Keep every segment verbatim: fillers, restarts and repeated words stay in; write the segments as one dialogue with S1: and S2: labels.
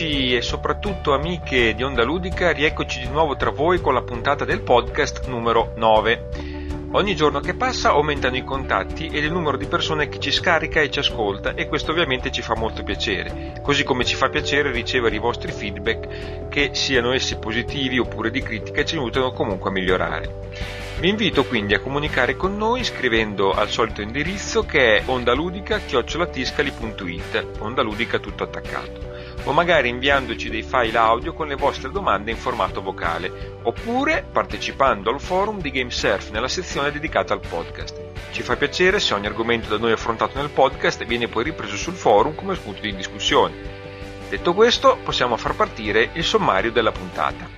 S1: Amici e soprattutto amiche di Onda Ludica, rieccoci di nuovo tra voi con la puntata del podcast numero nove. Ogni giorno che passa aumentano i contatti ed il numero di persone che ci scarica e ci ascolta, e questo ovviamente ci fa molto piacere, così come ci fa piacere ricevere i vostri feedback, che siano essi positivi oppure di critica, ci aiutano comunque a migliorare. Vi invito quindi a comunicare con noi scrivendo al solito indirizzo, che è ondaludica chiocciola tiscali punto it, Onda Ludica tutto attaccato, o magari inviandoci dei file audio con le vostre domande in formato vocale, oppure partecipando al forum di GameSurf nella sezione dedicata al podcast. Ci fa piacere se ogni argomento da noi affrontato nel podcast viene poi ripreso sul forum come spunto di discussione. Detto questo, possiamo far partire il sommario della puntata.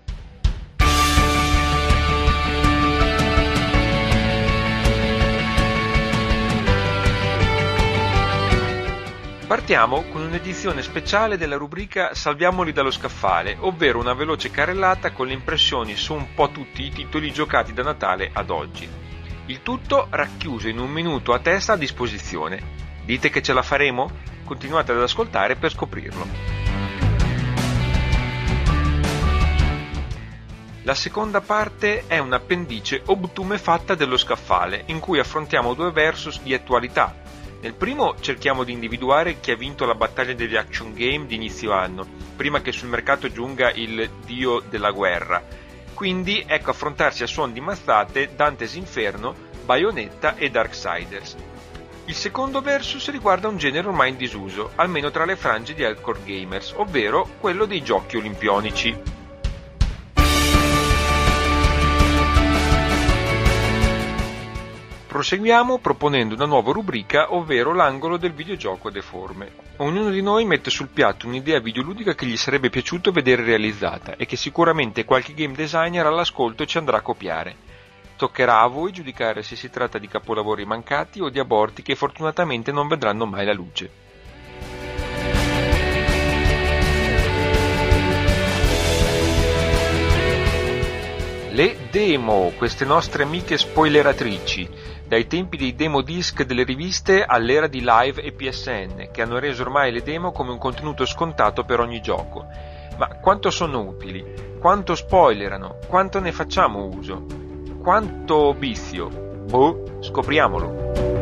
S1: Partiamo con un'edizione speciale della rubrica Salviamoli dallo scaffale, ovvero una veloce carrellata con le impressioni su un po' tutti i titoli giocati da Natale ad oggi. Il tutto racchiuso in un minuto a testa a disposizione. Dite che ce la faremo? Continuate ad ascoltare per scoprirlo. La seconda parte è un'appendice obtumefatta dello scaffale, in cui affrontiamo due versus di attualità. Nel primo cerchiamo di individuare chi ha vinto la battaglia degli action game di inizio anno, prima che sul mercato giunga il dio della guerra. Quindi ecco affrontarsi a suon di mazzate Dante's Inferno, Bayonetta e Darksiders. Il secondo versus riguarda un genere ormai in disuso, almeno tra le frange di hardcore gamers, ovvero quello dei giochi olimpionici. Proseguiamo proponendo una nuova rubrica, ovvero l'angolo del videogioco deforme. Ognuno di noi mette sul piatto un'idea videoludica che gli sarebbe piaciuto vedere realizzata e che sicuramente qualche game designer all'ascolto ci andrà a copiare. Toccherà a voi giudicare se si tratta di capolavori mancati o di aborti che fortunatamente non vedranno mai la luce. Le demo, queste nostre amiche spoileratrici, dai tempi dei demo disc delle riviste all'era di Live e P S N, che hanno reso ormai le demo come un contenuto scontato per ogni gioco. Ma quanto sono utili? Quanto spoilerano? Quanto ne facciamo uso? Quanto vizio? Boh, scopriamolo!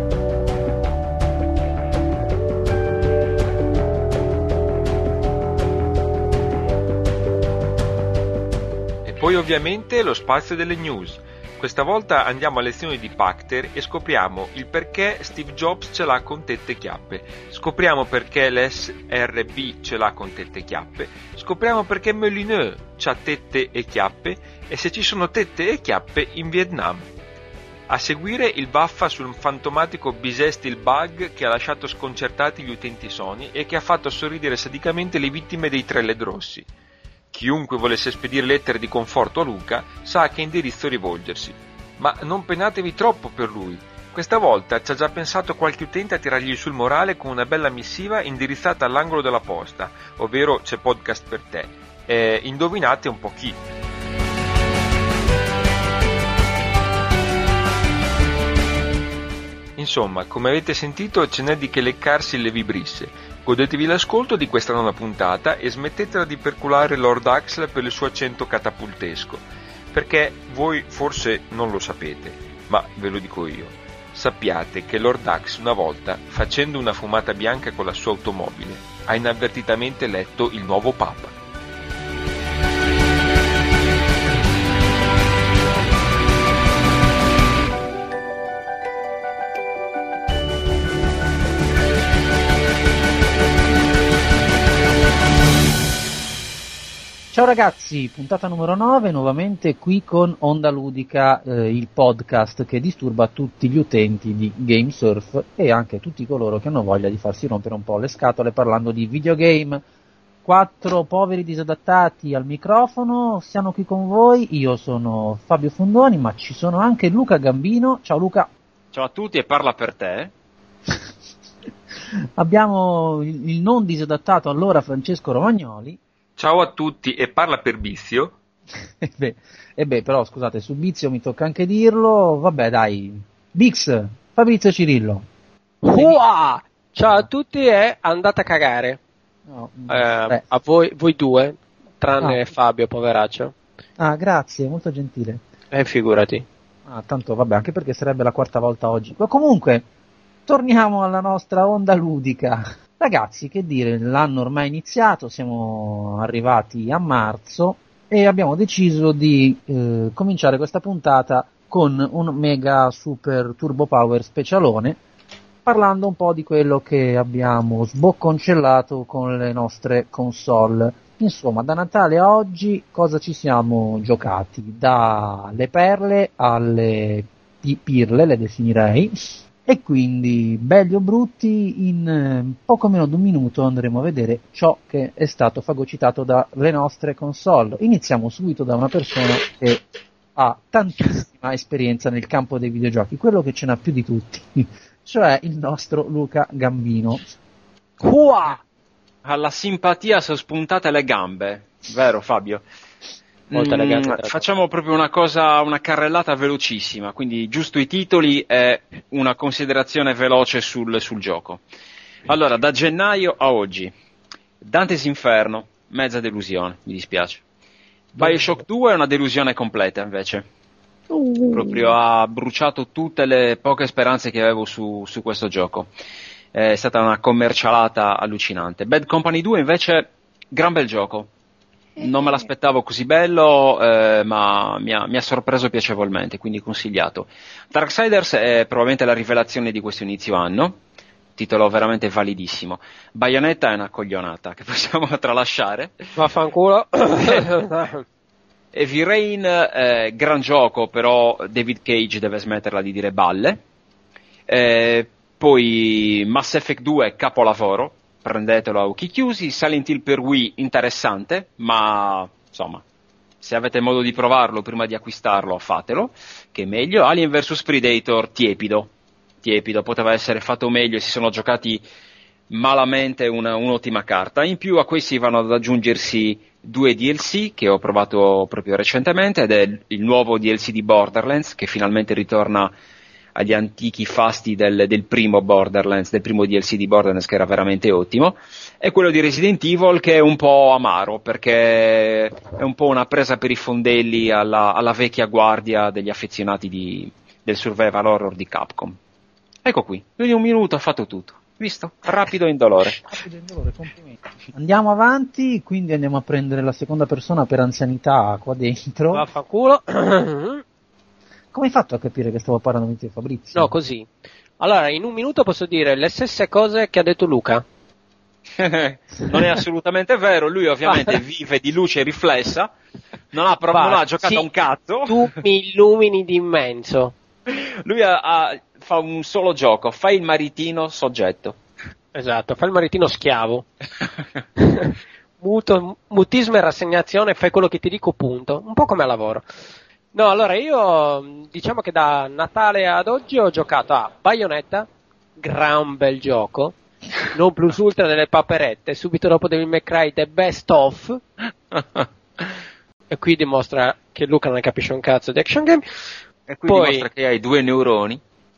S1: Poi ovviamente lo spazio delle news. Questa volta andiamo a lezioni di Pachter e scopriamo il perché Steve Jobs ce l'ha con tette e chiappe, scopriamo perché l'S R B ce l'ha con tette e chiappe, scopriamo perché Molineux c'ha tette e chiappe e se ci sono tette e chiappe in Vietnam. A seguire il vaffa sul fantomatico Bisestial Bug che ha lasciato sconcertati gli utenti Sony e che ha fatto sorridere sadicamente le vittime dei tre L E D rossi. Chiunque volesse spedire lettere di conforto a Luca sa a che indirizzo rivolgersi. Ma non penatevi troppo per lui. Questa volta ci ha già pensato qualche utente a tirargli sul morale con una bella missiva indirizzata all'angolo della posta, ovvero c'è podcast per te. E indovinate un po' chi. Insomma, come avete sentito, ce n'è di che leccarsi le vibrisse. Godetevi l'ascolto di questa nona puntata e smettetela di perculare Lord Axel per il suo accento catapultesco, perché voi forse non lo sapete, ma ve lo dico io. Sappiate che Lord Axe una volta, facendo una fumata bianca con la sua automobile, ha inavvertitamente letto il nuovo Papa.
S2: Ciao ragazzi, puntata numero nove, nuovamente qui con Onda Ludica, eh, il podcast che disturba tutti gli utenti di GameSurf e anche tutti coloro che hanno voglia di farsi rompere un po' le scatole parlando di videogame. Quattro poveri disadattati al microfono, siamo qui con voi, io sono Fabio Fondoni, ma ci sono anche Luca Gambino. Ciao Luca.
S3: Ciao a tutti e parla per te.
S2: Abbiamo il, il non disadattato allora Francesco Romagnoli.
S1: Ciao a tutti e parla per Bizio.
S2: E beh, e beh, però scusate, su Bizio mi tocca anche dirlo, vabbè dai, Bix, Fabrizio Cirillo.
S4: Uah! Ciao a tutti e andate a cagare.
S2: No,
S4: eh, a voi, voi due, tranne
S2: ah.
S4: Fabio, poveraccio.
S2: Ah, grazie, molto gentile.
S4: Eh, figurati.
S2: Ah, tanto vabbè, anche perché sarebbe la quarta volta oggi. Ma comunque, torniamo alla nostra onda ludica. Ragazzi, che dire, l'anno ormai è iniziato, siamo arrivati a marzo e abbiamo deciso di eh, cominciare questa puntata con un mega super turbo power specialone, parlando un po' di quello che abbiamo sbocconcellato con le nostre console. Insomma, da Natale a oggi cosa ci siamo giocati? Dalle perle alle pirle, le definirei. E quindi, belli o brutti, in poco meno di un minuto andremo a vedere ciò che è stato fagocitato dalle nostre console. Iniziamo subito da una persona che ha tantissima esperienza nel campo dei videogiochi, quello che ce n'ha più di tutti, cioè il nostro Luca Gambino.
S3: Qua! Alla simpatia sono spuntate le gambe, vero Fabio?
S4: Molto elegante.
S3: Mm, facciamo proprio una cosa, una carrellata velocissima, quindi giusto i titoli e una considerazione veloce sul, sul gioco. Allora, da gennaio a oggi, Dante's Inferno, mezza delusione, mi dispiace. Bioshock due è una delusione completa invece, uh. proprio ha bruciato tutte le poche speranze che avevo su, su questo gioco, è stata una commercialata allucinante. Bad Company due invece, gran bel gioco. Non me l'aspettavo così bello, eh, ma mi ha, mi ha sorpreso piacevolmente, quindi consigliato. Darksiders è probabilmente la rivelazione di questo inizio anno, titolo veramente validissimo. Bayonetta è una coglionata che possiamo tralasciare.
S4: Vaffanculo.
S3: Heavy Rain, eh, gran gioco, però David Cage deve smetterla di dire balle. Eh, poi Mass Effect due, capolavoro. Prendetelo a occhi chiusi. Silent Hill per Wii, interessante, ma insomma, se avete modo di provarlo prima di acquistarlo, fatelo, che è meglio. Alien versus. Predator, tiepido, tiepido, poteva essere fatto meglio e si sono giocati malamente una, un'ottima carta. In più a questi vanno ad aggiungersi due D L C che ho provato proprio recentemente, ed è il nuovo D L C di Borderlands, che finalmente ritorna agli antichi fasti del, del primo Borderlands, del primo D L C di Borderlands, che era veramente ottimo, e quello di Resident Evil, che è un po' amaro, perché è un po' una presa per i fondelli alla, alla vecchia guardia degli affezionati di, del survival horror di Capcom. Ecco qui, in un minuto ho fatto tutto, visto? Rapido e indolore.
S2: Rapido e indolore, complimenti. Andiamo avanti, quindi andiamo a prendere la seconda persona per anzianità qua dentro.
S4: Vaffanculo.
S2: Come hai fatto a capire che stavo parlando di te, Fabrizio?
S4: No, così. Allora, in un minuto posso dire le stesse cose che ha detto Luca.
S3: Non è assolutamente vero, lui ovviamente vive di luce riflessa, non ha,
S4: Va,
S3: non ha giocato
S4: sì,
S3: un cazzo.
S4: Tu mi illumini di immenso.
S3: Lui ha, ha, fa un solo gioco, fa il maritino soggetto.
S4: Esatto, fa il maritino schiavo. Muto, mutismo e rassegnazione, fai quello che ti dico, punto. Un po' come lavoro. No, allora io diciamo che da Natale ad oggi ho giocato a Bayonetta, gran bel gioco, non plus ultra delle paperette, subito dopo Devil May Cry The Best Of, e qui dimostra che Luca non ne capisce un cazzo di action game.
S3: E qui
S4: Poi,
S3: dimostra che hai due neuroni.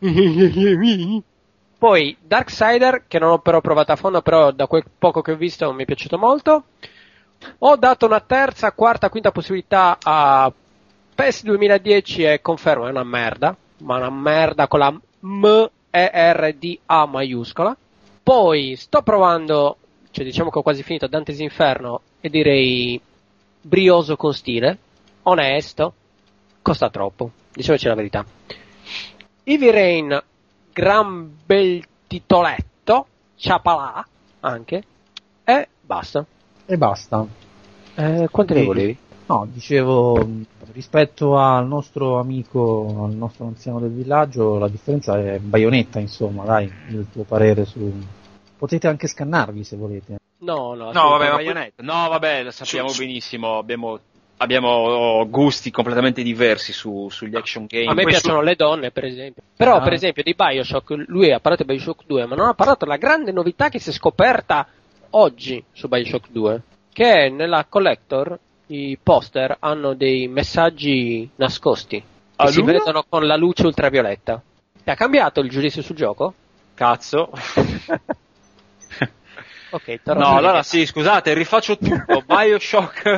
S4: Poi Darksider, che non ho però provato a fondo, però da quel poco che ho visto mi è piaciuto molto. Ho dato una terza, quarta, quinta possibilità a P E S duemiladieci e confermo è una merda, ma una merda con la M E R D A maiuscola. Poi sto provando, cioè diciamo che ho quasi finito Dante's Inferno, e direi brioso con stile, onesto, costa troppo, diciamoci la verità. Heavy Rain, gran bel titoletto, ciapalà anche, e basta.
S2: E basta.
S4: Eh, quante ne volevi?
S2: No, dicevo, rispetto al nostro amico, al nostro anziano del villaggio, la differenza è Bayonetta, insomma, dai, il tuo parere su... Potete anche scannarvi se volete.
S4: No, no,
S3: No, vabbè, ma
S4: Bayonetta.
S3: poi... no, vabbè, lo sappiamo su, benissimo, abbiamo, abbiamo gusti completamente diversi su, sugli action game.
S4: A me
S3: Questo...
S4: piacciono le donne, per esempio. Però,
S2: ah.
S4: per esempio, di Bioshock, lui ha parlato di Bioshock due, ma non ha parlato della grande novità che si è scoperta oggi su Bioshock due, che è nella Collector i poster hanno dei messaggi nascosti che
S3: ah,
S4: si
S3: lui?
S4: vedono con la luce ultravioletta. Ti ha cambiato il giudizio sul gioco?
S3: Cazzo.
S4: Ok,
S3: no, allora sì, scusate, rifaccio tutto. BioShock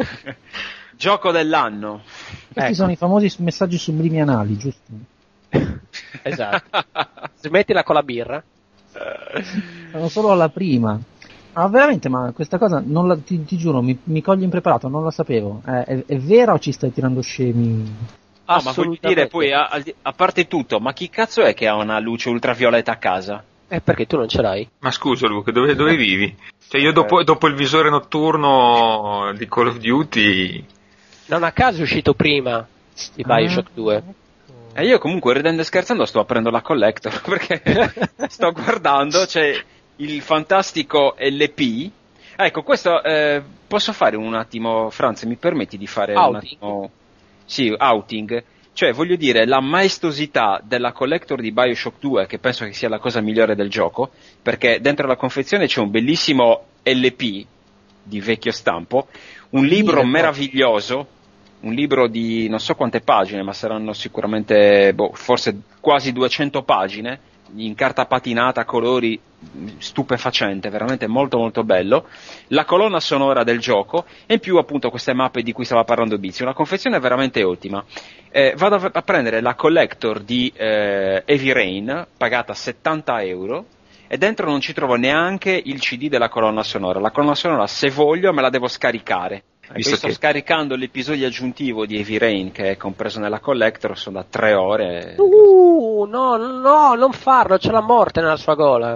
S3: gioco dell'anno.
S2: Questi
S4: ecco.
S2: sono i famosi messaggi subliminali, giusto?
S4: Esatto. Smettila con la birra.
S2: Sono solo alla prima. Ma veramente, ma questa cosa non la, ti, ti giuro, mi, mi coglie impreparato, non la sapevo. È, è, è vera o ci stai tirando scemi?
S3: No, ma voglio dire, poi, a, a parte tutto, ma chi cazzo è che ha una luce ultravioletta a casa?
S4: Eh, perché tu non ce l'hai?
S1: Ma scusa Luca, dove, dove vivi? Cioè io dopo, dopo il visore notturno di Call of Duty...
S4: Non a caso è uscito prima di BioShock due.
S3: E io comunque, ridendo e scherzando, sto aprendo la collector, perché sto guardando, c'è il fantastico L P. Ecco, questo, eh, posso fare un attimo, Franz, mi permetti di fare
S4: outing.
S3: un attimo... Sì, outing. Cioè, voglio dire, la maestosità della collector di BioShock due, che penso che sia la cosa migliore del gioco, perché dentro la confezione c'è un bellissimo L P di vecchio stampo, un libro meraviglioso, un libro di non so quante pagine, ma saranno sicuramente, boh, forse quasi duecento pagine, in carta patinata, colori, stupefacente, veramente molto molto bello, la colonna sonora del gioco e in più appunto queste mappe di cui stava parlando Bizio, una confezione veramente ottima. Eh, vado a, a prendere la collector di eh, Heavy Rain, pagata settanta euro, e dentro non ci trovo neanche il C D della colonna sonora. La colonna sonora, se voglio, me la devo scaricare. Io sto che... scaricando l'episodio aggiuntivo di Heavy Rain, che è compreso nella collector, sono da tre ore.
S4: Uh, no, no, non farlo, c'è la morte nella sua gola.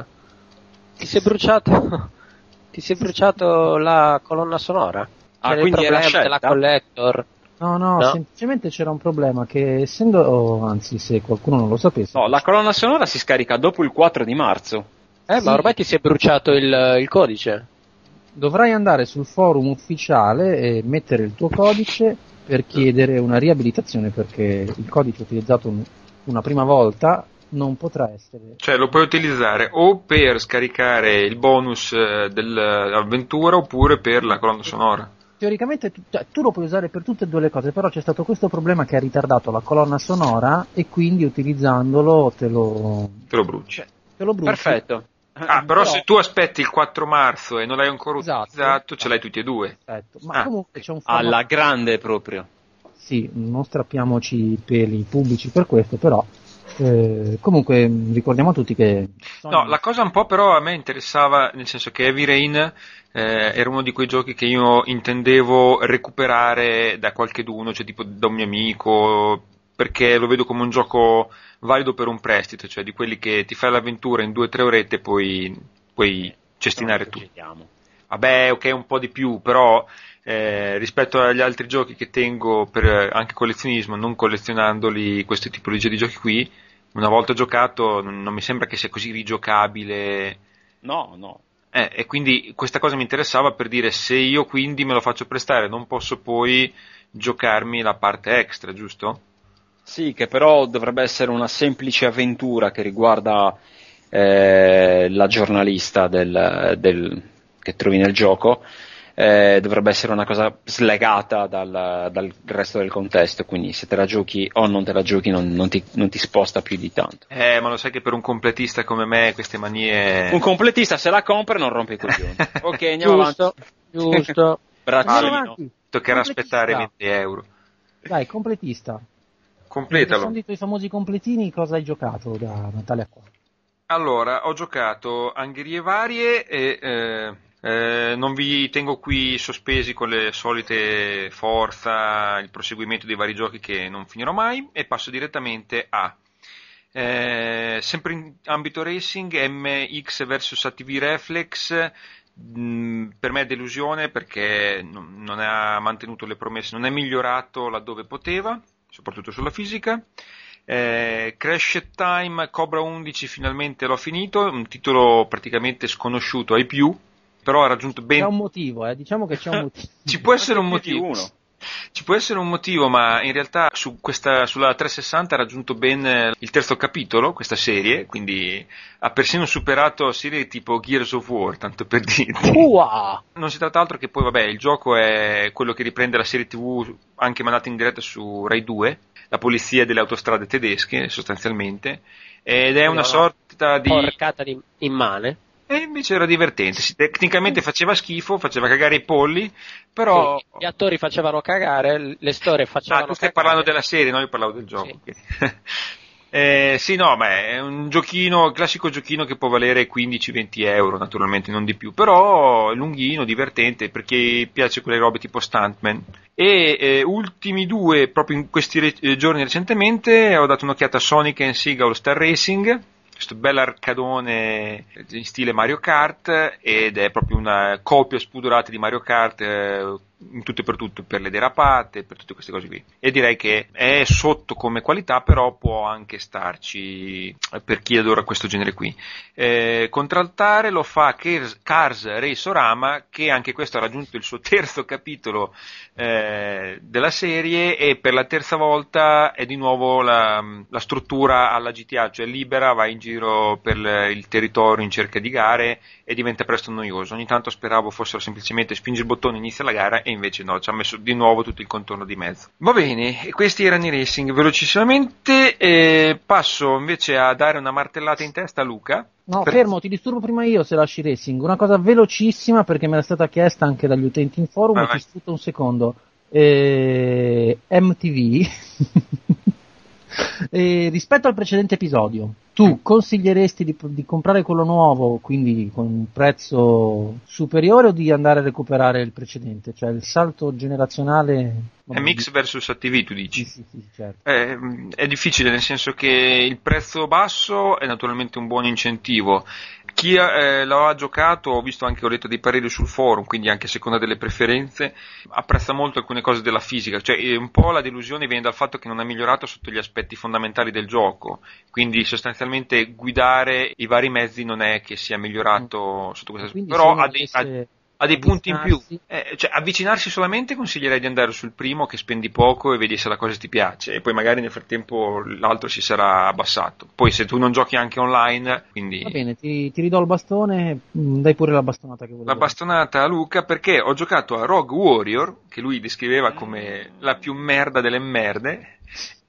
S4: Ti sei bruciato, ti sei bruciato la colonna sonora.
S3: Ah,
S4: c'era
S3: quindi
S4: il
S3: era
S4: problema
S3: scelta?
S4: della collector.
S2: No, no,
S4: no,
S2: semplicemente c'era un problema che essendo, oh, anzi se qualcuno non lo sapesse...
S3: No, la colonna sonora si scarica dopo il quattro di marzo.
S4: Eh,
S2: sì.
S4: Ma ormai ti si è bruciato il, il codice.
S2: Dovrai andare sul forum ufficiale e mettere il tuo codice per chiedere una riabilitazione, perché il codice utilizzato una prima volta non potrà essere...
S1: Cioè lo puoi utilizzare o per scaricare il bonus dell'avventura oppure per la colonna sonora.
S2: Teoricamente tu, cioè, tu lo puoi usare per tutte e due le cose, però c'è stato questo problema che ha ritardato la colonna sonora e quindi utilizzandolo te lo...
S1: Te lo bruci.
S2: Te lo bruci.
S3: Perfetto.
S1: Ah, però, però se tu aspetti il quattro marzo e non l'hai ancora
S2: esatto,
S1: utilizzato, ce l'hai tutti e due.
S2: Perfetto. Ma
S1: ah.
S2: comunque c'è un formato...
S3: Alla grande proprio.
S2: Sì, non strappiamoci i peli pubblici per questo, però eh, comunque ricordiamo a tutti che...
S1: No, la cosa un po' però a me interessava, nel senso che Heavy Rain eh, era uno di quei giochi che io intendevo recuperare da qualcheduno, cioè tipo da un mio amico, perché lo vedo come un gioco valido per un prestito, cioè di quelli che ti fai l'avventura in due o tre orette e poi puoi cestinare tutto. Vabbè, ok, un po' di più, però eh, rispetto agli altri giochi che tengo per anche collezionismo, non collezionandoli, queste tipologie di giochi qui, una volta giocato non, non mi sembra che sia così rigiocabile.
S3: No, no.
S1: Eh, e quindi questa cosa mi interessava per dire, se io quindi me lo faccio prestare non posso poi giocarmi la parte extra, giusto?
S3: Sì, che però dovrebbe essere una semplice avventura che riguarda eh, la giornalista del, del, che trovi nel gioco, eh, dovrebbe essere una cosa slegata dal, dal resto del contesto, quindi se te la giochi o non te la giochi non, non, ti, non ti sposta più di tanto.
S1: Eh, ma lo sai che per un completista come me queste manie...
S3: Un completista se la compra e non rompe i coglioni. Ok, andiamo
S4: giusto,
S3: avanti.
S4: Giusto.
S3: Braccino.
S1: Toccherà aspettare venti euro.
S2: Dai, completista.
S1: Completalo.
S2: Sono i tuoi famosi completini, cosa hai giocato da Natale a qua?
S1: Allora, ho giocato angherie varie e eh, eh, non vi tengo qui sospesi con le solite Forza, il proseguimento dei vari giochi che non finirò mai, e passo direttamente a eh, sempre in ambito racing, M X versus A T V Reflex. Mh, per me è delusione perché non, non ha mantenuto le promesse, non è migliorato laddove poteva, soprattutto sulla fisica. eh, Crash Time Cobra undici finalmente l'ho finito, un titolo praticamente sconosciuto ai più, però ha raggiunto ben...
S2: C'è un motivo, eh? Diciamo che c'è un motivo.
S1: Ci può essere un
S3: Anche più di
S1: motivo.
S3: uno.
S1: Ci può essere un motivo, ma in realtà su questa, sulla trecentosessanta ha raggiunto ben il terzo capitolo, questa serie, quindi ha persino superato serie tipo Gears of War, tanto per dirti.
S4: Uah.
S1: Non si tratta altro che poi, vabbè, il gioco è quello che riprende la serie tivù anche mandata in diretta su Rai due, la polizia delle autostrade tedesche, sostanzialmente, ed è una sorta di...
S4: porcata di immane.
S1: E invece era divertente, sì, tecnicamente faceva schifo, faceva cagare i polli, però...
S4: Sì, gli attori facevano cagare, le storie facevano
S1: Ah, tu stai
S4: cagare.
S1: parlando della serie, no? Io parlavo del gioco.
S4: Sì.
S1: Okay. eh, sì, no, ma è un giochino, classico giochino che può valere quindici venti euro, naturalmente, non di più, però è lunghino, divertente, perché piace quelle robe tipo Stuntman. E eh, ultimi due, proprio in questi re- giorni recentemente, ho dato un'occhiata a Sonic and Sega All Star Racing, questo bel arcadone in stile Mario Kart, ed è proprio una copia spudorata di Mario Kart eh, in tutto e per tutto, per le derapate, per tutte queste cose qui. E direi che è sotto come qualità, però può anche starci per chi adora questo genere qui. Eh, contraltare lo fa Cars, Cars Racerama, che anche questo ha raggiunto il suo terzo capitolo eh, della serie, e per la terza volta è di nuovo la, la struttura alla G T A, cioè libera, va in giro per il territorio in cerca di gare e diventa presto noioso. Ogni tanto speravo fossero semplicemente spingi il bottone, inizia la gara, e invece no, ci ha messo di nuovo tutto il contorno di mezzo. Va bene, e questi erano i racing. Velocissimamente eh, passo invece a dare una martellata in testa a Luca.
S2: No,
S1: per...
S2: fermo, ti disturbo prima io se lasci racing. Una cosa velocissima, perché me l'è stata chiesta anche dagli utenti in forum,
S1: vai,
S2: e ti sfrutto un secondo. Eh, M T V eh, rispetto al precedente episodio, tu consiglieresti di, di comprare quello nuovo, quindi con un prezzo superiore, o di andare a recuperare il precedente? Cioè il salto generazionale...
S1: M X versus A T V, tu dici?
S2: Sì, sì, sì, certo.
S1: È, è difficile, nel senso che il prezzo basso è naturalmente un buon incentivo. Chi eh, lo ha giocato, ho visto anche, ho letto dei pareri sul forum, quindi anche a seconda delle preferenze, apprezza molto alcune cose della fisica, cioè un po' la delusione viene dal fatto che non è migliorato sotto gli aspetti fondamentali del gioco, quindi sostanzialmente guidare i vari mezzi non è che sia migliorato sotto questo aspetto, però ha dei, ha, ha dei punti in più, eh, cioè avvicinarsi solamente consiglierei di andare sul primo, che spendi poco e vedi se la cosa ti piace, e poi magari nel frattempo l'altro si sarà abbassato. Poi se tu non giochi anche online, quindi...
S2: Va bene, ti, ti ridò il bastone, dai pure la bastonata che volevo.
S1: La bastonata a Luca, perché ho giocato a Rogue Warrior, che lui descriveva come la più merda delle merde,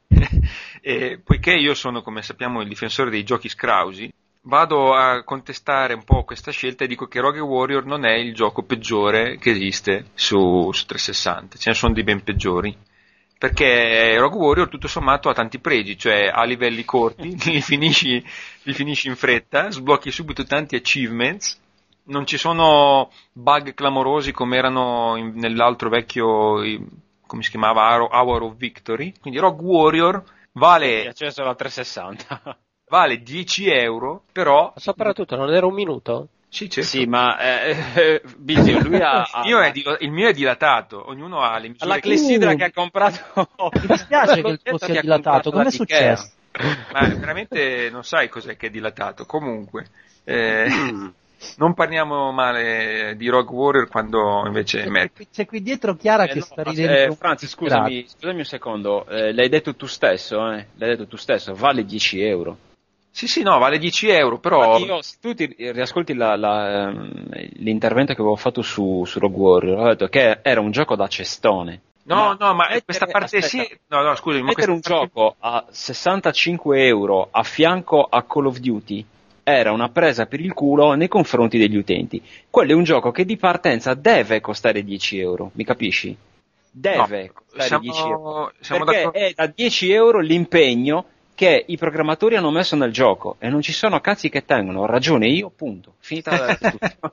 S1: e poiché io sono, come sappiamo, il difensore dei giochi scrausi, vado a contestare un po' questa scelta e dico che Rogue Warrior non è il gioco peggiore che esiste su, su trecentosessanta, ce ne sono di ben peggiori, perché Rogue Warrior tutto sommato ha tanti pregi, cioè ha livelli corti, li finisci, li finisci in fretta, sblocchi subito tanti achievements, non ci sono bug clamorosi come erano in, nell'altro vecchio, come si chiamava, Hour of Victory, quindi Rogue Warrior vale...
S3: Mi acceso alla trecentosessanta.
S1: Vale dieci euro, però...
S4: Ma soprattutto non era un minuto?
S1: Sì, certo.
S3: Sì, ma eh, eh, Bizio, lui ha,
S1: il, mio è di, il mio è dilatato, ognuno ha le misure.
S3: la clessidra che ha comprato.
S2: Mi dispiace che il tuo sia dilatato, com'è successo?
S1: Ma veramente non sai cos'è che è dilatato. Comunque, eh, non parliamo male di Rogue Warrior quando invece
S2: c'è,
S1: è
S2: c'è qui dietro Chiara
S3: eh,
S2: che
S3: no,
S2: sta ridendo.
S3: Eh, Franzi, scusami, scusami un secondo, eh, l'hai detto tu stesso, eh? L'hai detto tu stesso, vale dieci euro.
S1: Sì, sì, no, vale dieci euro, però...
S3: Io, se tu ti riascolti la, la, l'intervento che avevo fatto su, su Rogue Warrior, ho detto che era un gioco da cestone.
S1: No,
S3: ma
S1: no, ma
S3: mettere,
S1: questa parte
S3: aspetta,
S1: sì... No, no, scusami, ma
S3: mettere
S1: questa
S3: un
S1: parte...
S3: gioco a sessantacinque euro a fianco a Call of Duty era una presa per il culo nei confronti degli utenti. Quello è un gioco che di partenza deve costare dieci euro, mi capisci? Deve
S1: no,
S3: costare
S1: siamo,
S3: dieci euro.
S1: siamo
S3: perché
S1: d'accordo.
S3: è da dieci euro l'impegno che i programmatori hanno messo nel gioco e non ci sono cazzi che tengono, ho ragione io, punto. Finita la tutto.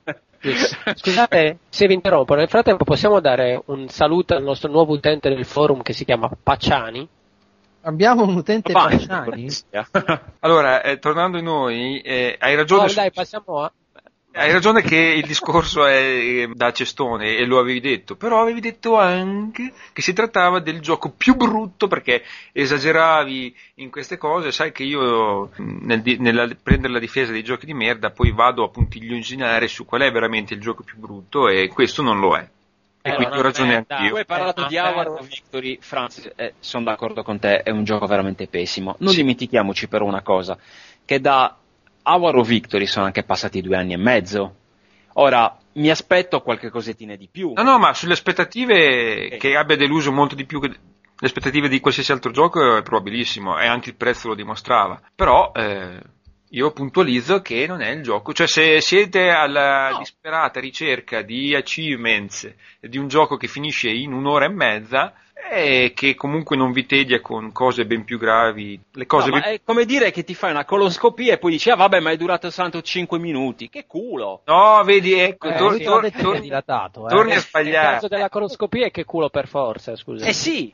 S4: Scusate se vi interrompo, nel frattempo possiamo dare un saluto al nostro nuovo utente del forum che si chiama Pacciani?
S2: Abbiamo un utente
S3: Va,
S2: Pacciani?
S1: Allora, eh, tornando a noi, eh, hai ragione...
S4: No, dai, passiamo a...
S1: Hai ragione che il discorso è da cestone e lo avevi detto, però avevi detto anche che si trattava del gioco più brutto, perché esageravi in queste cose. Sai che io nel, nel prendere la difesa dei giochi di merda poi vado a puntigliosinare su qual è veramente il gioco più brutto, e questo non lo è. E
S4: Eh,
S1: quindi
S4: no,
S1: ho ragione
S4: aspetta,
S1: anch'io.
S3: Tu hai parlato
S4: Eh,
S3: di
S4: aspetta.
S3: Hour of Victory, Francis, eh, sono d'accordo con te, è un gioco veramente pessimo. Non
S1: Sì.
S3: dimentichiamoci però una cosa, che da Hour of Victory sono anche passati due anni e mezzo. Ora, mi aspetto qualche cosettina di più.
S1: No, no, ma sulle aspettative
S3: Eh.
S1: che abbia deluso molto di più che le aspettative di qualsiasi altro gioco è probabilissimo, e anche il prezzo lo dimostrava. Però eh, io puntualizzo che non è il gioco, cioè se siete alla
S4: No.
S1: disperata ricerca di achievements di un gioco che finisce in un'ora e mezza e che comunque non vi tedia con cose ben più gravi, le cose
S3: No, ma
S1: ben-
S3: è come dire che ti fai una coloscopia e poi dici, ah vabbè, ma è durato soltanto cinque minuti, che culo!
S1: No, vedi, ecco,
S2: Eh,
S1: tor-
S2: lui te l'ha
S1: tor-
S2: detto
S1: tor-
S2: che è dilatato, eh.
S1: torni a
S4: Nel
S1: sbagliare.
S4: caso della coloscopia è che culo per forza, scusa.
S3: Eh sì!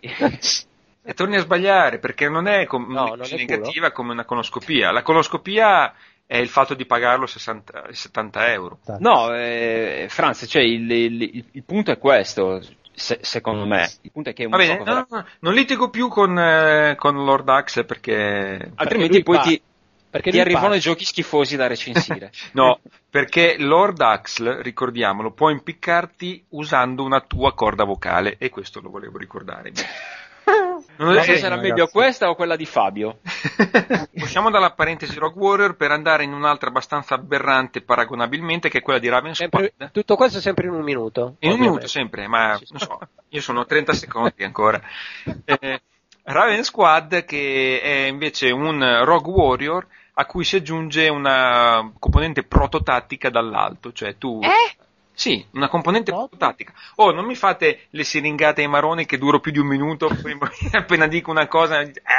S1: E torni a sbagliare perché non è com-
S4: No,
S1: una
S4: non
S1: cosa
S4: è
S1: negativa come una conoscopia. La conoscopia è il fatto di pagarlo sessanta, settanta euro.
S3: No, eh, Franz, cioè il, il- il punto è questo, se- secondo me. Il punto è che è un
S1: Va bene,
S3: gioco
S1: no,
S3: vera-
S1: no, non litigo più con, eh, con Lord Axe perché...
S3: altrimenti
S4: lui
S3: poi
S4: pa-
S3: ti,
S4: Perché
S3: ti
S4: lui
S3: arrivano
S4: parla.
S3: i giochi schifosi da recensire.
S1: No, perché Lord Axel, ricordiamolo, può impiccarti usando una tua corda vocale e questo lo volevo ricordare. Non
S3: Non
S1: è-
S3: so se era
S2: ragazzi.
S3: meglio questa o quella di Fabio.
S1: Usciamo dalla parentesi Rogue Warrior per andare in un'altra abbastanza aberrante paragonabilmente che è quella di Raven
S4: Sempre-
S1: Squad.
S4: tutto questo sempre in un minuto.
S1: In un
S4: ovviamente.
S1: minuto sempre, ma
S4: Ci
S1: non
S4: sta.
S1: so, io sono trenta secondi ancora. Eh, Raven Squad che è invece un Rogue Warrior a cui si aggiunge una componente prototattica dall'alto, cioè tu...
S3: Eh?
S1: Sì, una componente
S2: Proto?
S1: prototattica. Oh, non mi fate le siringate ai maroni che duro più di un minuto, poi appena dico una cosa...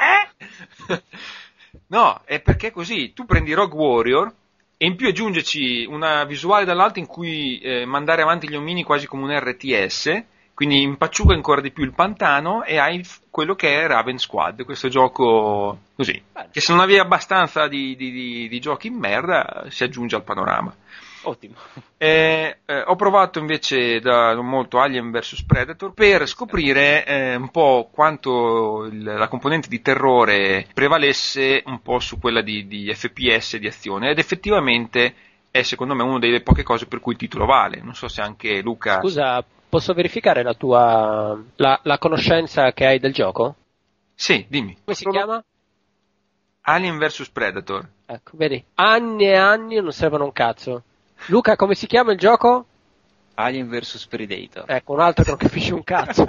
S1: Eh? No, è perché così, tu prendi Rogue Warrior e in più aggiungeci una visuale dall'alto in cui eh, mandare avanti gli omini quasi come un R T S, quindi impacciuga ancora di più il pantano e hai f- quello che è Raven Squad, questo gioco così,
S3: Bene.
S1: che se non avevi abbastanza di, di- di- di giochi in merda si aggiunge al panorama.
S3: Ottimo.
S1: Eh, eh, ho provato invece da non molto Alien versus Predator per scoprire eh, un po' quanto il- la componente di terrore prevalesse un po' su quella di, di F P S di azione ed effettivamente è secondo me una delle poche cose per cui il titolo vale. Non so se anche Luca...
S4: Scusa, posso verificare la tua la, la conoscenza che hai del gioco?
S1: Sì, dimmi.
S4: Come si chiama?
S1: Alien versus Predator.
S4: Ecco, vedi, anni e anni non servono un cazzo. Luca, come si chiama il gioco?
S3: Alien versus Predator.
S4: Ecco, un altro che non capisce un cazzo.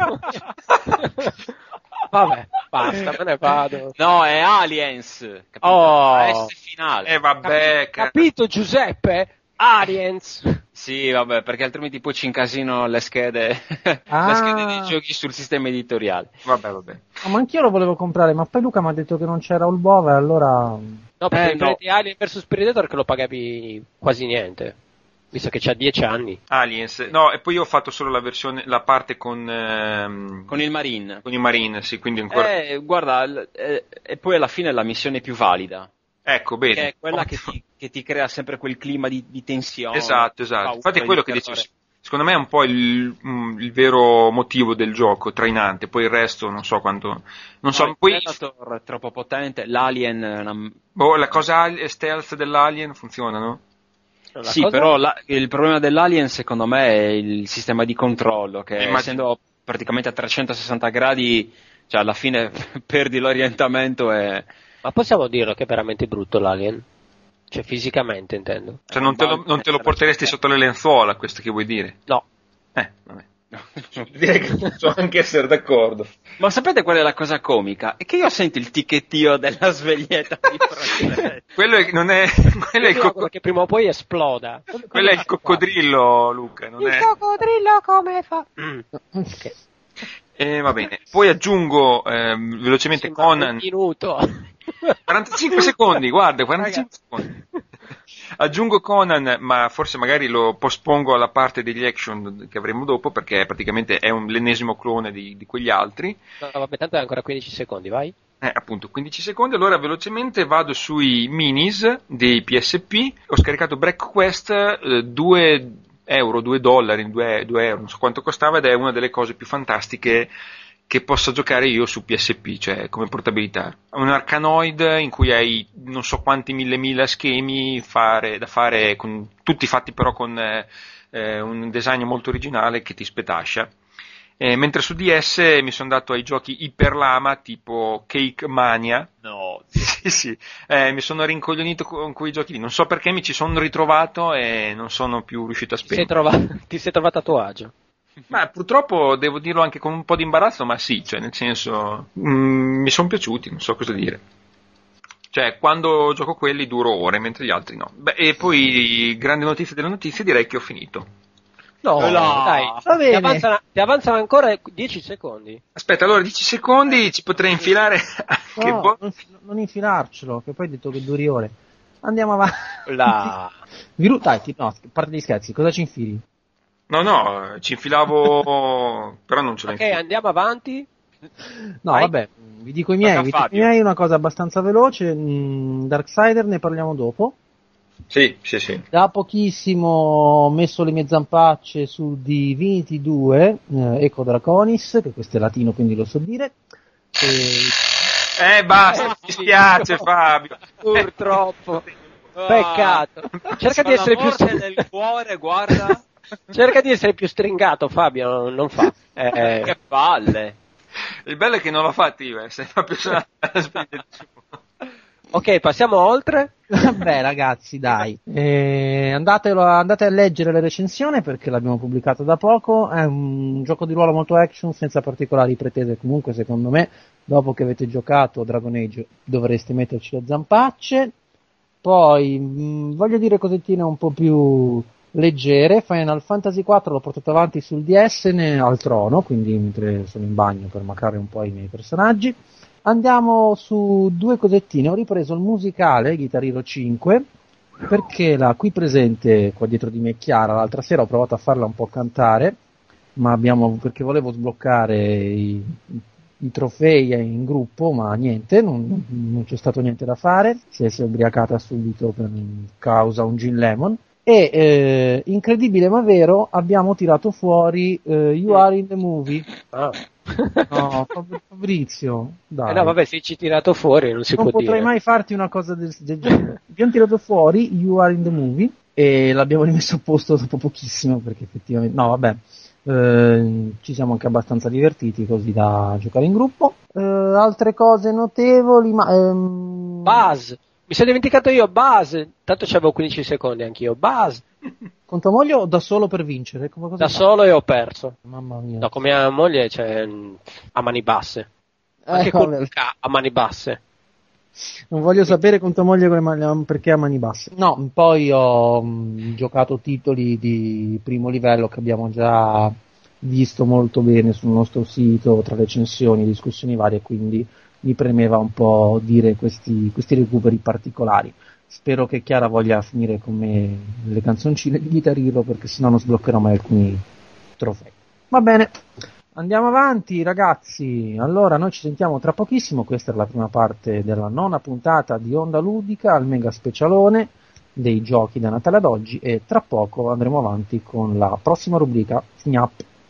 S4: Vabbè, basta, me ne vado.
S3: No, è Aliens. Capito?
S4: Oh.
S3: La S finale.
S1: Eh vabbè, ca-
S4: Capito, Giuseppe? Aliens.
S3: Sì, vabbè, perché altrimenti poi ci incasino le schede,
S2: Ah.
S3: le schede dei giochi sul sistema editoriale.
S1: vabbè, vabbè.
S2: Ah, ma anch'io lo volevo comprare, ma poi Luca mi ha detto che non c'era All Bove, allora...
S4: No, perché
S3: Eh,
S4: i
S3: no.
S4: predetti Alien versus Predator che lo pagavi quasi niente. Visto che c'ha dieci anni.
S1: Aliens. No, e poi io ho fatto solo la versione, la parte con, ehm,
S3: Con il Marine.
S1: con i Marine, sì, quindi ancora...
S3: Eh, guarda, l- eh, e poi alla fine è la missione più valida.
S1: Ecco, bene.
S3: Che è quella che ti, che ti crea sempre quel clima di, di tensione.
S1: Esatto, esatto.
S3: paura,
S1: Infatti è quello
S3: di
S1: che
S3: terrore.
S1: dicevo. Secondo me è un po' il, mm, il vero motivo del gioco, trainante. Poi il resto non so quanto... Non so,
S3: No, il
S1: poi
S3: Predator è troppo potente, l'Alien è una-
S1: boh, la cosa al- stealth dell'Alien funziona, no?
S4: La
S3: Sì,
S4: cosa-
S3: però la- il problema dell'Alien secondo me è il sistema di controllo, che
S1: Immagino.
S3: essendo praticamente a trecentosessanta gradi, cioè alla fine perdi l'orientamento e...
S4: Ma possiamo dirlo che è veramente brutto l'Alien? Cioè, fisicamente intendo.
S1: Cioè non te lo, non te lo porteresti sotto le lenzuola, questo che vuoi dire?
S4: No.
S1: Eh, vabbè. Direi che posso anche essere d'accordo.
S3: Ma sapete qual è la cosa comica? È che io sento il ticchettio della sveglietta di Francesco.
S1: Quello è, non è, quello è il,
S4: Io auguro
S1: cocco-
S4: che prima o poi esploda.
S1: quello è il coccodrillo, Luca, non è...
S4: coccodrillo come fa?
S2: Ok.
S1: Eh, va bene. Poi aggiungo ehm, velocemente
S4: Sembra
S1: Conan...
S4: un minuto.
S1: quarantacinque secondi, guarda, quarantacinque secondi. Aggiungo Conan, ma forse magari lo pospongo alla parte degli action che avremo dopo, perché praticamente è un, l'ennesimo clone di, di quegli altri.
S4: No, vabbè, tanto è ancora quindici secondi, vai.
S1: Eh, appunto, quindici secondi. Allora, velocemente vado sui minis dei P S P. Ho scaricato Break Quest, eh, due euro, due dollari, due euro, non so quanto costava, ed è una delle cose più fantastiche che possa giocare io su P S P, cioè come portabilità. Un Arkanoid in cui hai non so quanti mille mila schemi fare, da fare, con, tutti fatti però con eh, eh, un design molto originale che ti spetascia. Eh, mentre su D S mi sono dato ai giochi iperlama tipo Cake Mania.
S3: No.
S1: Sì, sì, eh, mi sono rincoglionito con quei giochi lì. Non so perché mi ci sono ritrovato e non sono più riuscito a
S4: Ti sei,
S1: spegnere.
S4: trova- ti sei trovato a tuo agio.
S1: Ma purtroppo devo dirlo anche con un po' di imbarazzo, ma sì, cioè nel senso mm, mi sono piaciuti, non so cosa dire. Cioè, quando gioco quelli duro ore, mentre gli altri no. Beh, e poi, grande notizia delle notizie, direi che ho finito.
S4: No, no, dai,
S2: va bene.
S4: Ti avanzano, ti avanzano ancora dieci secondi.
S1: Aspetta, allora dieci secondi ci potrei infilare anche
S2: No,
S1: bo-
S2: non, non infilarcelo, che poi hai detto che duri ore. Andiamo avanti.
S4: La...
S2: Viru, dai, ti, no, a parte gli scherzi, cosa ci infili?
S1: No, no, ci infilavo, però non ce l'ho
S4: Ok,
S1: infilata.
S4: andiamo avanti.
S2: No,
S4: Vai.
S2: vabbè, vi dico i miei,
S3: Tocca
S2: vi
S3: a
S2: dico i
S3: Fabio.
S2: miei, una cosa abbastanza veloce. mm, Darksider ne parliamo dopo.
S1: Sì, sì, sì.
S2: Da pochissimo ho messo le mie zampacce su Divinity due, eh, Eco Draconis, che questo è latino quindi lo so dire. E...
S1: Eh, basta,
S4: Eh,
S1: mi
S4: sì.
S1: dispiace Fabio.
S4: Purtroppo. Peccato. Cerca di essere più
S3: forte del cuore, guarda.
S4: Cerca di essere più stringato, Fabio, non fa. Eh,
S3: Che palle.
S1: Il bello è che non l'ho fatto io, eh, sei proprio sulla spinta giù.
S4: ok, passiamo oltre.
S2: Vabbè ragazzi, dai, eh, andatelo, andate a leggere la recensione perché l'abbiamo pubblicato da poco. È un gioco di ruolo molto action senza particolari pretese. Comunque, secondo me, dopo che avete giocato a Dragon Age dovreste metterci le zampacce. Poi mh, voglio dire cosettine un po' più leggere. Final Fantasy quattro l'ho portato avanti sul D S ne al trono, quindi mentre sono in bagno per macare un po' i miei personaggi. Andiamo su due cosettine. Ho ripreso il musicale Guitar Hero cinque perché la qui presente qua dietro di me Chiara l'altra sera ho provato a farla un po' cantare, ma abbiamo perché volevo sbloccare i, i trofei in gruppo, ma niente, non, non c'è stato niente da fare. Si è, si è ubriacata subito per causa un gin lemon. E eh, incredibile ma vero, abbiamo tirato fuori eh, You Are in the Movie.
S4: Ah.
S2: No, Fab- Fabrizio, dai.
S4: Eh no, vabbè, se ci tirato fuori non si
S2: non
S4: può
S2: potrei
S4: dire.
S2: mai farti una cosa del, del genere. Abbiamo tirato fuori You Are in the Movie e l'abbiamo rimesso a posto dopo pochissimo perché effettivamente, no vabbè, eh, ci siamo anche abbastanza divertiti così da giocare in gruppo. Eh, altre cose notevoli, ma... Ehm...
S4: Buzz! Mi sono dimenticato io, Buzz! Tanto c'avevo quindici secondi anch'io. Buzz!
S2: Con tua moglie o da solo per vincere? Come cosa
S4: Da
S2: fai?
S4: solo e ho perso.
S2: Mamma mia.
S4: No, come mia moglie c'è mm, a mani basse. Anche
S2: Eh,
S4: con
S2: vabbè.
S4: Luca a mani basse.
S2: Non voglio sapere con tua moglie come man- perché a mani basse. No, poi ho mh, giocato titoli di primo livello che abbiamo già visto molto bene sul nostro sito tra recensioni e discussioni varie, quindi mi premeva un po' dire questi, questi recuperi particolari. Spero che Chiara voglia finire con me le canzoncine di Guitar Hero perché sennò non sbloccherò mai alcuni trofei. Va bene. Andiamo avanti ragazzi, allora noi ci sentiamo tra pochissimo, questa è la prima parte della nona puntata di Onda Ludica, al mega specialone dei giochi da Natale ad oggi e tra poco andremo avanti con la prossima rubrica, Snap.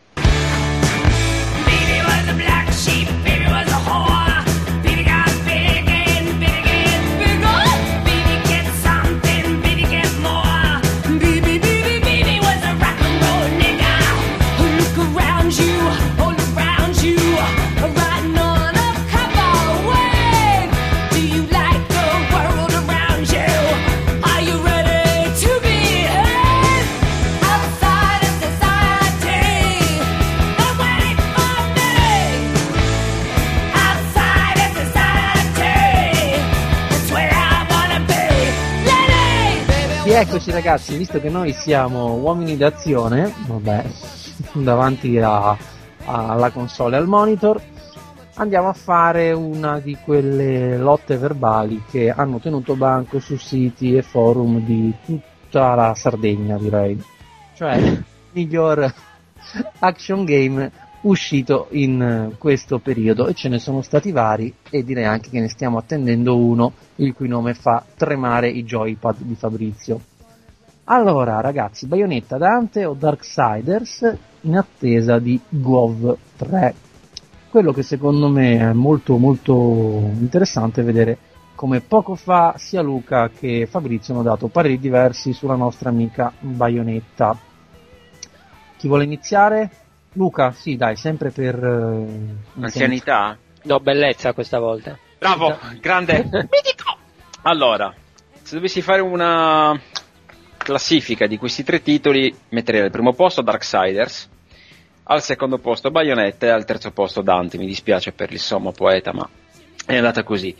S5: Baby was a black sheep, baby was a whore. Baby got big and big and bigger. Baby get something, baby get more. Baby, baby, baby was a rock and roll nigga. Look around you, all around you, riding on a copper wave. Do you like the world around you? Are you ready to be heard? Outside of society, they're waiting for me. Outside of society, that's where I wanna be. Lady,
S2: Rieccoci ragazzi, visto che noi siamo uomini d'azione, vabbè, davanti a, a- alla console e al monitor, andiamo a fare una di quelle lotte verbali che hanno tenuto banco su siti e forum di tutta la Sardegna, direi. Cioè, il miglior action game uscito in eh, questo periodo e ce ne sono stati vari e direi anche che ne stiamo attendendo uno il cui nome fa tremare i joypad di Fabrizio. Allora ragazzi, Bayonetta, Dante o Darksiders in attesa di GoV tre. Quello che secondo me è molto molto interessante è vedere come poco fa sia Luca che Fabrizio hanno dato pareri diversi sulla nostra amica Bayonetta. Chi vuole iniziare? Luca, sì dai, sempre per... eh,
S3: Anzianità?
S4: No, bellezza questa volta.
S3: Bravo, grande. Mitico! Allora, se dovessi fare una classifica di questi tre titoli, metterei al primo posto Darksiders, al secondo posto Bayonetta e al terzo posto Dante. Mi dispiace per il sommo poeta, ma è andata così.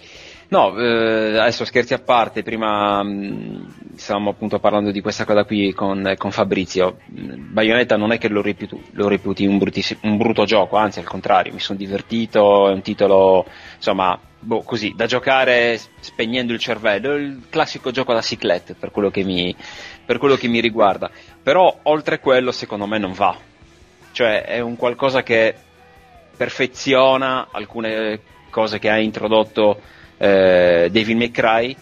S3: No, eh, adesso scherzi a parte, prima mh, stavamo appunto parlando di questa cosa qui con, con Fabrizio. Bayonetta non è che lo reputi, lo reputi un, brutissi- un brutto gioco, anzi al contrario, mi sono divertito, è un titolo, insomma, boh, così, da giocare spegnendo il cervello, il classico gioco da ciclette per quello che mi, per quello che mi riguarda. Però oltre quello secondo me non va, cioè è un qualcosa che perfeziona alcune cose che ha introdotto eh, Devil May Cry,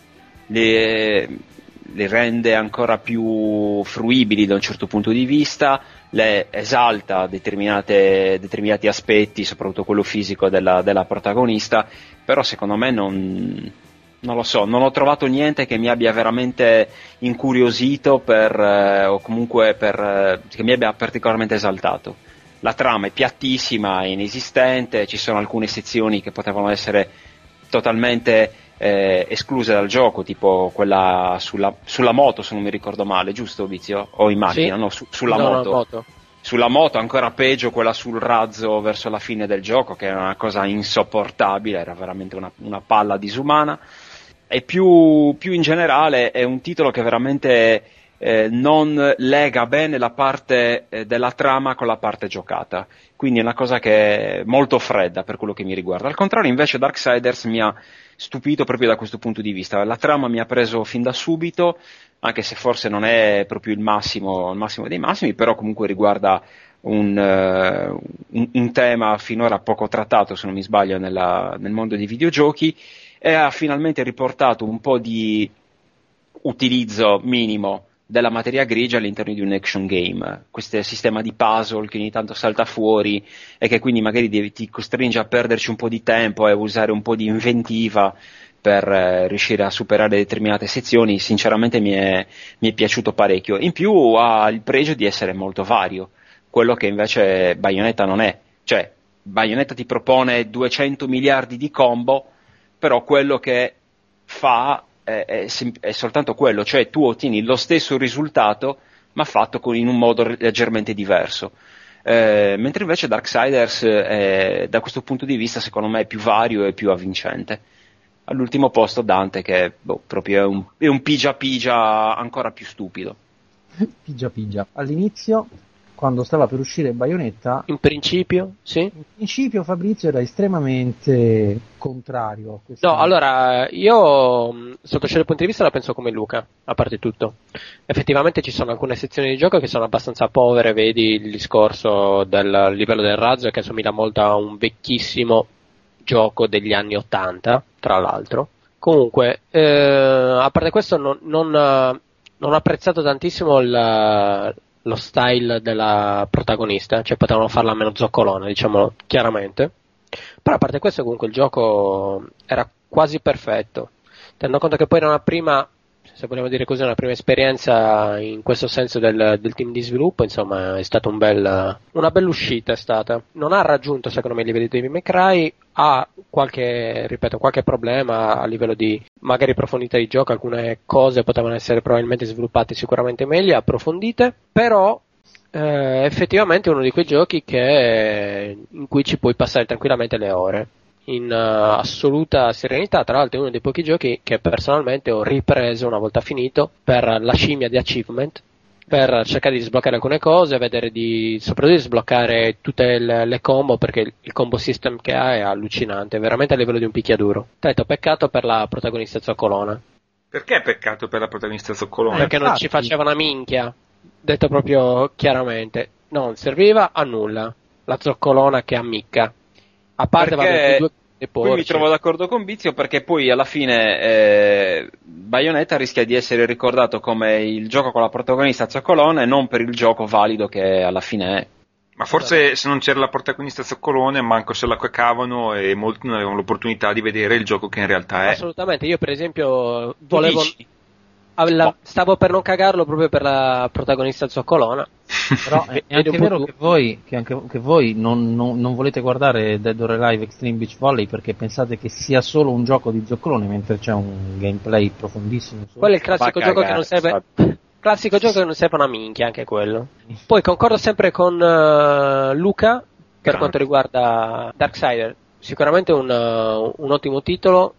S3: le, le rende ancora più fruibili da un certo punto di vista, le esalta determinate, determinati aspetti, soprattutto quello fisico della, della protagonista, però secondo me non, non lo so, non ho trovato niente che mi abbia veramente incuriosito per, eh, o comunque per, eh, che mi abbia particolarmente esaltato. La trama è piattissima, è inesistente, ci sono alcune sezioni che potevano essere totalmente eh, escluse dal gioco, tipo quella sulla, sulla moto, se non mi ricordo male, giusto Vizio? O in macchina?
S4: Sì.
S3: No, su, sulla
S4: No,
S3: moto.
S4: no, moto.
S3: Sulla moto, ancora peggio quella sul razzo verso la fine del gioco, che era una cosa insopportabile, era veramente una, una palla disumana. E più, più in generale è un titolo che veramente eh, non lega bene la parte eh, della trama con la parte giocata, quindi è una cosa che è molto fredda per quello che mi riguarda. Al contrario invece Darksiders mi ha stupito proprio da questo punto di vista, la trama mi ha preso fin da subito, anche se forse non è proprio il massimo, il massimo dei massimi, però comunque riguarda un, uh, un, un tema finora poco trattato, se non mi sbaglio, nella, nel mondo dei videogiochi, e ha finalmente riportato un po' di utilizzo minimo della materia grigia all'interno di un action game, questo sistema di puzzle che ogni tanto salta fuori e che quindi magari devi, ti costringe a perderci un po' di tempo e a usare un po' di inventiva per eh, riuscire a superare determinate sezioni. Sinceramente mi è, mi è piaciuto parecchio. In più ha il pregio di essere molto vario, quello che invece Bayonetta non è, cioè Bayonetta ti propone duecento miliardi di combo, però quello che fa è, è, è soltanto quello, cioè tu ottieni lo stesso risultato ma fatto con, in un modo leggermente diverso. Eh, mentre invece Darksiders è, da questo punto di vista secondo me è più vario e più avvincente. All'ultimo posto Dante che boh, proprio è un, è un pigia pigia ancora più stupido.
S2: Pigia pigia. All'inizio, quando stava per uscire Bayonetta,
S4: In principio, sì.
S2: in principio Fabrizio era estremamente contrario a questo.
S4: No, allora, io mh, sotto certi punti di vista la penso come Luca, a parte tutto. Effettivamente ci sono alcune sezioni di gioco che sono abbastanza povere, vedi il discorso del livello del razzo che assomiglia molto a un vecchissimo gioco degli anni ottanta, tra l'altro. Comunque, eh, a parte questo non, non, non ho apprezzato tantissimo il, lo style della protagonista, cioè potevano farla meno zoccolona, diciamo chiaramente. Però a parte questo comunque il gioco era quasi perfetto, tenendo conto che poi era una prima, se vogliamo dire così, una prima esperienza in questo senso del, del team di sviluppo, insomma è stata un bel, una bella uscita è stata. Non ha raggiunto secondo me i livelli di Devil May Cry, ha qualche, ripeto, qualche problema a livello di magari profondità di gioco, alcune cose potevano essere probabilmente sviluppate sicuramente meglio, approfondite, però eh, effettivamente è uno di quei giochi che, in cui ci puoi passare tranquillamente le ore in uh, assoluta serenità. Tra l'altro è uno dei pochi giochi che personalmente ho ripreso una volta finito per la scimmia di achievement, per cercare di sbloccare alcune cose, vedere di soprattutto di sbloccare tutte le, le combo, perché il, il combo system che ha è allucinante, veramente a livello di un picchiaduro. Tra l'altro peccato per la protagonista zoccolona.
S1: Perché è peccato per la protagonista zoccolona?
S4: Perché non ci faceva una minchia, detto proprio chiaramente, non serviva a nulla la zoccolona che ammicca. A parte
S3: Perché
S4: vabbè, due e
S3: qui
S4: porci.
S3: mi trovo d'accordo con Vizio, perché poi alla fine eh, Bayonetta rischia di essere ricordato come il gioco con la protagonista zoccolona e non per il gioco valido che alla fine è.
S1: Ma forse se non c'era la protagonista zoccolone, manco se la cacavano e molti non avevano l'opportunità di vedere il gioco che in realtà è.
S4: Assolutamente, io per esempio volevo...
S3: dici?
S4: Alla- stavo per non cagarlo proprio per la protagonista zoccolona.
S2: Però è, è
S4: Vedi
S2: anche
S4: un po'
S2: vero
S4: tu.
S2: che voi, che anche, che voi non, non, non volete guardare Dead or Alive Extreme Beach Volley perché pensate che sia solo un gioco di zoccolone, mentre c'è un gameplay profondissimo.
S4: Quello è il classico
S3: Va a
S4: gioco
S3: cagare,
S4: che non serve...
S3: Fabio.
S4: Classico gioco che non serve una minchia, anche quello. Poi concordo sempre con uh, Luca per
S1: Grande.
S4: quanto riguarda Darksider. Sicuramente un, uh, un ottimo titolo,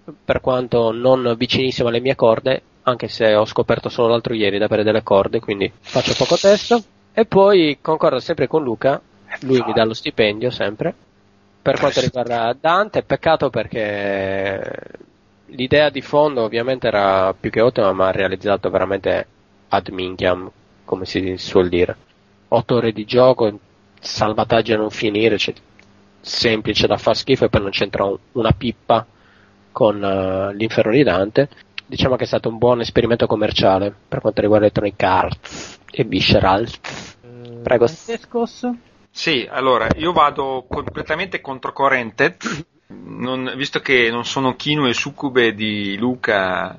S4: per quanto non vicinissimo alle mie corde, anche se ho scoperto solo l'altro ieri di avere delle corde, quindi faccio poco testo. E poi concordo sempre con Luca, lui mi dà lo stipendio sempre. Per quanto riguarda Dante, peccato perché l'idea di fondo ovviamente era più che ottima, ma ha realizzato veramente ad minchiam, come si suol dire. Otto ore di gioco, salvataggio a non finire, cioè, semplice da far schifo, e poi non c'entra un, una pippa con uh, l'Inferno di Dante. Diciamo che è stato un buon esperimento commerciale per quanto riguarda Electronic Arts e Visceral.
S2: Eh,
S4: Prego.
S2: Francescos?
S1: Sì, allora, io vado completamente controcorrente, non, visto che non sono Kinu e succube di Luca.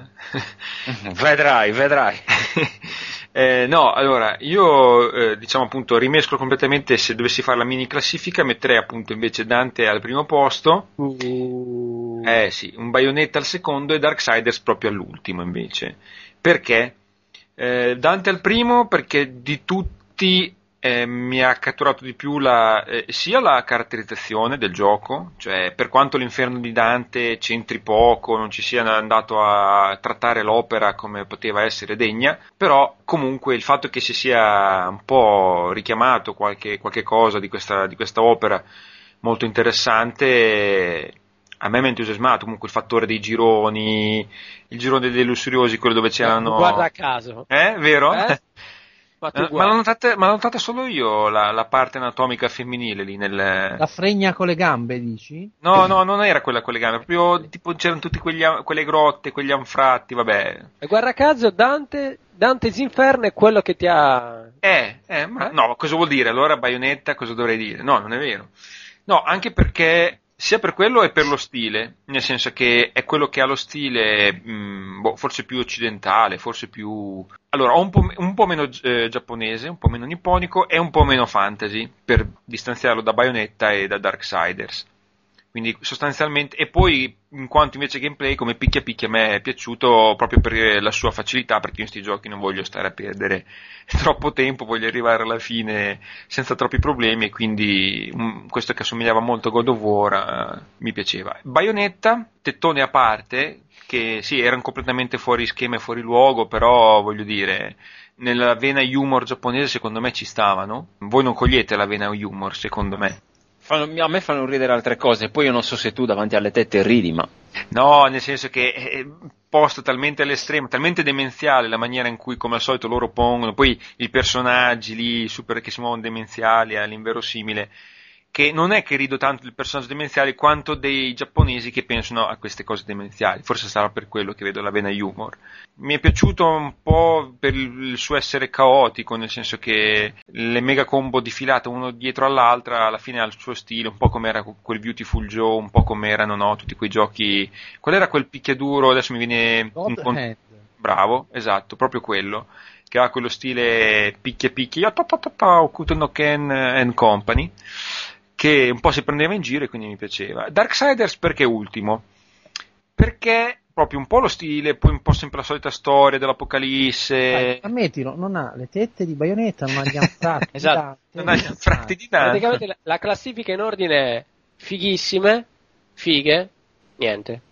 S3: Vedrai, vedrai.
S1: eh, no, allora, io eh, diciamo appunto rimescolo completamente. Se dovessi fare la mini classifica metterei appunto invece Dante al primo posto,
S4: Uh,
S1: eh sì, un Bayonetta al secondo e Darksiders proprio all'ultimo invece. Perché? Eh, Dante al primo perché di tutti Eh, mi ha catturato di più la, eh, sia la caratterizzazione del gioco, cioè per quanto l'Inferno di Dante c'entri poco, non ci sia andato a trattare l'opera come poteva essere degna, però comunque il fatto che si sia un po' richiamato qualche, qualche cosa di questa, di questa opera molto interessante, a me mi ha entusiasmato. Comunque il fattore dei gironi, il girone dei lussuriosi, quello dove c'erano...
S4: guarda a caso.
S1: Eh, vero?
S4: Eh? Ma tu
S1: Eh, ma
S4: guarda.
S1: l'ho notata, ma l'ho notata solo io la, la parte anatomica femminile lì nel...
S2: La fregna con le gambe, dici?
S1: No, no, non era quella con le gambe, proprio tipo c'erano tutte quegli, a- quelle grotte, quegli anfratti, vabbè.
S4: E guarda caso Dante, Dante's Inferno è quello che ti ha...
S1: Eh, eh, ma
S4: Eh?
S1: no, cosa vuol dire? Allora Bayonetta cosa dovrei dire? No, non è vero. No, anche perché sia per quello e per lo stile, nel senso che è quello che ha lo stile, mh, boh, forse più occidentale, forse più... Allora, ho un po', un po' meno eh, giapponese, un po' meno nipponico e un po' meno fantasy, per distanziarlo da Bayonetta e da Darksiders. Quindi sostanzialmente, e poi in quanto invece gameplay, come picchia picchia a me è piaciuto proprio per la sua facilità, perché io in questi giochi non voglio stare a perdere troppo tempo, voglio arrivare alla fine senza troppi problemi, e quindi um, questo che assomigliava molto a God of War uh, mi piaceva. Bayonetta, tettone a parte, che sì, erano completamente fuori schema e fuori luogo, però voglio dire, nella vena humor giapponese secondo me ci stavano. Voi non cogliete la vena humor, secondo me.
S3: Fanno- a me fanno ridere altre cose, poi io non so se tu davanti alle tette ridi, ma...
S1: No, nel senso che è posto talmente all'estremo, talmente demenziale la maniera in cui, come al solito, loro pongono poi i personaggi lì super che si muovono demenziali all'inverosimile, che non è che rido tanto del personaggio demenziale quanto dei giapponesi che pensano a queste cose demenziali. Forse sarà per quello che vedo la vena humor. Mi è piaciuto un po' per il suo essere caotico, nel senso che le mega combo difilate uno dietro all'altra alla fine ha il suo stile, un po' come era quel Beautiful Joe, un po' come erano, no, tutti quei giochi. Qual era quel picchiaduro? Adesso mi viene in
S2: God
S1: con-
S2: Hand.
S1: Bravo, esatto, proprio quello, che ha quello stile picchia picchia, Okuto no Ken and Company, che un po' si prendeva in giro e quindi mi piaceva. Darksiders perché ultimo? Perché proprio un po' lo stile, poi un po' sempre la solita storia dell'apocalisse.
S2: Dai, ammettilo, non ha le tette di Bayonetta, non ha gli anfratti di
S4: Esatto.
S2: Dante,
S1: Non ha gli anfratti di Dante.
S4: Praticamente la, la classifica in ordine è fighissime, fighe, niente.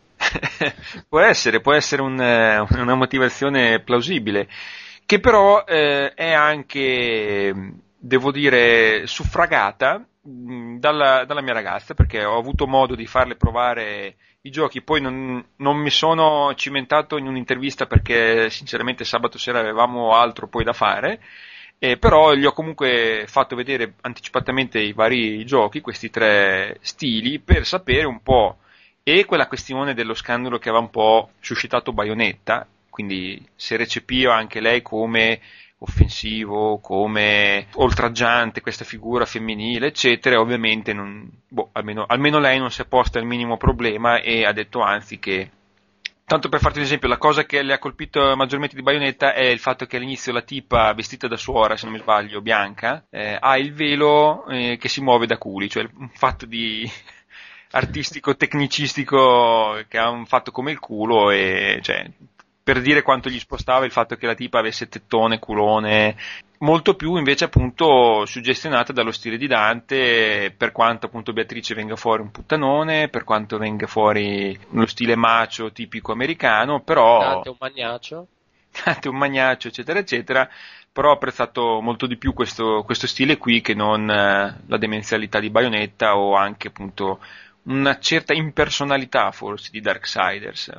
S1: Può essere, può essere un, eh, una motivazione plausibile, che però eh, è anche, devo dire, suffragata mh, dalla, dalla mia ragazza, perché ho avuto modo di farle provare i giochi, poi non, non mi sono cimentato in un'intervista perché sinceramente sabato sera avevamo altro poi da fare, eh, però gli ho comunque fatto vedere anticipatamente i vari giochi, questi tre stili, per sapere un po'. E quella questione dello scandalo che aveva un po' suscitato Bayonetta, quindi se recepiva anche lei come offensivo, come oltraggiante questa figura femminile, eccetera, ovviamente non, boh, almeno, almeno lei non si è posta il minimo problema e ha detto anzi che, tanto per farti un esempio, la cosa che le ha colpito maggiormente di Bayonetta è il fatto che all'inizio la tipa vestita da suora, se non mi sbaglio, bianca, eh, ha il velo eh, che si muove da culi, cioè un fatto di... artistico, tecnicistico che ha un fatto come il culo, e cioè per dire quanto gli spostava il fatto che la tipa avesse tettone, culone, molto più invece appunto suggestionata dallo stile di Dante, per quanto appunto Beatrice venga fuori un puttanone, per quanto venga fuori lo stile macho tipico americano, però
S4: Dante un magnaccio.
S1: Dante un magnaccio eccetera eccetera, però ho apprezzato molto di più questo, questo stile qui che non eh, la demenzialità di Bayonetta o anche appunto una certa impersonalità forse di Darksiders.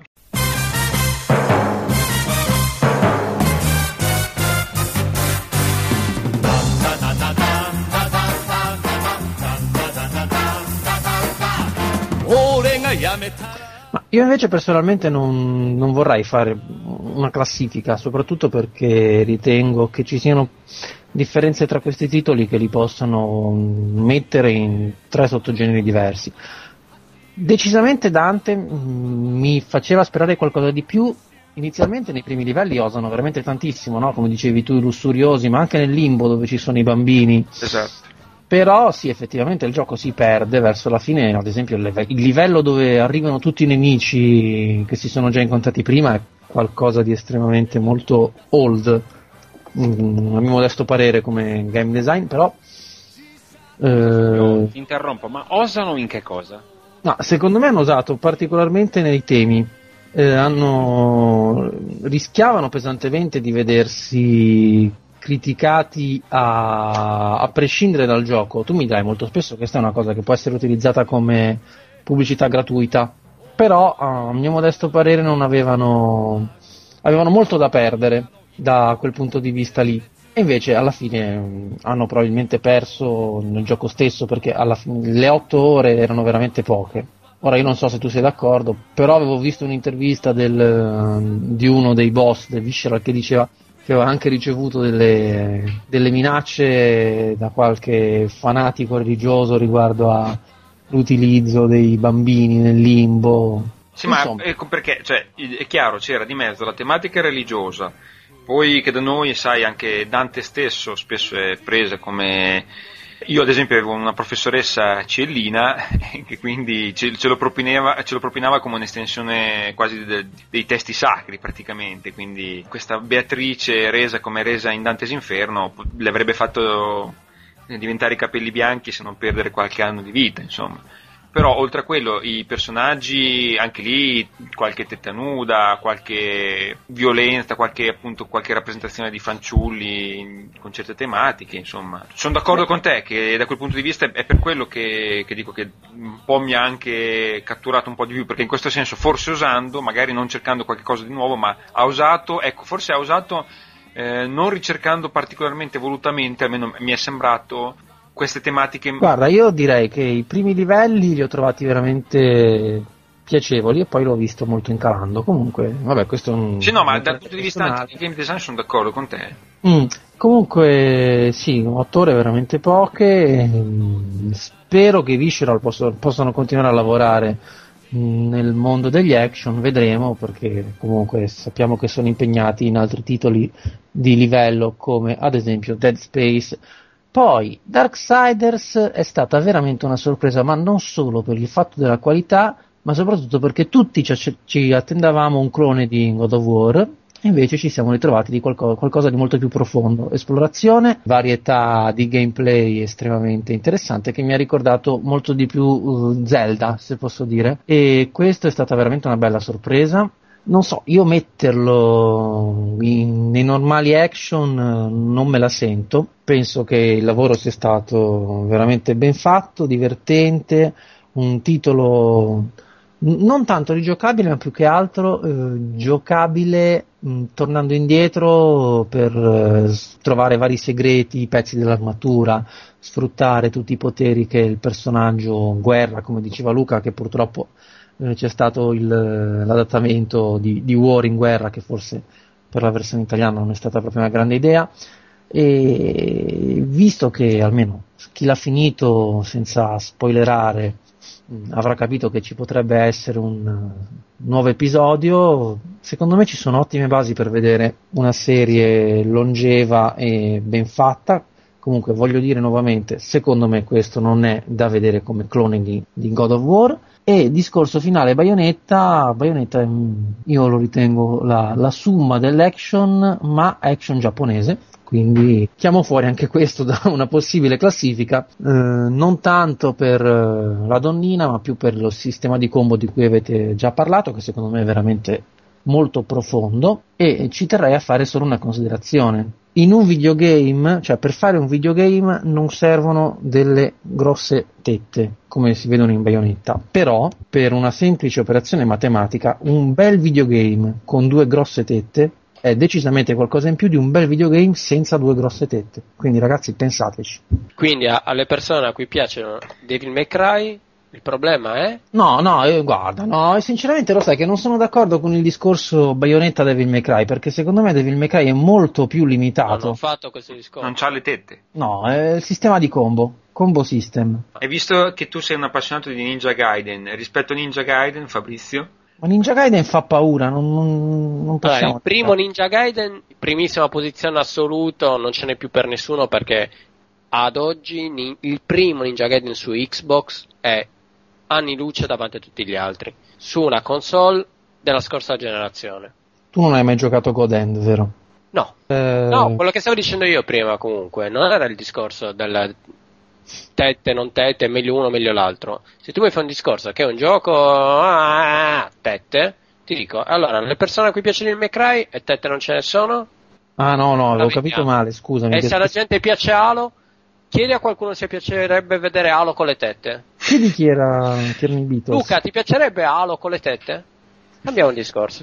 S2: Ma io invece personalmente non, non vorrei fare una classifica, soprattutto perché ritengo che ci siano differenze tra questi titoli che li possano mettere in tre sottogeneri diversi. Decisamente Dante mh, mi faceva sperare qualcosa di più. Inizialmente nei primi livelli osano veramente tantissimo, no? Come dicevi tu, i lussuriosi, ma anche nel limbo dove ci sono i bambini.
S1: Esatto.
S2: Però sì, effettivamente il gioco si perde verso la fine, ad esempio il, leve- il livello dove arrivano tutti i nemici che si sono già incontrati prima è qualcosa di estremamente molto old, mm, a mio modesto parere come game design, però
S3: Io
S2: eh,
S3: ti interrompo, ma osano in che cosa?
S2: no, secondo me hanno usato particolarmente nei temi, eh, hanno rischiavano pesantemente di vedersi criticati a, a prescindere dal gioco. Tu mi dai molto spesso questa è una cosa che può essere utilizzata come pubblicità gratuita, però a mio modesto parere non avevano avevano molto da perdere da quel punto di vista lì, e invece alla fine mh, hanno probabilmente perso nel gioco stesso, perché alla fine le otto ore erano veramente poche. Ora io non so se tu sei d'accordo, però avevo visto un'intervista del, di uno dei boss del Visceral che diceva che aveva anche ricevuto delle, delle minacce da qualche fanatico religioso riguardo all'utilizzo dei bambini nel limbo.
S1: Sì, ma
S2: Insomma.
S1: ecco perché, cioè, è chiaro, c'era di mezzo la tematica religiosa, poi che da noi, sai, anche Dante stesso spesso è presa come... Io ad esempio avevo una professoressa ciellina che quindi ce, ce, lo proponeva, ce lo propinava come un'estensione quasi de, dei testi sacri praticamente, quindi questa Beatrice resa come resa in Dante's Inferno le avrebbe fatto diventare i capelli bianchi se non perdere qualche anno di vita, insomma. Però oltre a quello i personaggi, anche lì qualche tetta nuda, qualche violenza, qualche appunto qualche rappresentazione di fanciulli con certe tematiche, insomma. Sono d'accordo con te che da quel punto di vista è per quello che, che dico che un po' mi ha anche catturato un po' di più, perché in questo senso forse osando, magari non cercando qualche cosa di nuovo, ma ha osato, ecco, forse ha osato eh, non ricercando particolarmente volutamente, almeno mi è sembrato, queste tematiche.
S2: Guarda, io direi che i primi livelli li ho trovati veramente piacevoli e poi l'ho visto molto incalando. Comunque, vabbè, questo è un...
S1: Sì, no, ma dal punto di vista anche di game design sono d'accordo con te.
S2: Mm, comunque, sì, otto ore veramente poche. mm, Spero che i Visceral posso- possano continuare a lavorare mm, nel mondo degli action, vedremo, perché comunque sappiamo che sono impegnati in altri titoli di livello come ad esempio Dead Space. Poi Darksiders è stata veramente una sorpresa, ma non solo per il fatto della qualità, ma soprattutto perché tutti ci, ci attendavamo un clone di God of War, e invece ci siamo ritrovati di qualcosa, qualcosa di molto più profondo, esplorazione, varietà di gameplay estremamente interessante che mi ha ricordato molto di più uh, Zelda, se posso dire, e questo è stata veramente una bella sorpresa. Non so, io metterlo in, nei normali action eh, non me la sento, penso che il lavoro sia stato veramente ben fatto, divertente, un titolo n- non tanto rigiocabile ma più che altro eh, giocabile mh, tornando indietro per eh, trovare vari segreti, pezzi dell'armatura, sfruttare tutti i poteri che il personaggio guerra, come diceva Luca, che purtroppo c'è stato il, l'adattamento di, di War in guerra, che forse per la versione italiana non è stata proprio una grande idea, e visto che almeno chi l'ha finito senza spoilerare mh, avrà capito che ci potrebbe essere un uh, nuovo episodio, secondo me ci sono ottime basi per vedere una serie longeva e ben fatta. Comunque voglio dire nuovamente, secondo me questo non è da vedere come clone di, di God of War. E discorso finale, Bayonetta, Bayonetta mm, io lo ritengo la, la summa dell'action, ma action giapponese, quindi chiamo fuori anche questo da una possibile classifica, eh, non tanto per eh, la donnina, ma più per lo sistema di combo di cui avete già parlato, che secondo me è veramente molto profondo, e ci terrei a fare solo una considerazione. In un videogame, cioè per fare un videogame non servono delle grosse tette, come si vedono in Bayonetta, però per una semplice operazione matematica un bel videogame con due grosse tette è decisamente qualcosa in più di un bel videogame senza due grosse tette. Quindi ragazzi, pensateci.
S4: Quindi a- alle persone a cui piacciono Devil May Cry, il problema è?
S2: No, no, eh, guarda, no, e sinceramente lo sai che non sono d'accordo con il discorso Bayonetta Devil May Cry, perché secondo me Devil May Cry è molto più
S4: Non
S2: limitato.
S4: ho fatto questo discorso.
S1: Non c'ha le tette.
S2: No, è il sistema di combo, combo system.
S1: E visto che tu sei un appassionato di Ninja Gaiden, rispetto a Ninja Gaiden, Fabrizio?
S2: Ma Ninja Gaiden fa paura, non, non, non
S4: Allora,
S2: possiamo...
S4: il primo Ninja Gaiden, primissima posizione assoluto, non ce n'è più per nessuno perché ad oggi ni- il primo Ninja Gaiden su Xbox è anni luce davanti a tutti gli altri, su una console della scorsa generazione.
S2: Tu non hai mai giocato God End, vero?
S4: No,
S2: Eh,
S4: no, quello che stavo dicendo io prima comunque, non era il discorso del tette, non tette, meglio uno, meglio l'altro. Se tu vuoi fare un discorso che è un gioco ah, tette, ti dico, allora, le persone a cui piace il May Cry e tette non ce ne sono,
S2: Ah no, no, avevo
S4: La
S2: capito
S4: vediamo.
S2: male, scusami.
S4: e se alla
S2: Che-
S4: gente piace Halo, chiedi a qualcuno se piacerebbe vedere Halo con le tette.
S2: Chiedi chi era, chi erano i Beatles.
S4: Luca, ti piacerebbe Halo con le tette? Cambiamo il discorso.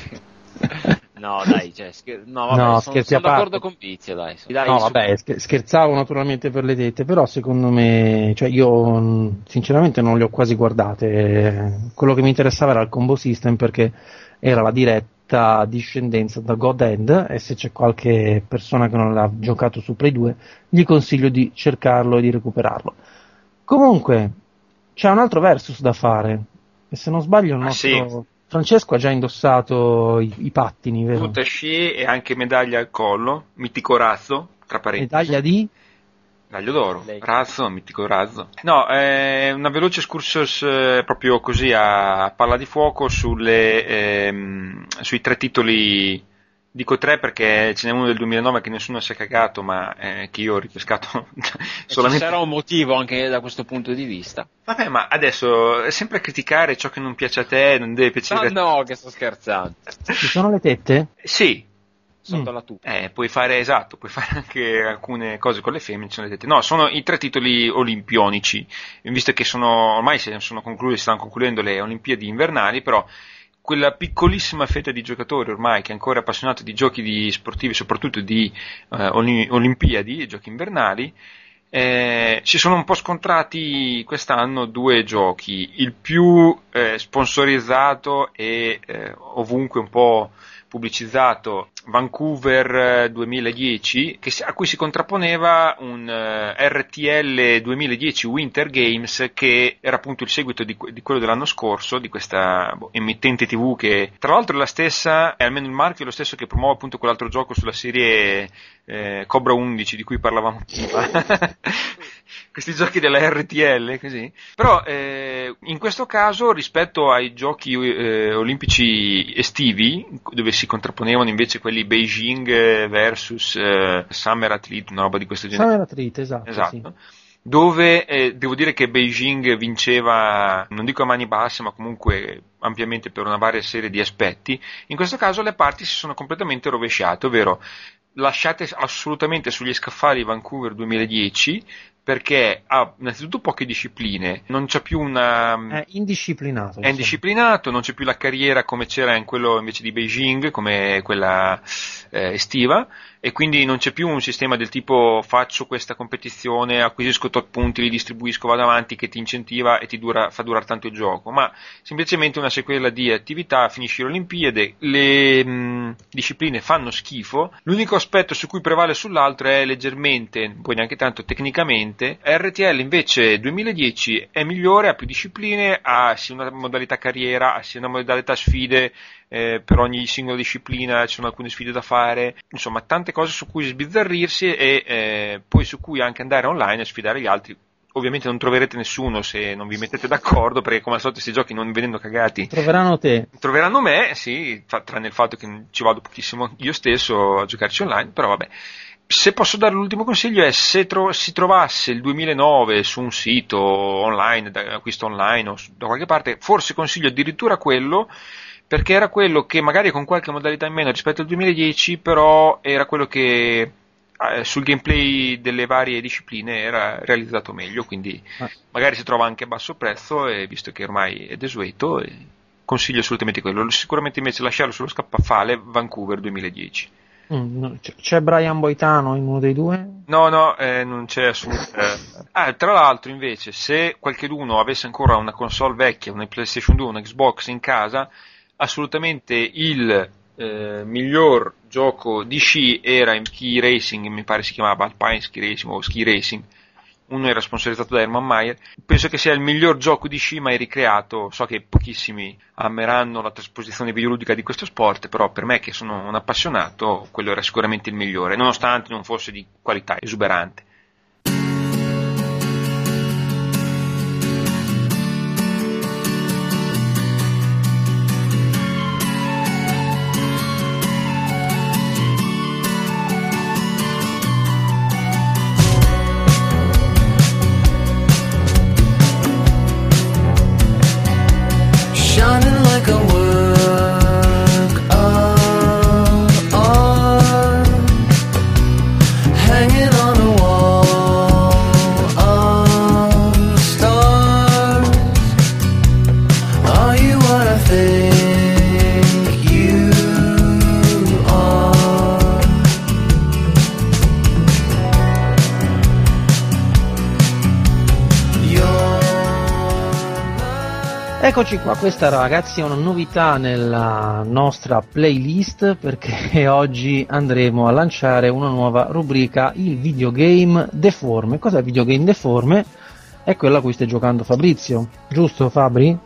S3: No, dai, cioè, scher- no, vabbè,
S2: No,
S3: sono,
S2: scherzi
S3: sono
S2: a parte.
S3: d'accordo con Pizio, dai. Dai,
S2: No,
S3: su-
S2: vabbè, scher- scherzavo naturalmente per le tette, però secondo me, cioè io mh, sinceramente non le ho quasi guardate. Eh, Quello che mi interessava era il combo system perché era la diretta discendenza da God End, e se c'è qualche persona che non l'ha giocato su Play due, gli consiglio di cercarlo e di recuperarlo. Comunque, c'è un altro versus da fare, e se non sbaglio il
S1: Ah,
S2: nostro
S1: sì.
S2: Francesco ha già indossato i, i pattini, vero?
S1: Tuta scie e anche medaglia al collo, mitico razzo, tra parentesi.
S2: Medaglia di?
S1: Taglio d'oro,
S4: Lei.
S1: razzo, mitico razzo. No, eh, una veloce excursus eh, proprio così a palla di fuoco sulle, ehm, sui tre titoli, dico tre perché ce n'è uno del duemilanove che nessuno si è cagato, ma eh, che io ho ripescato
S3: Ci
S1: solamente.
S3: sarà un motivo anche da questo punto di vista.
S1: Vabbè, ma adesso è sempre a criticare ciò che non piace a te, non deve
S3: Ma
S1: piacere a te.
S3: no, che sto scherzando.
S2: Ci sono le tette?
S1: Sì,
S3: Sotto
S2: Mm.
S3: la tuta.
S1: Eh, puoi fare, esatto, puoi fare anche alcune cose con le femmine, ci sono le tette. No, sono i tre titoli olimpionici, visto che sono, ormai si sono concluse, si stanno concludendo le Olimpiadi invernali, però quella piccolissima fetta di giocatori ormai che è ancora appassionato di giochi di sportivi, soprattutto di eh, oli- Olimpiadi, giochi invernali, eh, si sono un po' scontrati quest'anno due giochi, il più eh, sponsorizzato e eh, ovunque un po' pubblicizzato Vancouver eh, duemiladieci, che si- a cui si contrapponeva un eh, R T L duemiladieci Winter Games, che era appunto il seguito di, que- di quello dell'anno scorso, di questa boh, emittente tivù che tra l'altro è la stessa, è almeno il marchio è lo stesso che promuove appunto quell'altro gioco sulla serie eh, Cobra undici di cui parlavamo prima. Questi giochi della R T L, così. Però eh, in questo caso, rispetto ai giochi eh, olimpici estivi, dove si contrapponevano invece quelli Beijing eh, versus eh, Summer Athlete, una roba di questo genere.
S2: Summer Athlete, esatto.
S1: Esatto. Dove eh, devo dire che Beijing vinceva, non dico a mani basse, ma comunque ampiamente per una varia serie di aspetti. In questo caso le parti si sono completamente rovesciate, ovvero lasciate assolutamente sugli scaffali Vancouver duemiladieci, perché ha innanzitutto poche discipline, non c'è più una...
S2: È indisciplinato.
S1: È
S2: insomma.
S1: indisciplinato, non c'è più la carriera come c'era in quello invece di Beijing, come quella eh, estiva, e quindi non c'è più un sistema del tipo faccio questa competizione, acquisisco tot punti, li distribuisco, vado avanti, che ti incentiva e ti dura, fa durare tanto il gioco, ma semplicemente una sequela di attività, finisci le Olimpiadi, le mh, discipline fanno schifo, l'unico aspetto su cui prevale sull'altro è leggermente, poi neanche tanto tecnicamente. R T L invece duemiladieci è migliore, ha più discipline, ha sia una modalità carriera, ha sia una modalità sfide, eh, per ogni singola disciplina ci sono alcune sfide da fare, insomma tante cose su cui sbizzarrirsi e eh, poi su cui anche andare online e sfidare gli altri, ovviamente non troverete nessuno se non vi mettete d'accordo, perché come al solito questi giochi, non vedendo cagati,
S2: Troveranno te.
S1: troveranno me, sì, fa- tranne il fatto che ci vado pochissimo io stesso a giocarci online, però vabbè. Se posso dare l'ultimo consiglio è se tro- si trovasse il duemilanove su un sito online, da acquisto online o su- da qualche parte, forse consiglio addirittura quello, perché era quello che magari con qualche modalità in meno rispetto al duemiladieci, però era quello che eh, sul gameplay delle varie discipline era realizzato meglio, quindi
S2: Ah.
S1: magari si trova anche a basso prezzo, e visto che ormai è desueto, e consiglio assolutamente quello. Sicuramente invece lasciarlo sullo scappafale Vancouver duemiladieci.
S2: Mm, no, c- c'è Brian Boitano in uno dei due?
S1: No, no, eh, non c'è assolutamente. Ah, tra l'altro, invece, se qualcheduno avesse ancora una console vecchia, una PlayStation due, una Xbox in casa, assolutamente il eh, miglior gioco di sci era in Ski Racing, mi pare si chiamava Alpine Ski Racing o Ski Racing. Uno era sponsorizzato da Hermann Maier. Penso che sia il miglior gioco di sci mai ricreato. So che pochissimi ameranno la trasposizione videoludica di questo sport, però per me, che sono un appassionato, quello era sicuramente il migliore, nonostante non fosse di qualità esuberante.
S6: Shining like a work of art, hanging on a wall of stars. Are you what I think you are? You're
S2: Eccoci qua, questa ragazzi è una novità nella nostra playlist, perché oggi andremo a lanciare una nuova rubrica, il videogame deforme. Cos'è il videogame deforme? È quello a cui stai giocando Fabrizio, giusto Fabri?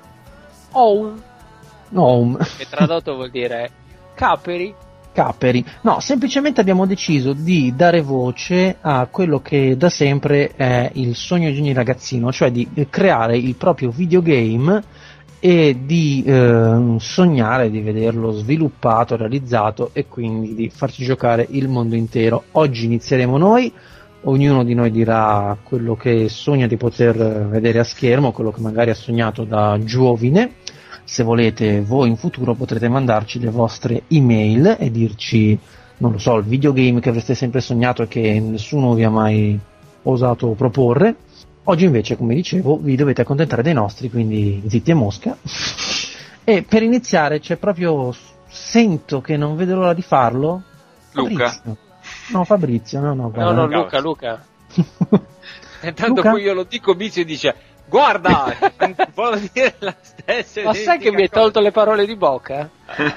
S4: Own,
S2: No,
S4: che tradotto vuol dire caperi.
S2: Caperi. No, semplicemente abbiamo deciso di dare voce a quello che da sempre è il sogno di ogni ragazzino, cioè di eh, creare il proprio videogame e di eh, sognare di vederlo sviluppato, realizzato e quindi di farci giocare il mondo intero. Oggi inizieremo noi, ognuno di noi dirà quello che sogna di poter vedere a schermo, quello che magari ha sognato da giovine. Se volete voi in futuro potrete mandarci le vostre email e dirci, non lo so, il videogame che avreste sempre sognato e che nessuno vi ha mai osato proporre. Oggi invece, come dicevo, vi dovete accontentare dei nostri, quindi zitti e mosca. E per iniziare c'è proprio, sento che non vedo l'ora di farlo.
S1: Luca.
S2: Fabrizio. No, Fabrizio, no, no,
S4: No,
S2: guarda.
S4: no, Luca, Luca. E tanto
S2: Luca?
S4: qui io lo dico, Bizio dice, guarda, vuole dire la stessa. Ma sai che mi hai tolto le parole di bocca?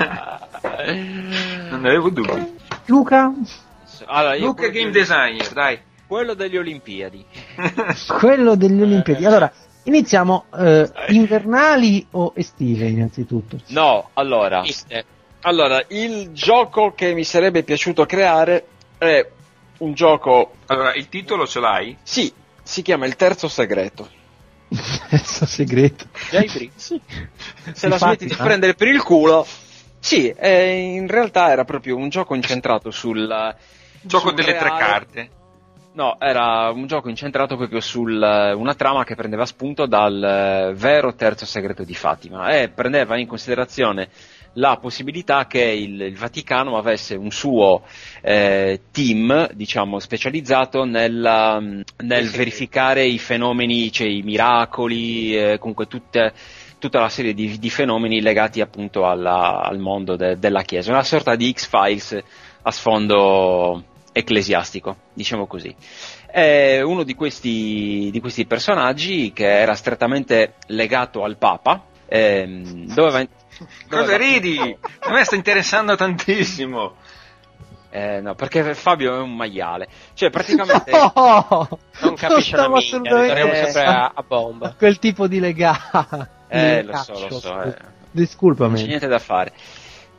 S1: Non ne avevo dubbi.
S2: Luca?
S4: Allora, io
S1: Luca
S4: quello
S1: Game
S4: di-
S1: Designer, dai.
S4: Quello delle Olimpiadi.
S2: Quello delle Olimpiadi. Allora, iniziamo eh, invernali o estive innanzitutto?
S3: No, allora, allora, il gioco che mi sarebbe piaciuto creare è un gioco,
S1: Allora, il titolo ce l'hai?
S3: sì, si chiama Il Terzo Segreto.
S2: Questo segreto.
S4: Già i Sì.
S3: Se la
S2: Infatti,
S3: smetti di
S2: eh?
S3: prendere per il culo, sì, eh, in realtà era proprio un gioco incentrato sul
S1: Gioco
S3: sul
S1: delle tre
S3: creare-
S1: carte.
S3: No, era un gioco incentrato proprio su una trama che prendeva spunto dal eh, vero Terzo Segreto di Fatima e prendeva in considerazione la possibilità che il, il Vaticano avesse un suo eh, team, diciamo, specializzato nella- nel verificare i fenomeni, cioè i miracoli, eh, comunque tutte, tutta la serie di, di fenomeni legati appunto alla- al mondo de- della Chiesa, una sorta di X-Files a sfondo ecclesiastico, diciamo così. È uno di questi, di questi personaggi che era strettamente legato al Papa, ehm, doveva,
S1: Cosa
S3: doveva-
S1: ridi? A me sta interessando tantissimo.
S3: Eh, no, perché Fabio è un maiale. Cioè, praticamente...
S2: Oh,
S4: Non capisce una
S2: stavo
S4: minchia,
S2: assolutamente
S4: ritorniamo
S3: eh,
S4: sempre a, a bomba.
S2: quel tipo di legame.
S3: Eh, lo so, lo so, eh. Non c'è
S2: Disculpami.
S3: niente da fare.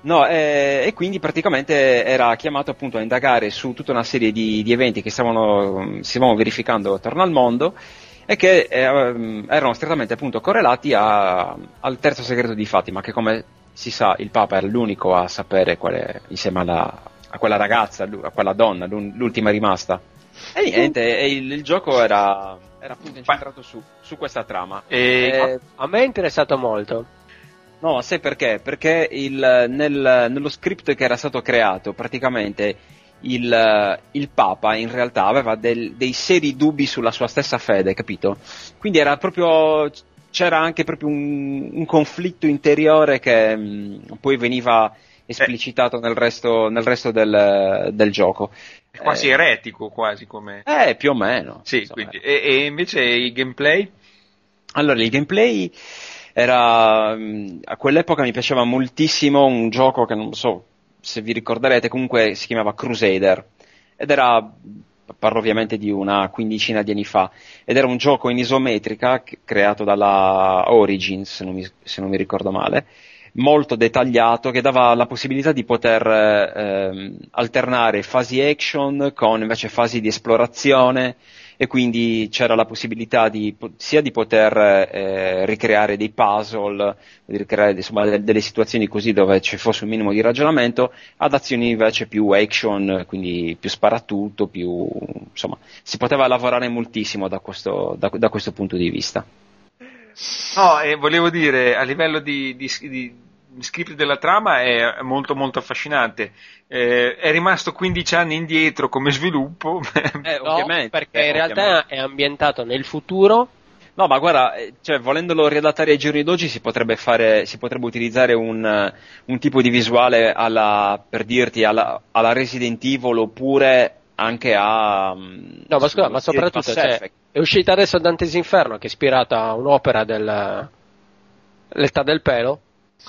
S3: No, eh, e quindi praticamente era chiamato appunto a indagare su tutta una serie di, di eventi che stavano, si stavano verificando attorno al mondo e che eh, erano strettamente appunto correlati a, al terzo segreto di Fatima, che come si sa il Papa era l'unico a sapere qual è, insieme alla, a quella ragazza, a quella donna, l'ultima rimasta. E niente, e il, il gioco era, era appunto incentrato su, su questa trama.
S1: E...
S3: Eh,
S4: A me è interessato molto.
S3: No, sai perché? Perché il, nel, nello script che era stato creato, praticamente il, il Papa in realtà aveva del, dei seri dubbi sulla sua stessa fede, capito? Quindi era proprio, c'era anche proprio un, un conflitto interiore che mh, poi veniva esplicitato nel resto, nel resto del, del gioco.
S1: È quasi
S3: eh,
S1: eretico, quasi come...
S3: Eh, più o meno.
S1: Sì,
S3: insomma.
S1: quindi. E, e invece i gameplay?
S3: Allora, il gameplay era, mh, a quell'epoca mi piaceva moltissimo un gioco che non so se vi ricorderete, comunque si chiamava Crusader ed era, parlo ovviamente di una quindicina di anni fa, ed era un gioco in isometrica c- creato dalla Origins, se non mi, se non mi ricordo male, molto dettagliato, che dava la possibilità di poter ehm, alternare fasi action con invece fasi di esplorazione, e quindi c'era la possibilità di, sia di poter eh, ricreare dei puzzle, di ricreare insomma, delle, delle situazioni così dove ci fosse un minimo di ragionamento, ad azioni invece più action, quindi più sparatutto, più, insomma, si poteva lavorare moltissimo da questo, da, da questo punto di vista.
S1: No, e volevo dire, a livello di, di, di script della trama è molto molto affascinante. Eh, è rimasto quindici anni indietro come sviluppo.
S3: Eh,
S4: No,
S3: ovviamente,
S4: perché
S3: eh,
S4: in realtà
S3: ovviamente.
S4: è ambientato nel futuro.
S3: No, ma guarda, eh, cioè, volendolo riadattare ai giorni d'oggi si potrebbe fare, si potrebbe utilizzare un, eh, un tipo di visuale alla, per dirti, alla, alla Resident Evil, oppure anche a... mm,
S4: No, ma scusa,
S3: sullo
S4: ma
S3: stile di
S4: soprattutto
S3: Mass
S4: cioè,
S3: Effect.
S4: è uscita adesso Dante's Inferno, che è ispirata a un'opera del l'età del pelo.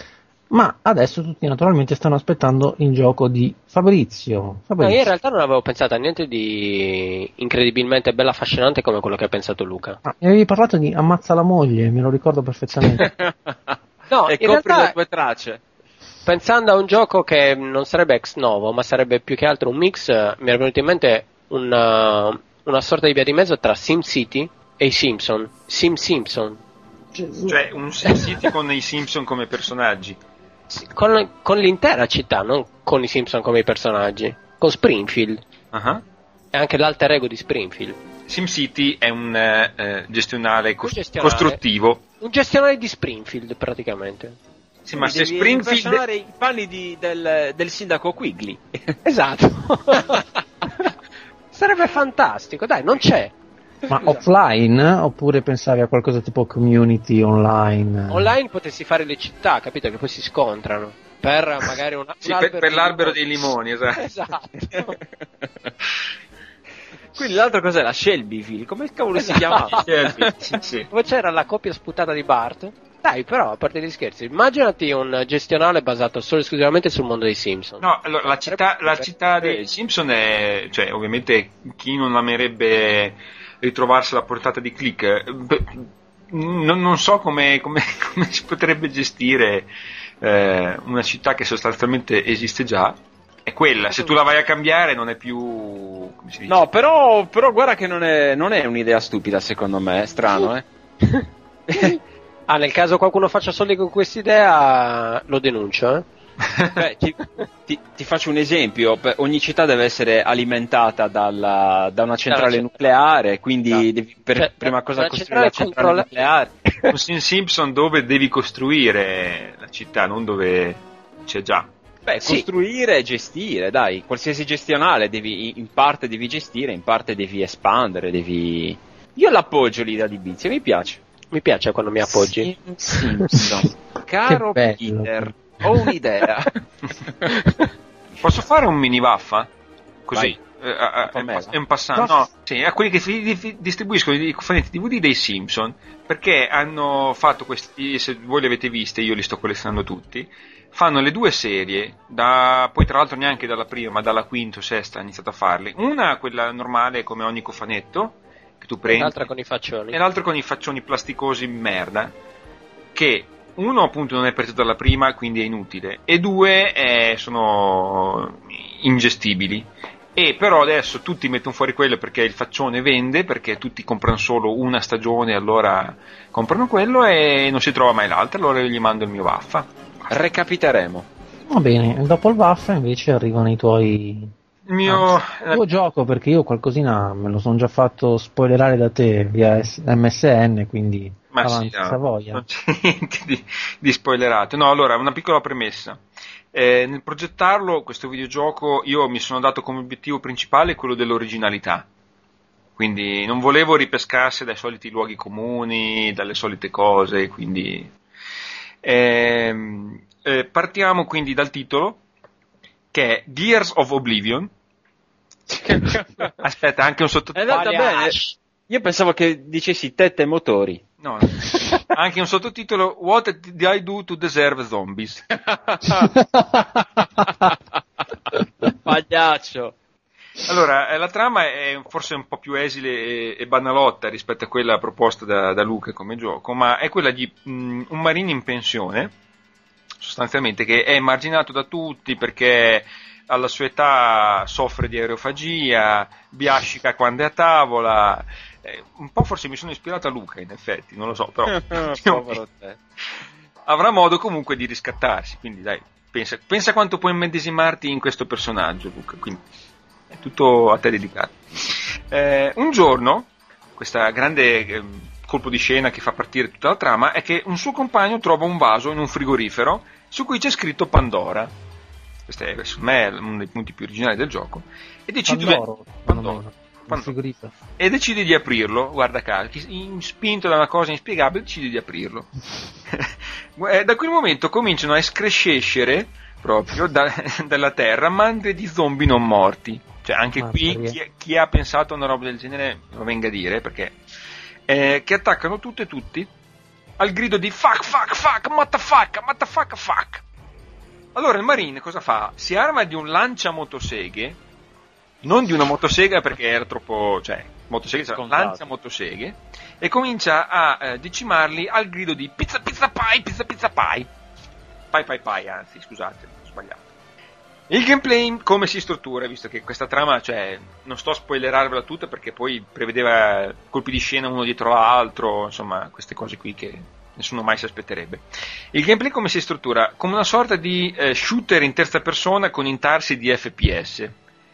S7: Ma adesso tutti naturalmente stanno aspettando il gioco di Fabrizio.
S4: Ma
S7: Fabrizio.
S4: io in realtà non avevo pensato a niente di incredibilmente bello affascinante come quello che ha pensato Luca.
S7: Ah, mi avevi parlato di Ammazza la moglie, me lo ricordo perfettamente.
S4: No,
S3: e
S4: in
S3: copri
S4: realtà-
S3: le tue tracce.
S4: Pensando a un gioco che non sarebbe ex novo, ma sarebbe più che altro un mix, eh, mi è venuto in mente una, una sorta di via di mezzo tra SimCity e i Simpson. Sim Simpson.
S1: Cioè un SimCity con i Simpson come personaggi.
S4: Sì, Con, con l'intera città, non con i Simpson come i personaggi. Con Springfield.
S1: Ah.
S4: E anche l'alter ego di Springfield.
S1: SimCity è un eh, gestionale, cos-
S4: gestionale.
S1: costruttivo.
S4: Un gestionale di Springfield, praticamente.
S1: Sì, ma se
S3: Devi
S1: Springfield...
S3: impersonare i panni di- del, del sindaco Quigley.
S4: Esatto. Sarebbe fantastico, dai, non c'è.
S7: Ma offline oppure pensavi a qualcosa tipo community online?
S4: Online potessi fare le città, capito? Che poi si scontrano. Per magari una,
S1: Sì,
S4: un
S1: per,
S4: albero
S1: per
S4: di
S1: l'albero
S4: limoni.
S1: dei limoni, esatto.
S4: Esatto.
S3: Quindi l'altro cos'è? La Shelbyville? Come cavolo si
S4: Esatto.
S3: chiamava?
S1: Shelby, sì, sì.
S4: Dove c'era la coppia sputata di Bart. Dai, però, a parte gli scherzi, immaginati un gestionale basato solo e esclusivamente sul mondo dei Simpson.
S1: No, allora, la città, la città dei Simpson è, cioè, ovviamente chi non amerebbe ritrovarsi alla portata di click, eh, beh, non, non so come, come, come si potrebbe gestire eh, una città che sostanzialmente esiste già. È quella, se tu la vai a cambiare non è più, come si dice?
S3: No, però, però guarda che non è, non è un'idea stupida secondo me, è strano, eh.
S4: Ah, nel caso qualcuno faccia soldi con quest'idea, lo denuncio, eh?
S3: Beh, ti, ti- ti faccio un esempio, per- ogni città deve essere alimentata dalla- da una centrale
S4: Dalla
S3: nucleare, quindi
S4: Esatto.
S3: devi per
S4: Cioè,
S3: prima cosa
S4: la
S3: costruire la
S4: centrale
S3: centrale nucleare.
S1: Un Sim Simpson dove devi costruire la città, non dove c'è già.
S3: Beh,
S4: Sì.
S3: costruire e gestire, dai, qualsiasi gestionale devi, in parte devi gestire, in parte devi espandere, devi... Io l'appoggio l'idea di Bizio, mi piace.
S4: Mi piace quando mi appoggi.
S3: Sim Simpson. Caro
S7: bello.
S3: Peter, ho un'idea.
S1: Posso fare un mini vaffa? Così. Eh, a- a-
S3: Pamela.
S1: è un passante. No, sì, a quelli che fi- di- distribuiscono i cofanetti D V D dei Simpson, perché hanno fatto questi, se voi li avete viste, io li sto collezionando tutti, fanno le due serie, da, poi tra l'altro neanche dalla prima, ma dalla quinta o sesta ha iniziato a farli. Una, quella normale come ogni cofanetto, che tu prendi,
S4: L'altra con i faccioni.
S1: e l'altro con i faccioni plasticosi merda, che uno appunto non è partito dalla prima, quindi è inutile, e due eh, sono ingestibili. E però adesso tutti mettono fuori quello perché il faccione vende, perché tutti comprano solo una stagione, allora comprano quello e non si trova mai l'altra, allora io gli mando il mio vaffa.
S3: Recapiteremo.
S7: Va bene, dopo il Vaffa invece arrivano i tuoi...
S1: Il mio...
S7: Anzi, il tuo gioco, perché io qualcosina me lo sono già fatto spoilerare da te via S- M S N, quindi
S1: Ma
S7: avanti,
S1: sì, no,
S7: Savoia.
S1: non c'è niente di, di spoilerato. No, allora, una piccola premessa. Eh, nel progettarlo, questo videogioco, io mi sono dato come obiettivo principale quello dell'originalità. Quindi non volevo ripescarsi dai soliti luoghi comuni, dalle solite cose, quindi... Ehm, eh, partiamo quindi dal titolo, che è Gears of Oblivion. Aspetta, anche un
S3: È
S1: sottotitolo.
S3: andata bene. Io pensavo che dicessi tette e motori.
S1: No, no. Anche un sottotitolo What did I do to deserve zombies?
S3: Pagliaccio.
S1: Allora, eh, la trama è forse un po' più esile e, e banalotta rispetto a quella proposta da, da Luca come gioco, ma è quella di mh, un marino in pensione, sostanzialmente, che è emarginato da tutti perché alla sua età soffre di aerofagia, biascica quando è a tavola. Eh, un po' forse mi sono ispirato a Luca, in effetti, non lo so, però
S3: Povero te.
S1: avrà modo comunque di riscattarsi, quindi dai, pensa, pensa quanto puoi immedesimarti in questo personaggio, Luca, quindi è tutto a te dedicato. Eh, un giorno, questa grande eh, colpo di scena che fa partire tutta la trama è che un suo compagno trova un vaso in un frigorifero su cui c'è scritto Pandora. Questo è secondo me uno dei punti più originali del gioco. E decide,
S7: Pandoro,
S1: Pandoro.
S7: un
S1: Pandoro.
S7: frigorifero.
S1: E decide di aprirlo, guarda caso, in- spinto da una cosa inspiegabile decide di aprirlo. Eh, da quel momento cominciano a escrescere proprio da- dalla terra mandrie di zombie non morti. Cioè anche
S7: Ah,
S1: qui
S7: perché?
S1: chi, chi ha pensato a una roba del genere lo venga a dire, perché eh, che attaccano tutte e tutti al grido di fuck fuck fuck motherfuck motherfuck fuck. Allora il marine cosa fa? Si arma di un lanciamotoseghe, non di una motosega perché era troppo, cioè motoseghe, cioè,
S3: Scontato.
S1: lancia motoseghe e comincia a eh, decimarli al grido di pizza pizza pie pizza pizza pie pie pie pie anzi scusate ho sbagliato. Il gameplay come si struttura, visto che questa trama, cioè non sto a spoilerarvela tutta perché poi prevedeva colpi di scena uno dietro l'altro, insomma queste cose qui che nessuno mai si aspetterebbe. Il gameplay come si struttura? Come una sorta di eh, shooter in terza persona con intarsi di F P S.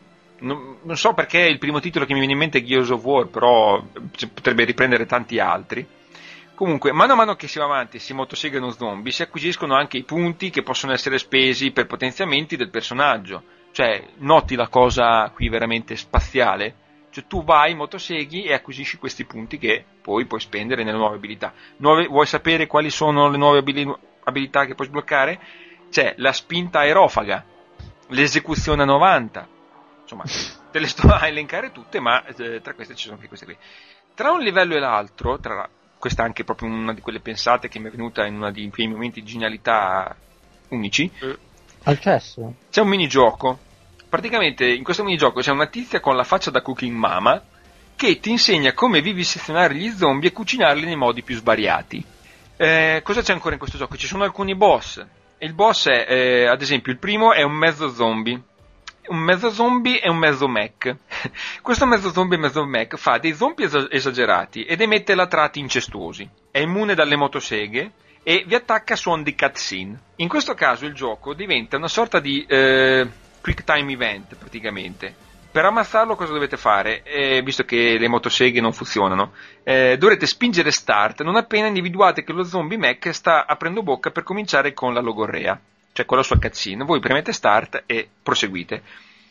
S1: Non, non so perché il primo titolo che mi viene in mente è Gears of War, però eh, potrebbe riprendere tanti altri. Comunque, mano a mano che si va avanti e si motosegano zombie, si acquisiscono anche i punti che possono essere spesi per potenziamenti del personaggio. Cioè, noti la cosa qui veramente spaziale? Cioè, tu vai, motoseghi e acquisisci questi punti che poi puoi spendere nelle nuove abilità. Nuove, vuoi sapere quali sono le nuove abili- abilità che puoi sbloccare? C'è la spinta aerofaga, l'esecuzione a novanta. Insomma, te le sto a elencare tutte, ma eh, tra queste ci sono anche queste qui. Tra un livello e l'altro, tra questa è anche proprio una di quelle pensate che mi è venuta in uno dei primi momenti di genialità unici,
S7: Al cesso?
S1: c'è un minigioco. Praticamente in questo minigioco c'è una tizia con la faccia da Cooking Mama che ti insegna come vivisezionare gli zombie e cucinarli nei modi più svariati. Eh, cosa c'è ancora in questo gioco? Ci sono alcuni boss. E il boss è, eh, ad esempio, il primo è un mezzo zombie. Un mezzo zombie e un mezzo mech. Questo mezzo zombie e mezzo mech fa dei zombie es- esagerati ed emette latrati incestuosi. È immune dalle motoseghe e vi attacca a suon di cutscene. In questo caso il gioco diventa una sorta di eh, quick time event praticamente. Per ammazzarlo cosa dovete fare? Eh, visto che le motoseghe non funzionano, eh, dovrete spingere start non appena individuate che lo zombie mech sta aprendo bocca per cominciare con la logorrea. Cioè con la sua cutscene, voi premete start e proseguite.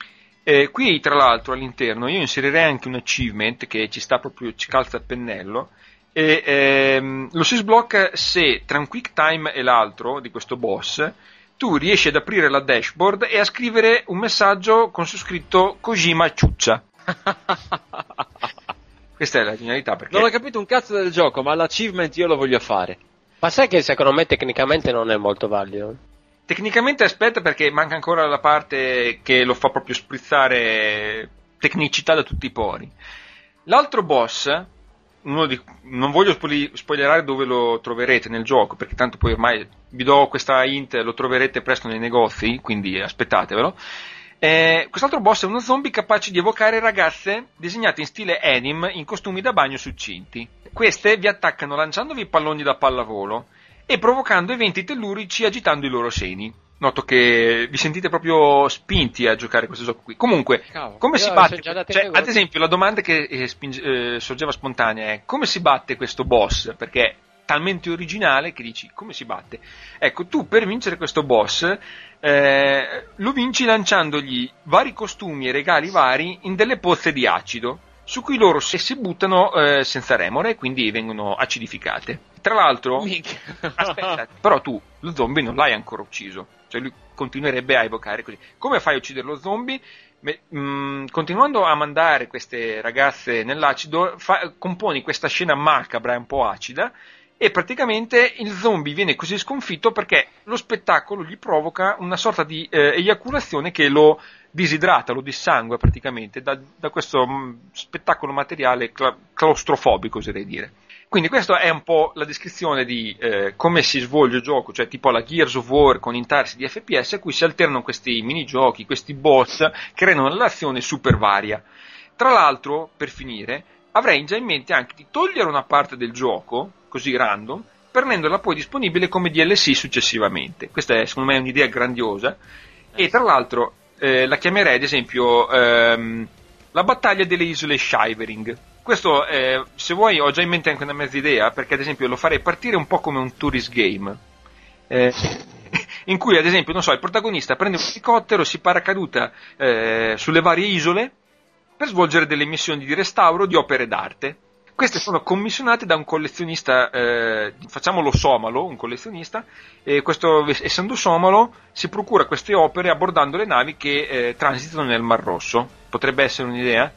S1: Eh, qui tra l'altro all'interno io inserirei anche un achievement che ci sta proprio, ci calza a pennello, e ehm, lo si sblocca se tra un quick time e l'altro di questo boss tu riesci ad aprire la dashboard e a scrivere un messaggio con su scritto Kojima ciuccia. Questa è la genialità, perché
S3: Non ho capito un cazzo del gioco, ma l'achievement io lo voglio fare.
S4: Ma sai che secondo me tecnicamente non è molto valido?
S1: tecnicamente aspetta perché manca ancora la parte che lo fa proprio sprizzare tecnicità da tutti i pori. L'altro boss uno di, non voglio spoil- spoilerare dove lo troverete nel gioco, perché tanto poi ormai vi do questa hint, lo troverete presto nei negozi, quindi aspettatevelo. Eh, quest'altro boss è uno zombie capace di evocare ragazze disegnate in stile anime in costumi da bagno succinti. Queste vi attaccano lanciandovi palloni da pallavolo e provocando eventi tellurici agitando i loro seni. Noto che vi sentite proprio spinti a giocare questo gioco qui. Comunque,
S4: Cavolo,
S1: come
S4: io
S1: si
S4: sono
S1: batte?
S4: già andato in
S1: Cioè,
S4: negozio.
S1: ad esempio, la domanda che eh, spinge- eh, sorgeva spontanea è: come si batte questo boss? Perché è talmente originale che dici come si batte. Ecco, tu per vincere questo boss eh, lo vinci lanciandogli vari costumi e regali vari in delle pozze di acido, su cui loro se si buttano eh, senza remore e quindi vengono acidificate. Tra l'altro, aspetta, però tu lo zombie non l'hai ancora ucciso, cioè lui continuerebbe a evocare così. Come fai a uccidere lo zombie? Beh, mh, continuando a mandare queste ragazze nell'acido, fa, componi questa scena macabra e un po' acida, e praticamente il zombie viene così sconfitto perché lo spettacolo gli provoca una sorta di eh, eiaculazione che lo disidrata, lo dissangua praticamente da, da questo mh, spettacolo materiale cla- claustrofobico, oserei dire. Quindi questa è un po' la descrizione di eh, come si svolge il gioco, cioè tipo alla Gears of War con intarsi di F P S a cui si alternano questi minigiochi, questi boss che rendono l'azione super varia. Tra l'altro, per finire, avrei già in mente anche di togliere una parte del gioco, così random, per renderla poi disponibile come D L C successivamente. Questa è secondo me un'idea grandiosa e tra l'altro eh, la chiamerei ad esempio ehm, la battaglia delle isole Shivering. Questo, eh, se vuoi, ho già in mente anche una mezza idea, perché ad esempio lo farei partire un po' come un tourist game, eh, in cui ad esempio, non so, il protagonista prende un elicottero, si paracaduta eh, sulle varie isole per svolgere delle missioni di restauro di opere d'arte. Queste sono commissionate da un collezionista, eh, facciamolo somalo, un collezionista, e questo, essendo somalo, si procura queste opere abbordando le navi che eh, transitano nel Mar Rosso. Potrebbe essere un'idea?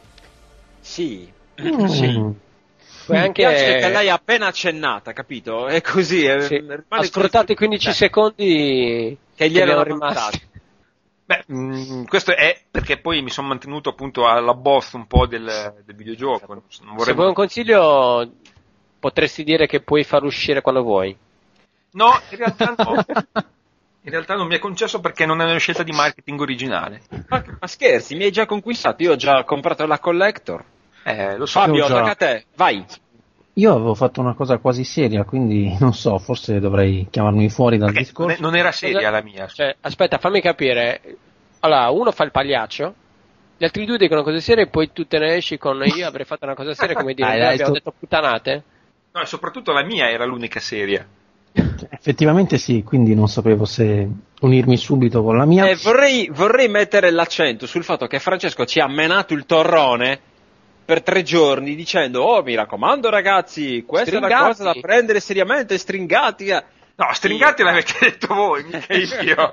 S3: Sì.
S7: Mm.
S3: Sì.
S4: Puoi
S3: Mi
S4: anche
S3: piace che l'hai appena accennata, capito? È così. È,
S4: sì.
S3: rimane
S4: Ha sfruttato i
S3: così.
S4: quindici
S3: Eh,
S4: secondi
S3: che gli
S4: che
S3: erano
S4: erano rimasti.
S3: rimasti.
S1: Beh, mh, questo è perché poi mi sono mantenuto appunto alla boss un po' del, del videogioco. Non
S4: Se
S1: vorrei...
S4: vuoi un consiglio, potresti dire che puoi far uscire quando vuoi.
S1: No, in realtà no. In realtà non mi è concesso perché non è una scelta di marketing originale.
S3: Ma, ma scherzi, mi hai già conquistato. Io ho già comprato la collector.
S1: Eh, lo so.
S3: Fabio,
S7: Io già.
S3: tocca a te. Vai.
S7: Io avevo fatto una cosa quasi seria, quindi non so, forse dovrei chiamarmi fuori dal
S1: Perché non,
S7: discorso.
S1: è- non era seria la mia.
S4: Cioè, aspetta, fammi capire. Allora, uno fa il pagliaccio, gli altri due dicono cose serie e poi tu te ne esci con io avrei fatto una cosa seria, come dire,
S7: Dai,
S4: noi
S7: dai,
S4: abbiamo
S7: sto-
S4: detto puttanate.
S1: No, e soprattutto la mia era l'unica seria.
S7: Effettivamente sì, quindi non sapevo se unirmi subito con la mia.
S3: Eh, vorrei, vorrei mettere l'accento sul fatto che Francesco ci ha menato il torrone per tre giorni dicendo: oh, mi raccomando ragazzi, questa è una
S4: Stringati.
S3: cosa da prendere seriamente, stringati. a-".
S1: No, stringati l'avete detto voi, mica io.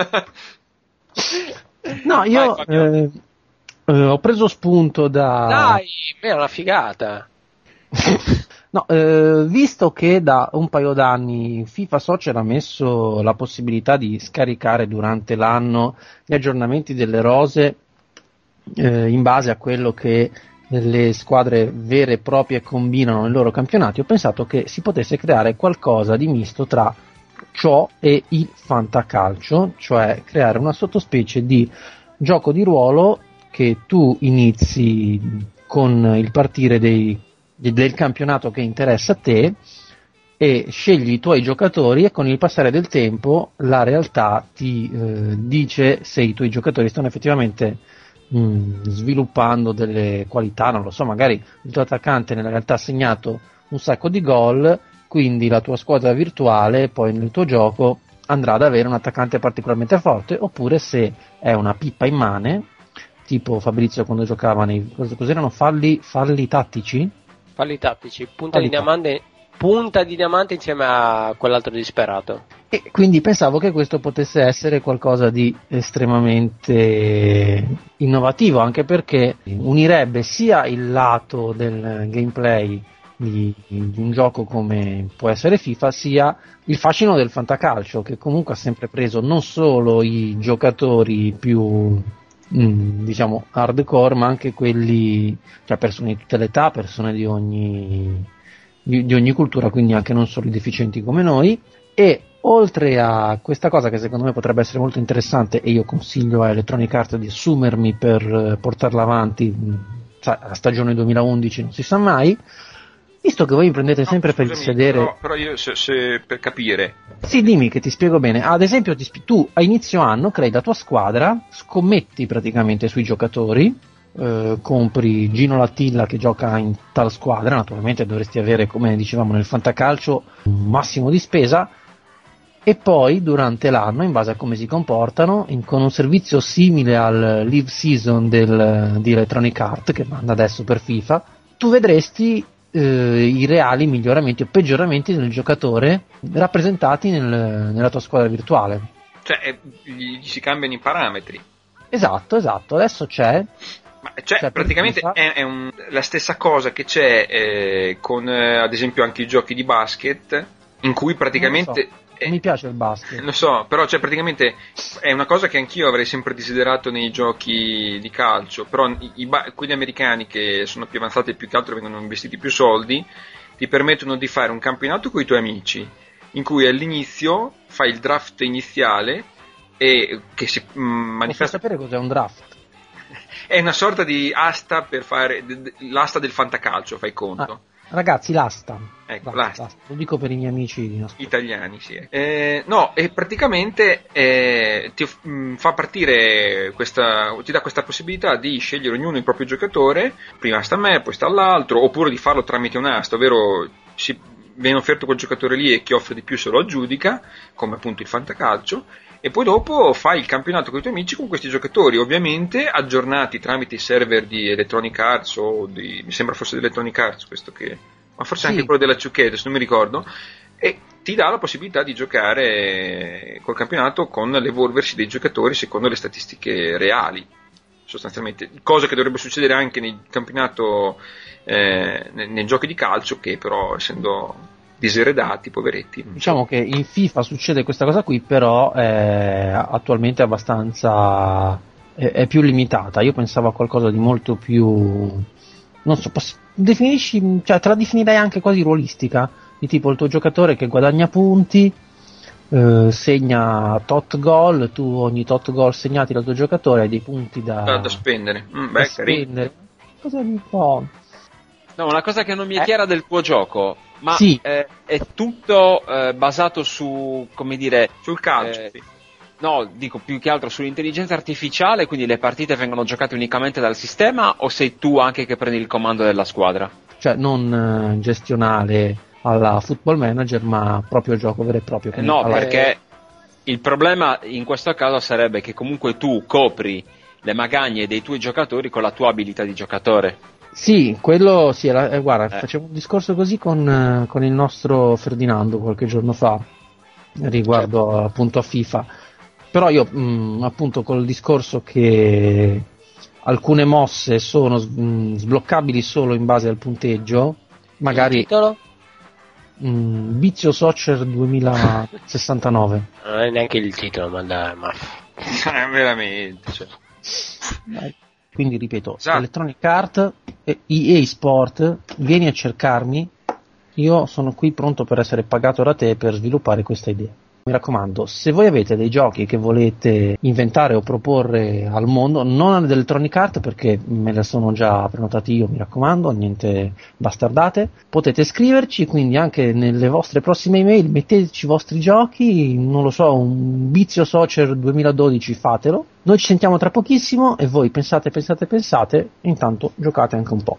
S7: No, io
S3: Vai, Fabio.
S7: eh, eh, ho preso spunto da...
S4: Dai, è una figata.
S7: No, eh, visto che da un paio d'anni FIFA Soccer ha messo la possibilità di scaricare durante l'anno gli aggiornamenti delle rose eh, in base a quello che le squadre vere e proprie combinano nei loro campionati, ho pensato che si potesse creare qualcosa di misto tra ciò e il fantacalcio, cioè creare una sottospecie di gioco di ruolo che tu inizi con il partire dei del campionato che interessa a te e scegli i tuoi giocatori e con il passare del tempo la realtà ti eh, dice se i tuoi giocatori stanno effettivamente mh, sviluppando delle qualità, non lo so, magari il tuo attaccante nella realtà ha segnato un sacco di gol, quindi la tua squadra virtuale poi nel tuo gioco andrà ad avere un attaccante particolarmente forte, oppure se è una pippa immane, tipo Fabrizio quando giocava nei cos'erano falli, falli tattici.
S4: Falli tattici, punta
S7: Falli
S4: di diamante, punta di diamante insieme a quell'altro disperato.
S7: E quindi pensavo che questo potesse essere qualcosa di estremamente innovativo, anche perché unirebbe sia il lato del gameplay di, di un gioco come può essere FIFA, sia il fascino del fantacalcio, che comunque ha sempre preso non solo i giocatori più mh, diciamo hardcore, ma anche quelli, cioè persone di tutte le età, persone di ogni, di, di ogni cultura, quindi anche non solo i deficienti come noi. E oltre a questa cosa che secondo me potrebbe essere molto interessante, e io consiglio a Electronic Arts di assumermi per eh, portarla avanti, mh, cioè, la stagione duemilaundici non si sa mai, visto che voi mi prendete
S1: No,
S7: sempre per il
S1: scusami,
S7: sedere.
S1: Però, però io, se, se- per capire,
S7: Sì, dimmi che ti spiego bene. Ad esempio, ti spi- tu a inizio anno crei la tua squadra, scommetti praticamente sui giocatori, eh, compri Gino Lattilla che gioca in tal squadra, naturalmente dovresti avere, come dicevamo nel fantacalcio, un massimo di spesa, e poi durante l'anno, in base a come si comportano, in- con un servizio simile al live season del, di Electronic Arts che manda adesso per FIFA, tu vedresti eh, i reali miglioramenti o peggioramenti del giocatore rappresentati nel- nella tua squadra virtuale.
S1: cioè, eh, gli, gli si cambiano i parametri.
S7: Esatto, esatto. Adesso c'è.
S1: Ma cioè,
S7: Cioè, per
S1: praticamente
S7: FIFA-
S1: è, è un- la stessa cosa che c'è eh, con, eh, ad esempio, anche i giochi di basket, in cui praticamente...
S7: Non Non mi piace il basket.
S1: Lo so, però cioè, praticamente è una cosa che anch'io avrei sempre desiderato nei giochi di calcio, però i, i ba- quelli americani che sono più avanzati e più che altro vengono investiti più soldi, ti permettono di fare un campionato con i tuoi amici, in cui all'inizio fai il draft iniziale e che si mh,
S7: Posso
S1: manifesta...
S7: sapere cos'è un draft?
S1: È una sorta di asta per fare d- d- l'asta del fantacalcio, fai conto.
S7: Ah, ragazzi, l'asta.
S1: Ecco,
S7: L'asta,
S1: l'asta.
S7: l'asta. Lo dico per i miei amici di nascosto.
S1: Italiani, sì. Eh, no, e praticamente eh, ti off- mh, fa partire questa, ti dà questa possibilità di scegliere ognuno il proprio giocatore, prima sta a me, poi sta all'altro, oppure di farlo tramite un'asta, ovvero si viene offerto quel giocatore lì e chi offre di più se lo aggiudica, come appunto il fantacalcio, e poi dopo fai il campionato con i tuoi amici con questi giocatori, ovviamente aggiornati tramite i server di Electronic Arts o di, mi sembra fosse di Electronic Arts questo che, ma forse
S7: Sì.
S1: anche quello della two K, adesso non mi ricordo, e ti dà la possibilità di giocare col campionato con l'evolversi dei giocatori secondo le statistiche reali, sostanzialmente, cosa che dovrebbe succedere anche nel campionato, eh, nei, nei giochi di calcio, che però essendo diseredati, poveretti, non so.
S7: Diciamo che in FIFA succede questa cosa qui, però è attualmente abbastanza è, è più limitata. Io pensavo a qualcosa di molto più, non so, poss- definisci, cioè te la definirei anche quasi ruolistica, di tipo il tuo giocatore che guadagna punti, eh, segna tot gol, tu ogni tot gol segnati dal tuo giocatore hai dei punti da,
S1: da, da spendere. Mm,
S7: da
S1: beh, carino.
S7: spendere. Cosa mi fa?
S3: No, una cosa che non mi è
S4: Eh.
S3: chiara del tuo gioco, ma
S7: Sì.
S3: eh, è tutto eh, basato su, come dire,
S1: Sul calcio,
S3: Eh,
S1: sì.
S3: no, dico più che altro sull'intelligenza artificiale, quindi le partite vengono giocate unicamente dal sistema, o sei tu anche che prendi il comando della squadra?
S7: Cioè non eh, gestionale alla Football Manager, ma proprio gioco vero e proprio.
S3: Eh,
S7: quindi
S3: no,
S7: alla-
S3: perché il problema in questo caso sarebbe che comunque tu copri le magagne dei tuoi giocatori con la tua abilità di giocatore.
S7: Sì, quello sì, la- eh, guarda,
S3: Eh.
S7: facevo un discorso così con, eh, con il nostro Ferdinando qualche giorno fa, riguardo
S3: Certo.
S7: appunto a FIFA. Però io mh, appunto col discorso che alcune mosse sono s- mh, sbloccabili solo in base al punteggio,
S4: Il
S7: magari
S4: titolo?
S7: mh, Vizio Soccer duemilasessantanove.
S4: Non è neanche il titolo, ma dai, ma...
S1: Eh, veramente, cioè.
S7: Quindi ripeto,
S1: Esatto.
S7: Electronic Arts e E A Sport, vieni a cercarmi, io sono qui pronto per essere pagato da te per sviluppare questa idea. Mi raccomando, se voi avete dei giochi che volete inventare o proporre al mondo, non ad Electronic Arts perché me le sono già prenotati io, mi raccomando, niente bastardate, potete scriverci, quindi anche nelle vostre prossime email metteteci i vostri giochi, non lo so, un Vizio Soccer duemiladodici fatelo, noi ci sentiamo tra pochissimo e voi pensate, pensate, pensate, intanto giocate anche un po'.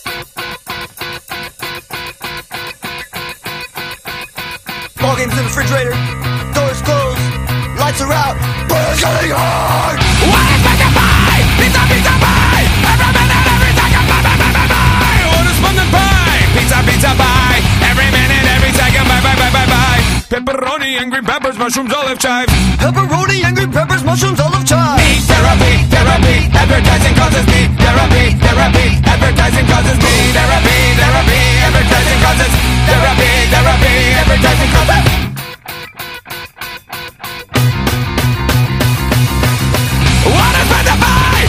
S6: Ball games in the refrigerator, doors closed, lights are out, but it's getting hard. What is meant to buy? Pizza, pizza, pie. Every minute, every second, buy, buy, buy, buy, buy. Orders from the pie. Pizza, pizza, pie. Every minute, every second, buy, buy, buy, buy, buy. Pepperoni and green peppers, mushrooms, olive chives. Pepperoni and green peppers, mushrooms, olive chives. Me therapy, therapy. Advertising causes me therapy, therapy. Advertising causes me therapy, therapy. Advertising causes therapy, therapy. Advertising causes. What is meant to buy?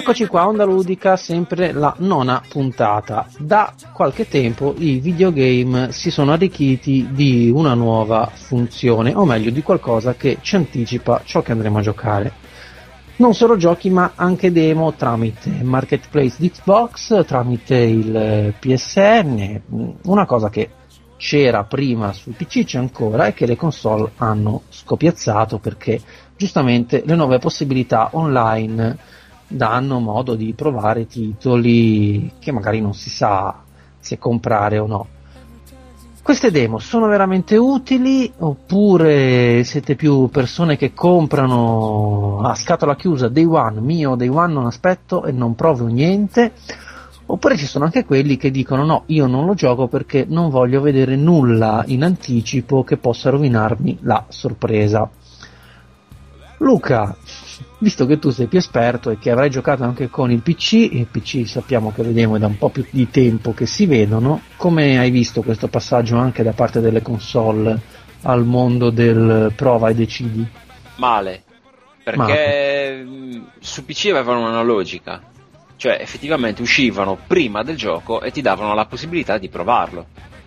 S7: Eccoci qua, Onda Ludica, sempre la nona puntata. Da qualche tempo i videogame si sono arricchiti di una nuova funzione, o meglio di qualcosa che ci anticipa ciò che andremo a giocare. Non solo giochi, ma anche demo tramite Marketplace di Xbox, tramite il P S N, una cosa che c'era prima sul P C, c'è ancora, e che le console hanno scopiazzato perché giustamente le nuove possibilità online danno modo di provare titoli che magari non si sa se comprare o no. Queste demo sono veramente utili, oppure siete più persone che comprano a scatola chiusa day one, mio day one non aspetto e non provo niente, oppure ci sono anche quelli che dicono no, io non lo gioco perché non voglio vedere nulla in anticipo che possa rovinarmi la sorpresa. Luca, visto che tu sei più esperto e che avrai giocato anche con il P C, e il P C sappiamo che le demo è da un po' più di tempo che si vedono, come hai visto questo passaggio anche da parte delle console al mondo del prova e decidi?
S3: Male, perché Male. Su P C avevano una logica, cioè effettivamente uscivano prima del gioco e ti davano la possibilità di provarlo,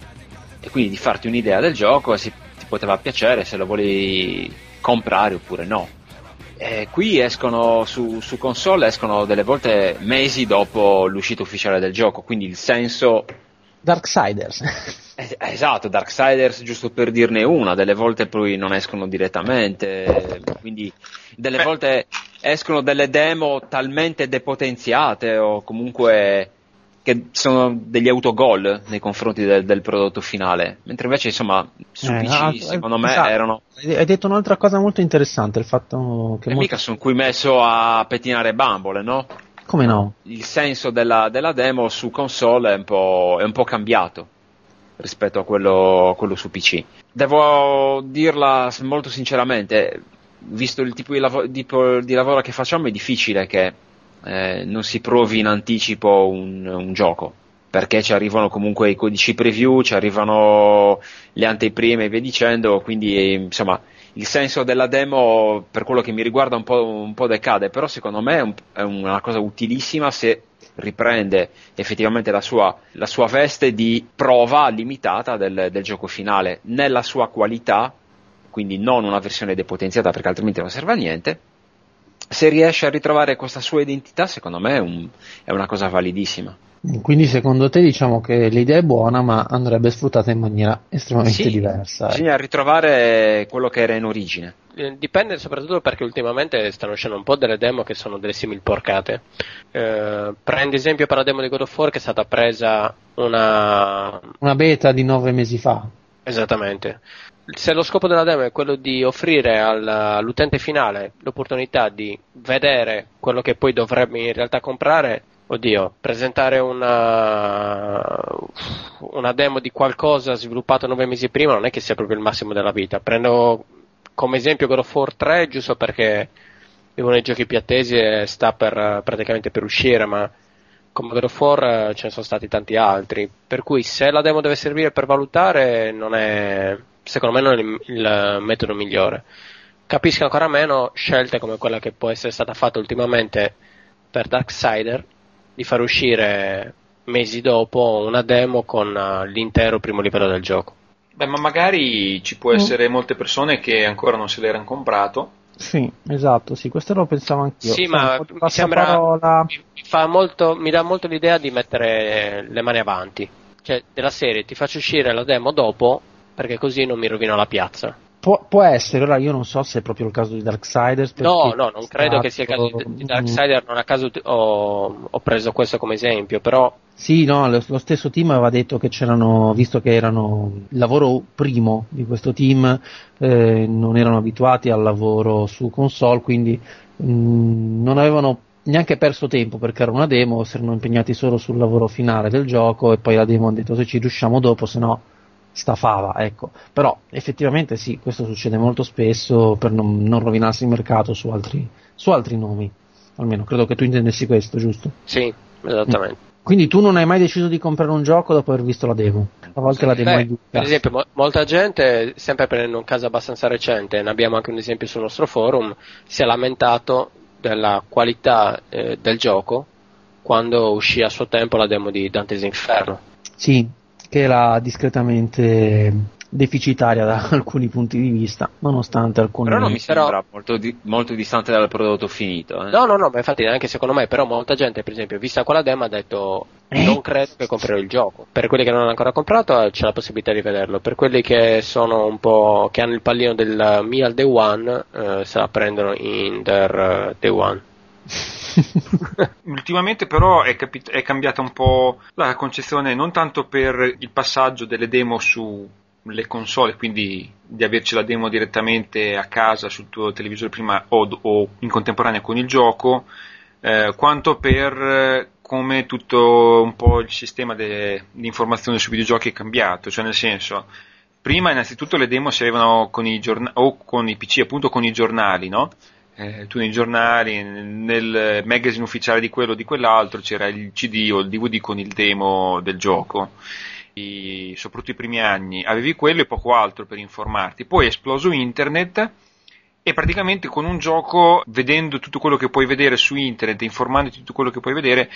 S3: e quindi di farti un'idea del gioco e se ti poteva piacere, se lo volevi comprare oppure no. Eh, qui escono su, su console escono delle volte mesi dopo l'uscita ufficiale del gioco, quindi il senso
S7: Darksiders
S3: eh, esatto, Darksiders giusto per dirne una, delle volte poi non escono direttamente, quindi delle volte escono delle demo talmente depotenziate o comunque che sono degli autogol nei confronti del, del prodotto finale, mentre invece insomma su
S7: eh,
S3: P C
S7: ah,
S3: secondo me
S7: esatto.
S3: erano
S7: Hai detto un'altra cosa molto interessante, il fatto che
S3: e
S7: molti...
S3: mica sono qui messo a pettinare bambole, no?
S7: Come no?
S3: Il senso della, della demo su console è un po', è un po' cambiato rispetto a quello, quello su P C. Devo dirla molto sinceramente, visto il tipo di, lav- di, di lavoro che facciamo, è difficile che eh, non si provi in anticipo un, un gioco, perché ci arrivano comunque i codici preview, ci arrivano le anteprime e via dicendo, quindi insomma il senso della demo per quello che mi riguarda un po', un po' decade, però secondo me è, un, è una cosa utilissima se riprende effettivamente la sua, la sua veste di prova limitata del, del gioco finale, nella sua qualità, quindi non una versione depotenziata perché altrimenti non serve a niente. Se riesce a ritrovare questa sua identità, secondo me è, un, è una cosa validissima.
S7: Quindi secondo te diciamo che l'idea è buona, ma andrebbe sfruttata in maniera estremamente
S3: sì,
S7: diversa.
S3: Bisogna eh. ritrovare quello che era in origine.
S4: Dipende soprattutto perché ultimamente stanno uscendo un po' delle demo che sono delle simil porcate. Eh, prendi esempio per la demo di God of War, che è stata presa una...
S7: una beta di nove mesi fa.
S4: Esattamente. Se lo scopo della demo è quello di offrire al, all'utente finale l'opportunità di vedere quello che poi dovrebbe in realtà comprare, oddio, presentare una, una demo di qualcosa sviluppato nove mesi prima non è che sia proprio il massimo della vita. Prendo come esempio God of War tre, giusto perché è uno dei giochi più attesi e sta per, praticamente per uscire, ma come God of War ce ne sono stati tanti altri, per cui se la demo deve servire per valutare non è, secondo me non è il, il metodo migliore. Capisco ancora meno scelte come quella che può essere stata fatta ultimamente per Darksider, di far uscire mesi dopo una demo con uh, l'intero primo livello del gioco.
S1: Beh, ma magari ci può essere molte persone che ancora non se l'erano comprato.
S7: Sì, esatto, sì, questo lo pensavo anch'io.
S4: Sì, ma mi sembra, mi, fa molto, mi dà molto l'idea di mettere le mani avanti, cioè della serie ti faccio uscire la demo dopo perché così non mi rovino la piazza.
S7: Può, può essere, ora io non so se è proprio il caso di Darksiders.
S4: No, no, non credo che sia il caso di, di Darksider, non a caso ho, ho preso questo come esempio, però...
S7: Sì, no, lo, lo stesso team aveva detto che c'erano, visto che erano il lavoro primo di questo team, eh, non erano abituati al lavoro su console, quindi mh, non avevano neanche perso tempo perché era una demo, si erano impegnati solo sul lavoro finale del gioco e poi la demo hanno detto se ci riusciamo dopo, se no... stafava, ecco. Però effettivamente sì, questo succede molto spesso per non, non rovinarsi il mercato su altri, su altri nomi, almeno credo che tu intendessi questo, giusto?
S4: Sì, esattamente.
S7: Quindi tu non hai mai deciso di comprare un gioco dopo aver visto la demo? A volte la demo
S4: Beh,
S7: aiuta.
S4: per esempio mo- molta gente, sempre prendendo un caso abbastanza recente, ne abbiamo anche un esempio sul nostro forum, si è lamentato della qualità eh, del gioco quando uscì a suo tempo la demo di Dante's Inferno.
S7: Sì, che era discretamente deficitaria da alcuni punti di vista, nonostante alcuni...
S3: Però non mi sembra
S4: Però-
S3: molto, di- molto distante dal prodotto finito. Eh.
S4: No, no, no, ma infatti neanche secondo me, però molta gente, per esempio, vista quella demo ha detto
S7: Eh?
S4: non credo che comprerò il gioco. Per quelli che non hanno ancora comprato eh, c'è la possibilità di vederlo, per quelli che sono un po' che hanno il pallino del Mi al Day One, eh, se la prendono in their eh, Day One.
S1: Ultimamente però è, capi- è cambiata un po' la concezione, non tanto per il passaggio delle demo sulle console, quindi di averci la demo direttamente a casa sul tuo televisore prima o, o in contemporanea con il gioco, eh, quanto per eh, come tutto un po' il sistema de- di informazione sui videogiochi è cambiato, cioè nel senso, prima innanzitutto le demo si avevano con i giornali o con i P C, appunto con i giornali, no? Eh, tu nei giornali, nel magazine ufficiale di quello o di quell'altro c'era il C D o il D V D con il demo del gioco. I, soprattutto i primi anni avevi quello e poco altro per informarti. Poi è esploso internet e praticamente con un gioco, vedendo tutto quello che puoi vedere su internet, informandoti di tutto quello che puoi vedere,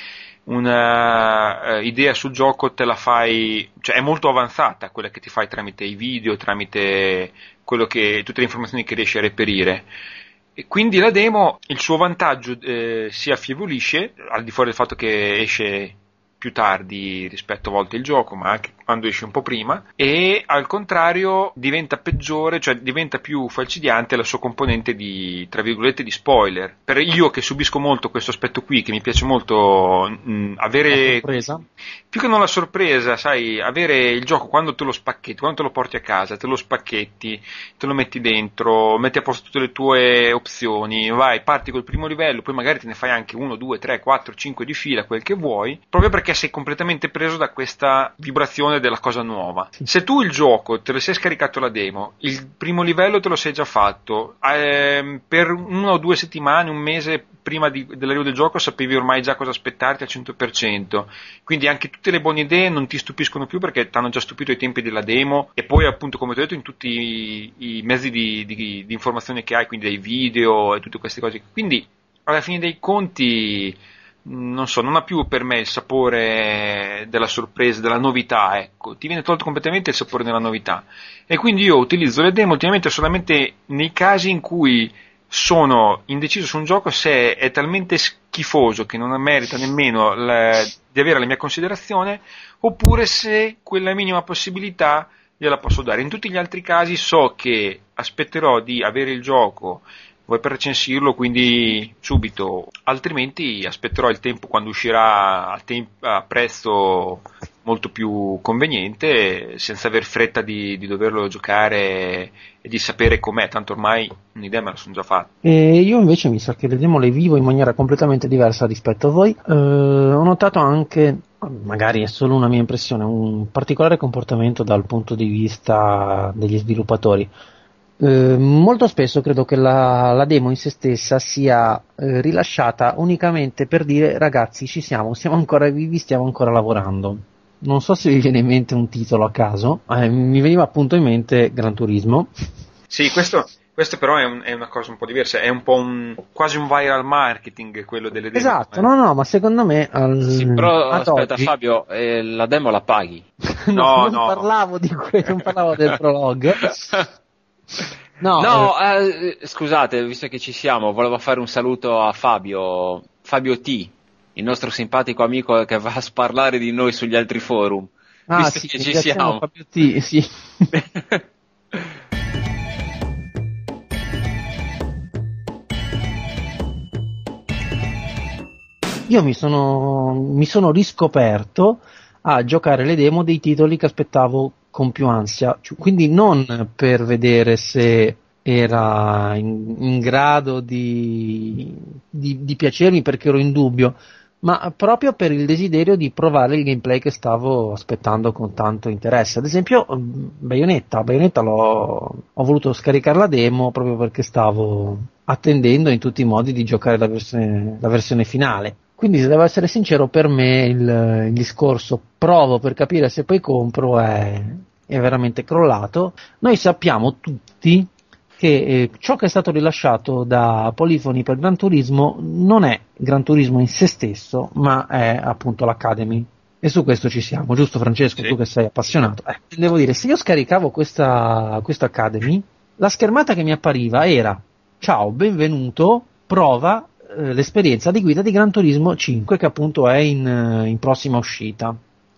S1: una uh, idea sul gioco te la fai, cioè è molto avanzata quella che ti fai tramite i video, tramite quello che, tutte le informazioni che riesci a reperire. E quindi la demo, il suo vantaggio eh, si affievolisce, al di fuori del fatto che esce più tardi rispetto a volte il gioco, ma anche quando esce un po' prima, e al contrario diventa peggiore, cioè diventa più falcidiante la sua componente di, tra virgolette, di spoiler. Per io che subisco molto questo aspetto qui, che mi piace molto mh, avere...
S7: sorpresa?
S1: Più che non la sorpresa, sai, avere il gioco quando te lo spacchetti, quando te lo porti a casa, te lo spacchetti, te lo metti dentro, metti a posto tutte le tue opzioni, vai, parti col primo livello, poi magari te ne fai anche uno, due, tre, quattro, cinque di fila, quel che vuoi, proprio perché sei completamente preso da questa vibrazione della cosa nuova. Se tu il gioco te lo sei scaricato la demo, il primo livello te lo sei già fatto, ehm, per una o due settimane, un mese prima di, dell'arrivo del gioco sapevi ormai già cosa aspettarti al cento per cento, quindi anche tutte le buone idee non ti stupiscono più perché ti hanno già stupito ai tempi della demo e poi appunto come ti ho detto in tutti i, i mezzi di, di, di informazione che hai, quindi dei video e tutte queste cose, quindi alla fine dei conti non so, non ha più per me il sapore della sorpresa, della novità, ecco, ti viene tolto completamente il sapore della novità e quindi io utilizzo le demo ultimamente solamente nei casi in cui sono indeciso su un gioco se è talmente schifoso che non merita nemmeno la, di avere la mia considerazione, oppure se quella minima possibilità gliela posso dare. In tutti gli altri casi so che aspetterò di avere il gioco vuoi per recensirlo, quindi subito, altrimenti aspetterò il tempo quando uscirà a, temp- a prezzo molto più conveniente, senza aver fretta di, di doverlo giocare e di sapere com'è, tanto ormai un'idea me la sono già fatta.
S7: E io invece mi sa che le demo le vivo in maniera completamente diversa rispetto a voi. Eh, ho notato anche, magari è solo una mia impressione, un particolare comportamento dal punto di vista degli sviluppatori. Eh, molto spesso credo che la, la demo in se stessa sia eh, rilasciata unicamente per dire ragazzi ci siamo, siamo ancora vivi, stiamo ancora lavorando. Non so se vi viene in mente un titolo a caso, eh, mi veniva appunto in mente Gran Turismo.
S1: Sì, questo, questo però è, un, è una cosa un po' diversa, è un po' un, quasi un viral marketing quello delle demo.
S7: Esatto, no no, ma secondo me al,
S3: Sì, però
S7: ad
S3: aspetta
S7: oggi...
S3: Fabio, eh, la demo la paghi.
S7: no,
S1: No,
S7: non
S1: no.
S7: parlavo di quello, non parlavo del prologue. No,
S3: No, eh, scusate, visto che ci siamo, volevo fare un saluto a Fabio, Fabio T, il nostro simpatico amico che va a parlare di noi sugli altri forum.
S7: ah,
S3: visto
S7: sì,
S3: che
S7: mi
S3: ci
S7: piaceva
S3: siamo.
S7: Fabio T, sì. Io mi sono, mi sono riscoperto a giocare le demo dei titoli che aspettavo con più ansia, cioè, quindi non per vedere se era in, in grado di, di, di piacermi perché ero in dubbio, ma proprio per il desiderio di provare il gameplay che stavo aspettando con tanto interesse. Ad esempio Bayonetta, Bayonetta l'ho, ho voluto scaricare la demo proprio perché stavo attendendo in tutti i modi di giocare la versione, la versione finale. Quindi se devo essere sincero, per me il, il discorso provo per capire se poi compro è, è veramente crollato. Noi sappiamo tutti che eh, ciò che è stato rilasciato da Polyphony per Gran Turismo non è Gran Turismo in se stesso, ma è appunto l'Academy. E su questo ci siamo, giusto Francesco?
S1: Sì.
S7: Tu che sei appassionato. Eh, devo dire, se io scaricavo questa, questa Academy, la schermata che mi appariva era: ciao, benvenuto, prova eh, l'esperienza di guida di Gran Turismo cinque, che appunto è in, eh, in prossima uscita.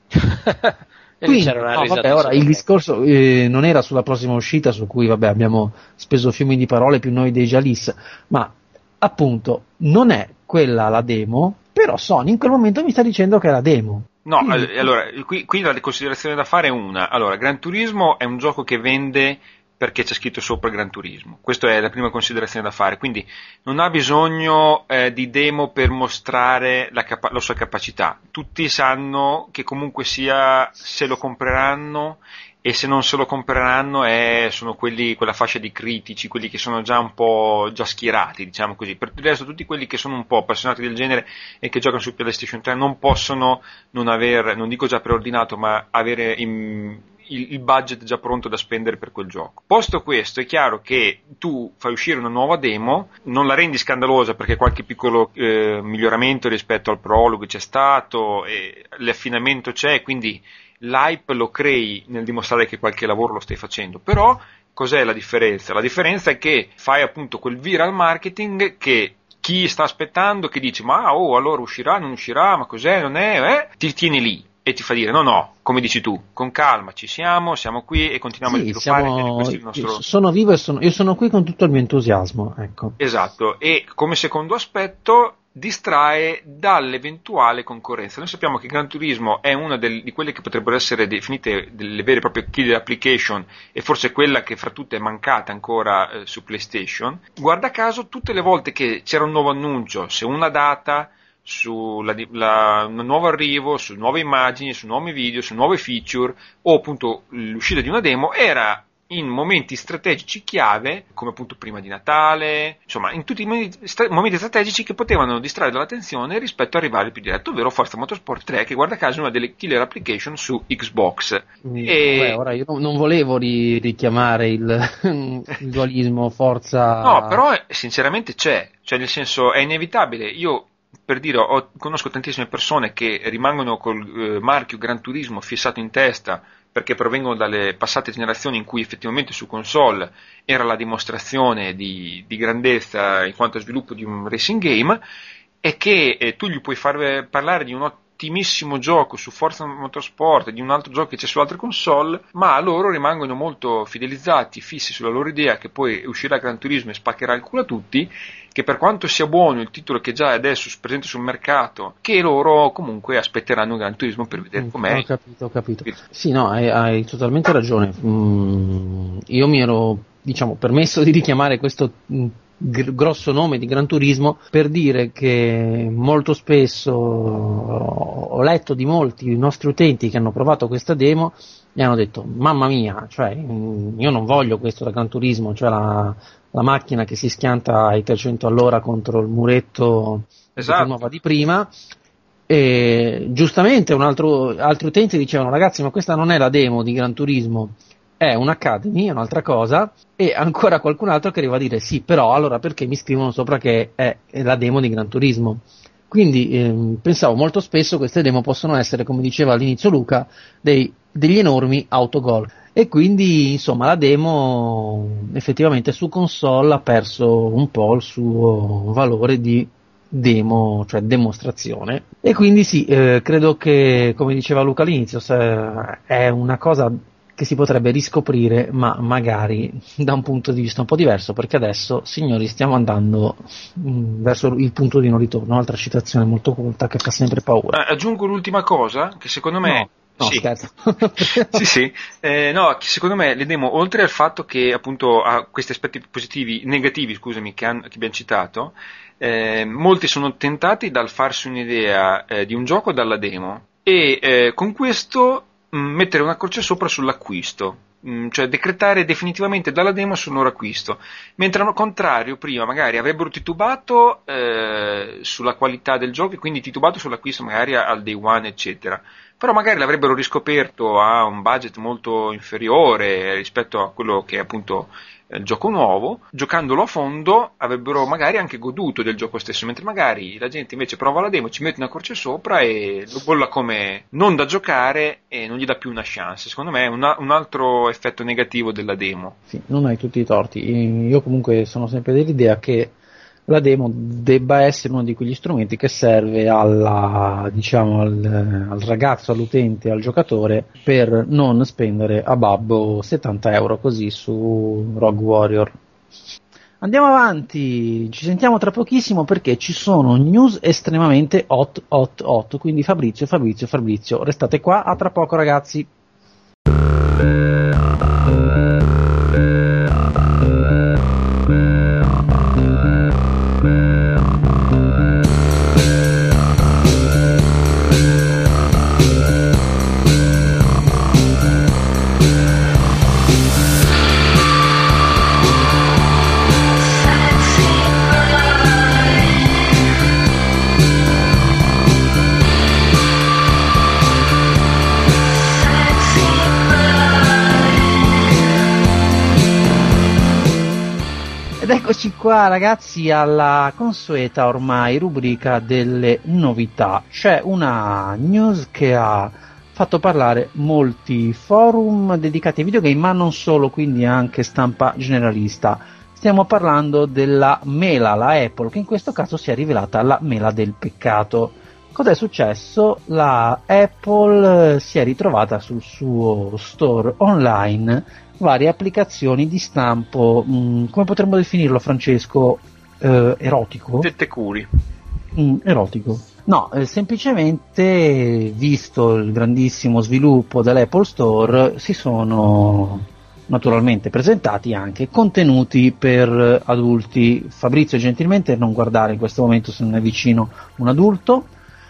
S4: E lì
S7: Quindi,
S4: c'era una
S7: no,
S4: risata
S7: vabbè, ora il
S4: sopra.
S7: discorso eh, non era sulla prossima uscita, su cui vabbè, abbiamo speso fiumi di parole più noi dei Jalis, ma appunto non è quella la demo, però Sony in quel momento mi sta dicendo che è la demo.
S1: No,
S7: Quindi-
S1: all- allora, qui, qui la considerazione da fare è una. Allora, Gran Turismo è un gioco che vende perché c'è scritto sopra Gran Turismo. Questa è la prima considerazione da fare. Quindi non ha bisogno eh, di demo per mostrare la, capa- la sua capacità. Tutti sanno che comunque sia, se lo compreranno, e se non se lo compreranno è, sono quelli, quella fascia di critici, quelli che sono già un po' già schierati, diciamo così. Per il resto tutti quelli che sono un po' appassionati del genere e che giocano su PlayStation tre non possono non aver, non dico già preordinato, ma avere in, il, il budget già pronto da spendere per quel gioco. Posto questo, è chiaro che tu fai uscire una nuova demo, non la rendi scandalosa perché qualche piccolo eh, miglioramento rispetto al prologo c'è stato, e l'affinamento c'è, quindi l'hype lo crei nel dimostrare che qualche lavoro lo stai facendo, però cos'è la differenza? La differenza è che fai appunto quel viral marketing che chi sta aspettando, che dice ma oh allora uscirà, non uscirà, ma cos'è, non è, eh? Ti tiene lì e ti fa dire no no, come dici tu, con calma ci siamo, siamo qui e continuiamo
S7: Sì,
S1: a sviluppare
S7: siamo-
S1: e questo è il nostro...
S7: sono vivo e sono, io sono qui con tutto il mio entusiasmo, ecco.
S1: Esatto, e come secondo aspetto distrae dall'eventuale concorrenza. Noi sappiamo che Gran Turismo è una del- di quelle che potrebbero essere definite delle vere e proprie killer application, e forse quella che fra tutte è mancata ancora eh, su PlayStation. Guarda caso, tutte le volte che c'era un nuovo annuncio, se una data, su la, la, un nuovo arrivo, su nuove immagini, su nuovi video, su nuove feature, o appunto l'uscita di una demo, era in momenti strategici chiave, come appunto prima di Natale, insomma in tutti i momenti, stra- momenti strategici che potevano distrarre dall'attenzione rispetto al rivale più diretto, ovvero Forza Motorsport tre, che guarda caso è una delle killer application su Xbox.
S7: Mm,
S1: E-
S7: vabbè, ora io non- non volevo ri- richiamare il, il dualismo forza.
S1: No, però eh, sinceramente c'è, cioè nel senso è inevitabile. Io per dire, ho, conosco tantissime persone che rimangono col eh, marchio Gran Turismo fissato in testa perché provengono dalle passate generazioni in cui effettivamente su console era la dimostrazione di, di grandezza in quanto a sviluppo di un racing game, e che eh, tu gli puoi far parlare di un ottimissimo gioco su Forza Motorsport, di un altro gioco che c'è su altre console, ma loro rimangono molto fidelizzati, fissi sulla loro idea che poi uscirà Gran Turismo e spaccherà il culo a tutti, che per quanto sia buono il titolo che già è adesso presente sul mercato, che loro comunque aspetteranno Gran Turismo per vedere
S7: Mm,
S1: com'è.
S7: Ho capito, ho capito. Sì, no, hai, hai totalmente ragione. Mm, io mi ero, diciamo, permesso di richiamare questo mm, gr- grosso nome di Gran Turismo per dire che molto spesso ho letto di molti nostri utenti che hanno provato questa demo e hanno detto mamma mia, cioè mm, io non voglio questo da Gran Turismo, cioè la, la macchina che si schianta ai trecento all'ora contro il muretto
S1: Esatto.
S7: nuova di prima. E giustamente un altro, altri utenti dicevano ragazzi ma questa non è la demo di Gran Turismo, è un'Academy, è un'altra cosa, e ancora qualcun altro che arriva a dire sì però allora perché mi scrivono sopra che è, è la demo di Gran Turismo. Quindi ehm, pensavo molto spesso queste demo possono essere, come diceva all'inizio Luca, dei, degli enormi autogol, e quindi insomma la demo effettivamente su console ha perso un po' il suo valore di demo, cioè dimostrazione, e quindi sì, eh, credo che come diceva Luca all'inizio se- è una cosa che si potrebbe riscoprire, ma magari da un punto di vista un po' diverso, perché adesso signori stiamo andando mh, verso il punto di non ritorno, un'altra citazione molto colta che fa sempre paura.
S1: Eh, aggiungo l'ultima cosa che secondo me
S7: No, no,
S1: sì.
S7: scherzo.
S1: sì, sì. Eh, no, che secondo me le demo, oltre al fatto che appunto ha questi aspetti positivi, negativi, scusami, che, han- che abbiamo citato, eh, molti sono tentati dal farsi un'idea eh, di un gioco dalla demo e eh, con questo mh, mettere una croce sopra sull'acquisto, mh, cioè decretare definitivamente dalla demo sul loro acquisto, mentre al contrario prima magari avrebbero titubato eh, sulla qualità del gioco e quindi titubato sull'acquisto magari al day one eccetera, però magari l'avrebbero riscoperto a un budget molto inferiore rispetto a quello che appunto eh, il gioco nuovo, giocandolo a fondo avrebbero magari anche goduto del gioco stesso, mentre magari la gente invece prova la demo, ci mette una croce sopra e lo bolla come non da giocare e non gli dà più una chance. Secondo me è una, un altro effetto negativo della demo.
S7: Sì, non hai tutti i torti. Io comunque sono sempre dell'idea che la demo debba essere uno di quegli strumenti che serve alla, diciamo, al, al ragazzo, all'utente, al giocatore per non spendere a babbo settanta euro così su Rogue Warrior. Andiamo avanti, ci sentiamo tra pochissimo perché ci sono news estremamente hot, hot, hot, quindi Fabrizio, Fabrizio, Fabrizio, restate qua, a tra poco ragazzi. Eccoci qua ragazzi alla consueta ormai rubrica delle novità. C'è una news che ha fatto parlare molti forum dedicati ai videogame, ma non solo, quindi anche stampa generalista. Stiamo parlando della mela, la Apple, che in questo caso si è rivelata la mela del peccato. Cos'è successo? La Apple si è ritrovata sul suo store online varie applicazioni di stampo, mh, come potremmo definirlo, Francesco? Eh, erotico?
S1: Tette curi.
S7: Mm, erotico. No, eh, semplicemente, visto il grandissimo sviluppo dell'Apple Store, si sono naturalmente presentati anche contenuti per adulti. Fabrizio, gentilmente non guardare in questo momento se non è vicino un adulto.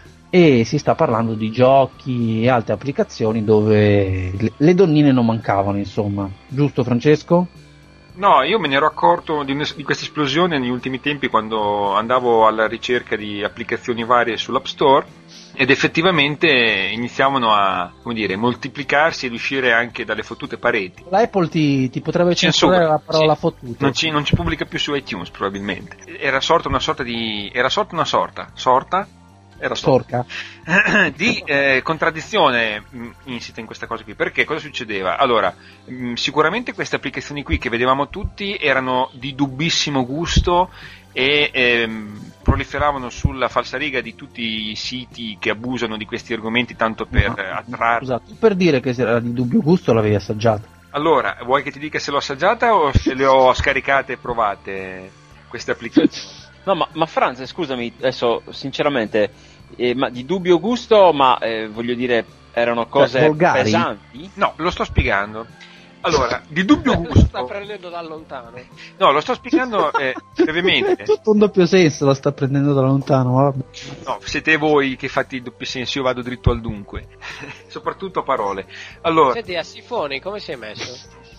S7: E si sta parlando di giochi e altre applicazioni dove le donnine non mancavano, insomma. Giusto, Francesco?
S1: No, io me ne ero accorto di, di questa esplosione negli ultimi tempi quando andavo alla ricerca di applicazioni varie sull'App Store ed effettivamente iniziavano a, come dire, moltiplicarsi ed uscire anche dalle fottute pareti.
S7: La Apple ti, ti potrebbe
S1: Censura,
S7: censurare la parola
S1: sì.
S7: fottuta.
S1: Non ci, non ci pubblica più su iTunes probabilmente. Era sorta una sorta di... era sorta una sorta, sorta? Era
S7: Storca
S1: di eh, contraddizione mh, insita in questa cosa qui, perché cosa succedeva? Allora, mh, sicuramente queste applicazioni qui che vedevamo tutti erano di dubbissimo gusto e ehm, proliferavano sulla falsariga di tutti i siti che abusano di questi argomenti tanto per
S7: no,
S1: eh, attrarre.
S7: Scusa, tu per dire che era di dubbio gusto l'avevi assaggiata.
S1: Allora, vuoi che ti dica se l'ho assaggiata o se le ho scaricate e provate queste applicazioni?
S3: No, ma, ma Franz, scusami, adesso sinceramente, eh, ma di dubbio gusto, ma eh, voglio dire, erano cose
S7: Cioè, volgari?
S3: pesanti?
S1: No, lo sto spiegando. Allora, di dubbio
S4: Lo sta
S1: gusto.
S4: prendendo da lontano.
S1: No, lo sto spiegando eh, brevemente.
S7: Tutto un doppio senso, la sta prendendo da lontano. Ma vabbè.
S1: No, siete voi che fate i doppi sensi, io vado dritto al dunque. Soprattutto a parole. Allora,
S4: Senti, a Sifoni come sei messo?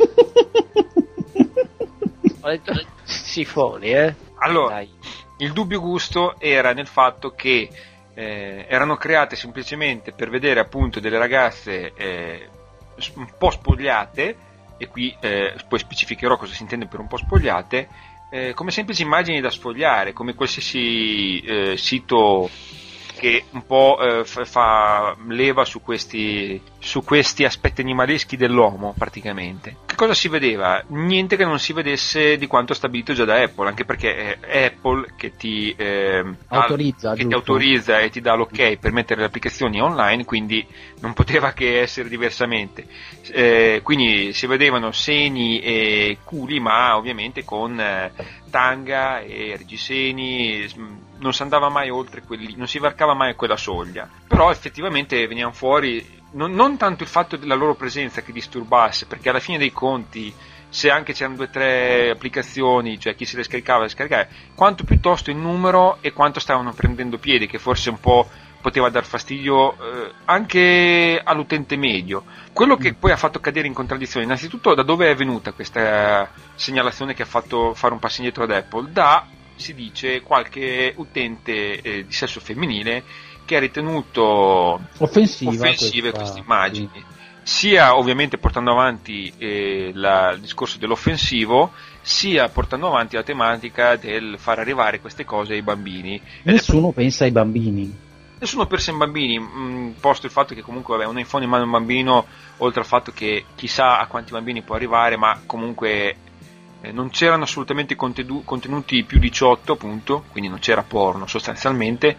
S4: Ho detto Sifoni, eh?
S1: allora
S3: Dai.
S1: il dubbio gusto era nel fatto che eh, erano create semplicemente per vedere appunto delle ragazze eh, un po' spogliate, e qui eh, poi specificherò cosa si intende per un po' spogliate, eh, come semplici immagini da sfogliare, come qualsiasi eh, sito che un po' eh, fa, fa leva su questi, su questi aspetti animaleschi dell'uomo praticamente. Che cosa si vedeva? Niente che non si vedesse di quanto stabilito già da Apple, anche perché è Apple che ti eh,
S7: Autorizza,
S1: che ti
S7: giusto?
S1: autorizza e ti dà l'ok per mettere le applicazioni online, quindi non poteva che essere diversamente. Eh, quindi si vedevano seni e culi, ma ovviamente con eh, tanga e reggiseni, non si andava mai oltre quelli, non si varcava mai quella soglia. Però effettivamente venivano fuori non, non tanto il fatto della loro presenza che disturbasse, perché alla fine dei conti, se anche c'erano due o tre applicazioni, cioè chi se le scaricava le scaricava, quanto piuttosto il numero e quanto stavano prendendo piede, che forse un po' poteva dar fastidio eh, anche all'utente medio. Quello che poi ha fatto cadere in contraddizione, innanzitutto, da dove è venuta questa segnalazione che ha fatto fare un passo indietro ad Apple? Da, si dice, qualche utente eh, di sesso femminile che ha ritenuto
S7: Offensiva
S1: offensive
S7: questa-
S1: queste immagini.
S7: sì.
S1: sia ovviamente portando avanti eh, la, il discorso dell'offensivo, sia portando avanti la tematica del far arrivare queste cose ai bambini.
S2: Nessuno è... pensa ai bambini.
S1: Nessuno pensa ai bambini, mh, posto il fatto che comunque vabbè, un iPhone in mano a un bambino, oltre al fatto che chissà a quanti bambini può arrivare, ma comunque eh, non c'erano assolutamente contedu- contenuti più diciotto, appunto, quindi non c'era porno sostanzialmente,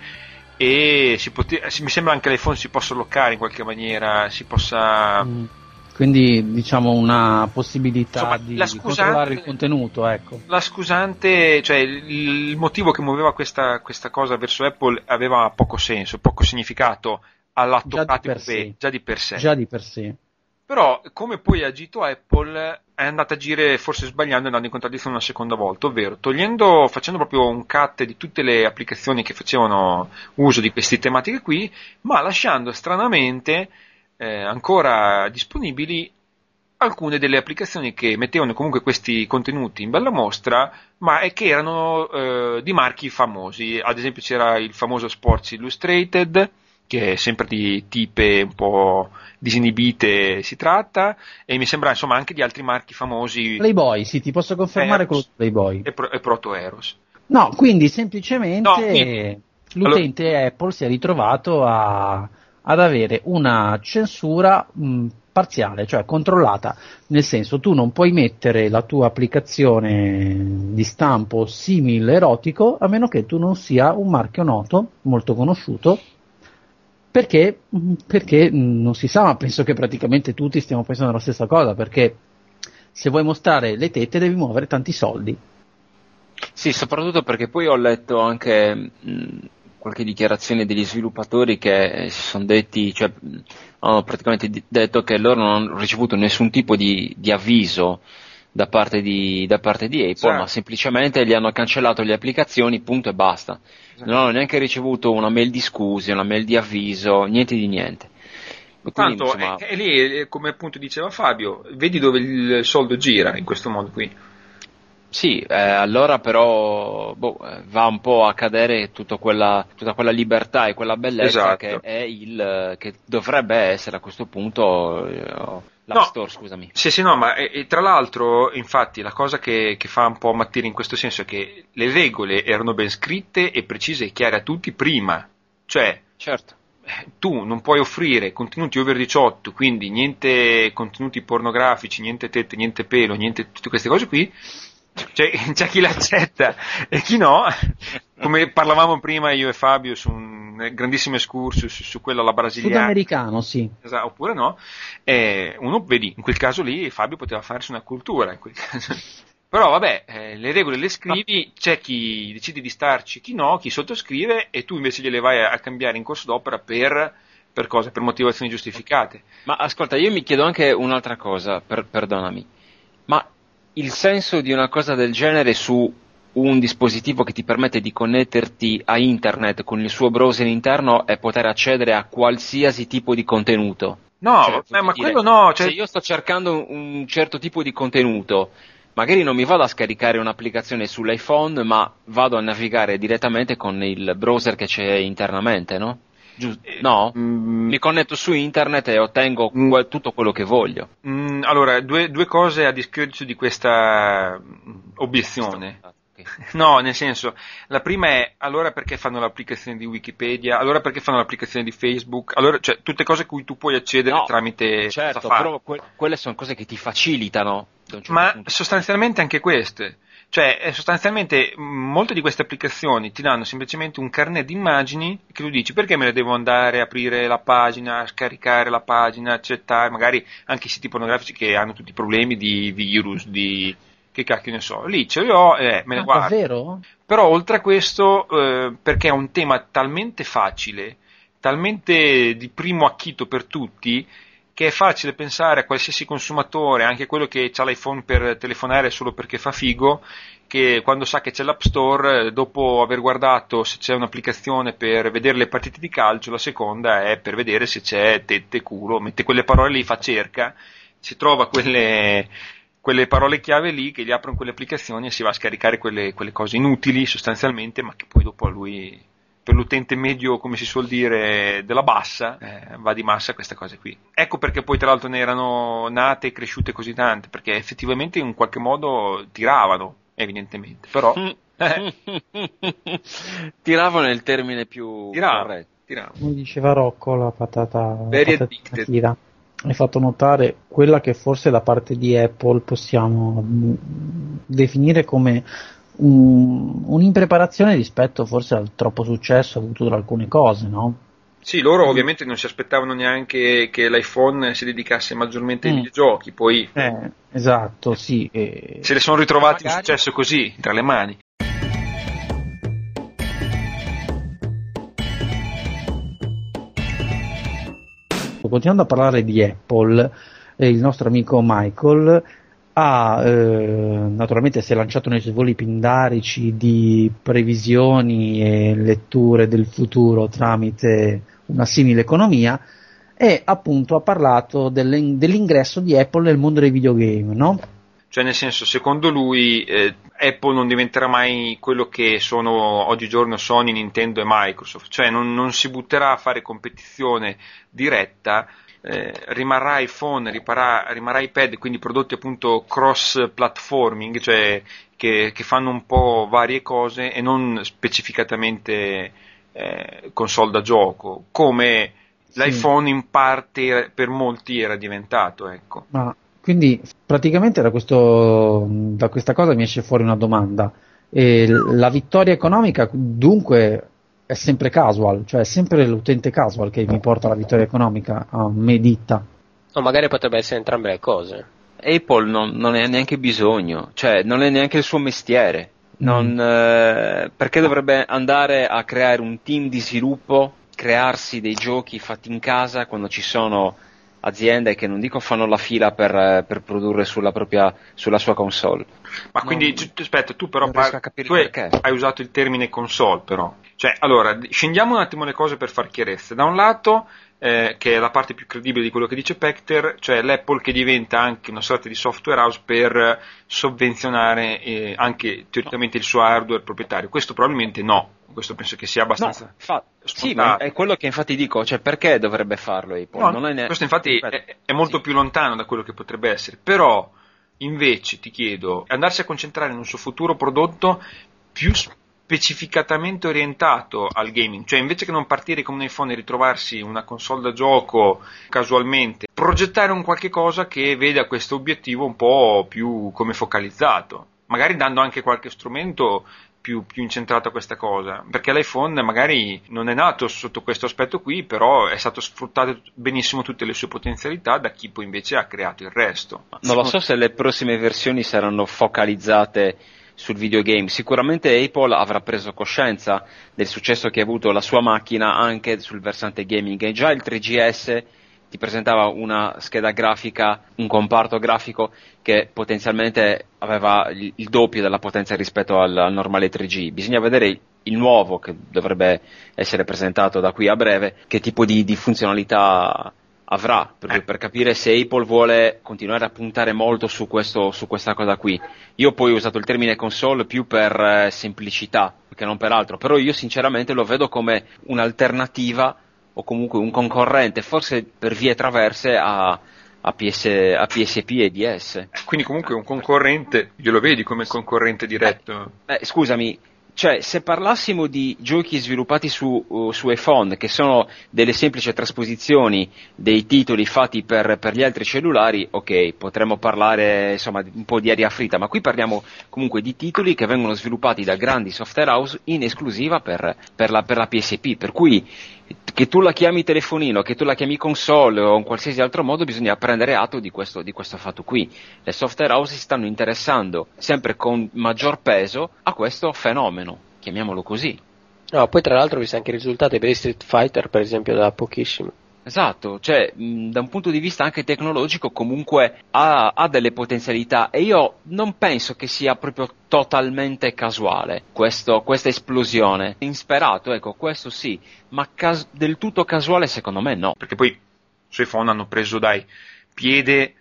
S1: e si pote- mi sembra anche l'iPhone si possa loccare in qualche maniera, si possa...
S2: Mm. Quindi diciamo una possibilità
S1: Insomma,
S2: di,
S1: la
S2: di
S1: scusante,
S2: controllare il contenuto, ecco.
S1: La scusante, cioè il, il motivo che muoveva questa, questa cosa verso Apple aveva poco senso, poco significato all'atto
S2: Già di
S1: pratico,
S2: per sé.
S1: beh, già di per sé.
S2: Già di per sé.
S1: Però come poi ha agito Apple è andata a agire forse sbagliando e andando in contraddizione una seconda volta, ovvero togliendo, facendo proprio un cut di tutte le applicazioni che facevano uso di queste tematiche qui, ma lasciando stranamente eh, ancora disponibili alcune delle applicazioni che mettevano comunque questi contenuti in bella mostra, ma è che erano eh, di marchi famosi. Ad esempio c'era il famoso Sports Illustrated, che è sempre di tipe un po' disinibite si tratta, e mi sembra insomma anche di altri marchi famosi.
S2: Playboy, sì, ti posso confermare
S1: Eros
S2: quello di Playboy.
S1: e, Pro- e Proto Eros.
S2: No, quindi semplicemente
S1: No, quindi-
S2: l'utente Apple si è ritrovato a, ad avere una censura mh, parziale, cioè controllata, nel senso tu non puoi mettere la tua applicazione di stampo simile erotico a meno che tu non sia un marchio noto, molto conosciuto, perché, perché non si sa, ma penso che praticamente tutti stiamo pensando la stessa cosa, perché se vuoi mostrare le tette devi muovere tanti soldi.
S3: Sì, soprattutto perché poi ho letto anche mh, qualche dichiarazione degli sviluppatori che si sono detti, cioè mh, hanno praticamente di- detto che loro non hanno ricevuto nessun tipo di, di avviso da parte di, da parte di Apple,
S1: Esatto.
S3: ma semplicemente gli hanno cancellato le applicazioni, punto e basta.
S1: Esatto.
S3: Non hanno neanche ricevuto una mail di scuse, una mail di avviso, niente di niente. Quindi,
S1: Tanto
S3: insomma,
S1: è, è lì, è- come appunto diceva Fabio, vedi dove il soldo gira in questo modo qui.
S3: sì, eh, allora però boh, eh, va un po' a cadere tutta quella, tutta quella libertà e quella bellezza
S1: Esatto.
S3: che è il eh, che dovrebbe essere a questo punto eh, l'App
S1: No.
S3: Store, scusami.
S1: Sì, sì, no, ma e, e tra l'altro, infatti, la cosa che, che fa un po' ammattire in questo senso è che le regole erano ben scritte e precise e chiare a tutti prima. Cioè,
S3: Certo.
S1: eh, tu non puoi offrire contenuti over diciotto, quindi niente contenuti pornografici, niente tette, niente pelo, niente tutte queste cose qui. Cioè, c'è chi l'accetta e chi no, come parlavamo prima io e Fabio su un grandissimo excursus su, su quella alla brasiliana.
S2: Sudamericano, sì.
S1: Esatto, oppure no, eh, uno vedi, in quel caso lì Fabio poteva farsi una cultura, in quel caso. Però vabbè, eh, le regole le scrivi, c'è chi decide di starci, chi no, chi sottoscrive, e tu invece gliele vai a, a cambiare in corso d'opera per, per cosa? Per motivazioni giustificate.
S3: Ma ascolta, io mi chiedo anche un'altra cosa, per- perdonami, ma il senso di una cosa del genere su un dispositivo che ti permette di connetterti a internet con il suo browser interno e poter accedere a qualsiasi tipo di contenuto?
S1: No,
S3: Cioè,
S1: vabbè,
S3: voglio
S1: ma
S3: dire,
S1: quello no, cioè,
S3: se io sto cercando un certo tipo di contenuto, magari non mi vado a scaricare un'applicazione sull'iPhone, ma vado a navigare direttamente con il browser che c'è internamente, no? Gius- no?
S1: mm,
S3: Mi connetto su internet e ottengo
S1: Mm.
S3: que- tutto quello che voglio.
S1: mm, allora, due, due cose a discredito di questa mm, obiezione.
S3: Ok.
S1: No, nel senso, la prima è allora perché fanno l'applicazione di Wikipedia, allora perché fanno l'applicazione di Facebook, allora, cioè tutte cose a cui tu puoi accedere
S3: No,
S1: tramite
S3: certo,
S1: Safari.
S3: però que- quelle sono cose che ti facilitano. da un certo
S1: Ma
S3: punto.
S1: sostanzialmente anche queste, cioè eh, sostanzialmente mh, molte di queste applicazioni ti danno semplicemente un carnet di immagini che tu dici perché me ne devo andare a aprire la pagina, scaricare la pagina, accettare, magari anche i siti pornografici che hanno tutti i problemi di virus, di che cacchio ne so, lì ce li ho e me ne
S2: Ah,
S1: guardo.
S2: davvero?
S1: Però oltre a questo, eh, perché è un tema talmente facile, talmente di primo acchito per tutti, che è facile pensare a qualsiasi consumatore, anche quello che ha l'iPhone per telefonare solo perché fa figo, che quando sa che c'è l'App Store, dopo aver guardato se c'è un'applicazione per vedere le partite di calcio, la seconda è per vedere se c'è tette, culo, mette quelle parole lì, fa cerca, si trova quelle, quelle parole chiave lì che gli aprono quelle applicazioni e si va a scaricare quelle, quelle cose inutili sostanzialmente, ma che poi dopo a lui per l'utente medio, come si suol dire, della bassa, eh, va di massa queste cose qui. Ecco perché poi tra l'altro ne erano nate e cresciute così tante, perché effettivamente in qualche modo tiravano, evidentemente, però... Eh.
S3: Tiravano è il termine più
S1: Tiravo,
S3: corretto.
S1: tiravo.
S2: Come diceva Rocco, la patata, la
S1: Very
S2: patata
S1: addicted.
S2: tira. Hai fatto notare quella che forse da parte di Apple possiamo mh, definire come un, un'impreparazione rispetto forse al troppo successo avuto da alcune cose, no?
S1: Sì, loro ovviamente non si aspettavano neanche che l'iPhone si dedicasse maggiormente ai
S2: Mm.
S1: videogiochi, poi
S2: Eh, esatto, sì. e-
S1: se le sono ritrovati un
S2: magari-
S1: successo così, tra le mani.
S2: Continuando a parlare di Apple, eh, il nostro amico Michael ha eh, naturalmente si è lanciato nei suoi voli pindarici di previsioni e letture del futuro tramite una simile economia e appunto ha parlato delle- dell'ingresso di Apple nel mondo dei videogame, no?
S1: Cioè, nel senso, secondo lui eh, Apple non diventerà mai quello che sono oggigiorno Sony, Nintendo e Microsoft, cioè non, non si butterà a fare competizione diretta, eh, rimarrà iPhone, rimarrà, rimarrà iPad, quindi prodotti appunto cross platforming, cioè che, che fanno un po' varie cose e non specificatamente eh, console da gioco, come
S2: Sì.
S1: l'iPhone in parte per molti era diventato, ecco.
S2: Ma quindi praticamente da, questo, da questa cosa mi esce fuori una domanda. E l- la vittoria economica dunque è sempre casual, cioè è sempre l'utente casual che mi porta la vittoria economica a me ditta.
S4: No, magari potrebbe essere entrambe le cose.
S3: Apple non, non ne ha neanche bisogno, cioè non è neanche il suo mestiere. Non, eh, perché dovrebbe andare a creare un team di sviluppo, crearsi dei giochi fatti in casa quando ci sono aziende che non dico fanno la fila per, eh, per produrre sulla propria sulla sua console.
S1: Ma
S3: Non-
S1: quindi, tu- aspetta, tu però
S3: non riesco
S1: par-
S3: a capire
S1: tu hai,
S3: perché.
S1: hai usato il termine console però. Cioè, allora, scendiamo un attimo le cose per far chiarezza. Da un lato, eh, che è la parte più credibile di quello che dice Pecter, cioè l'Apple che diventa anche una sorta di software house per sovvenzionare eh, anche teoricamente il suo hardware proprietario. Questo probabilmente no, questo penso che sia
S3: No,
S1: abbastanza...
S3: fa- sì,
S1: scontato.
S3: ma è quello che infatti dico, cioè perché dovrebbe farlo Apple?
S1: No,
S3: Non è ne-
S1: questo infatti
S3: ripeto,
S1: è, è molto
S3: sì.
S1: più lontano da quello che potrebbe essere, però invece ti chiedo, andarsi a concentrare in un suo futuro prodotto più specificatamente orientato al gaming, cioè invece che non partire come un iPhone e ritrovarsi una console da gioco casualmente, progettare un qualche cosa che veda questo obiettivo un po' più come focalizzato, magari dando anche qualche strumento più, più incentrato a questa cosa, perché l'iPhone magari non è nato sotto questo aspetto qui, però è stato sfruttato benissimo tutte le sue potenzialità da chi poi invece ha creato il resto.
S3: Non lo so se le prossime versioni saranno focalizzate sul videogame. Sicuramente Apple avrà preso coscienza del successo che ha avuto la sua macchina anche sul versante gaming. E già il tre G S ti presentava una scheda grafica, un comparto grafico che potenzialmente aveva il, il doppio della potenza rispetto al, al normale tre G. Bisogna vedere il, il nuovo che dovrebbe essere presentato da qui a breve, che tipo di, di funzionalità avrà, per,
S1: Eh.
S3: per capire se Apple vuole continuare a puntare molto su, questo, su questa cosa qui. Io poi ho usato il termine console più per eh, semplicità che non per altro, però io sinceramente lo vedo come un'alternativa o comunque un concorrente, forse per vie traverse a, a, P S, a P S P e D S.
S1: Quindi comunque un concorrente, glielo vedi come concorrente diretto?
S3: Eh, scusami, cioè se parlassimo di giochi sviluppati su, uh, su iPhone, che sono delle semplici trasposizioni dei titoli fatti per, per gli altri cellulari, ok, potremmo parlare insomma di un po' di aria fritta, ma qui parliamo comunque di titoli che vengono sviluppati da grandi software house in esclusiva per, per, la, per la P S P, per cui che tu la chiami telefonino, che tu la chiami console o in qualsiasi altro modo, bisogna prendere atto di questo, di questo fatto qui. Le software house si stanno interessando sempre con maggior peso a questo fenomeno, chiamiamolo così.
S4: No, poi tra l'altro ho visto anche i risultati per Street Fighter, per esempio, da pochissimo.
S3: Esatto, cioè mh, da un punto di vista anche tecnologico comunque ha, ha delle potenzialità e io non penso che sia proprio totalmente casuale questo, questa esplosione. Insperato, ecco, questo sì, ma cas- del tutto casuale secondo me no.
S1: Perché poi su iPhone hanno preso, dai, piede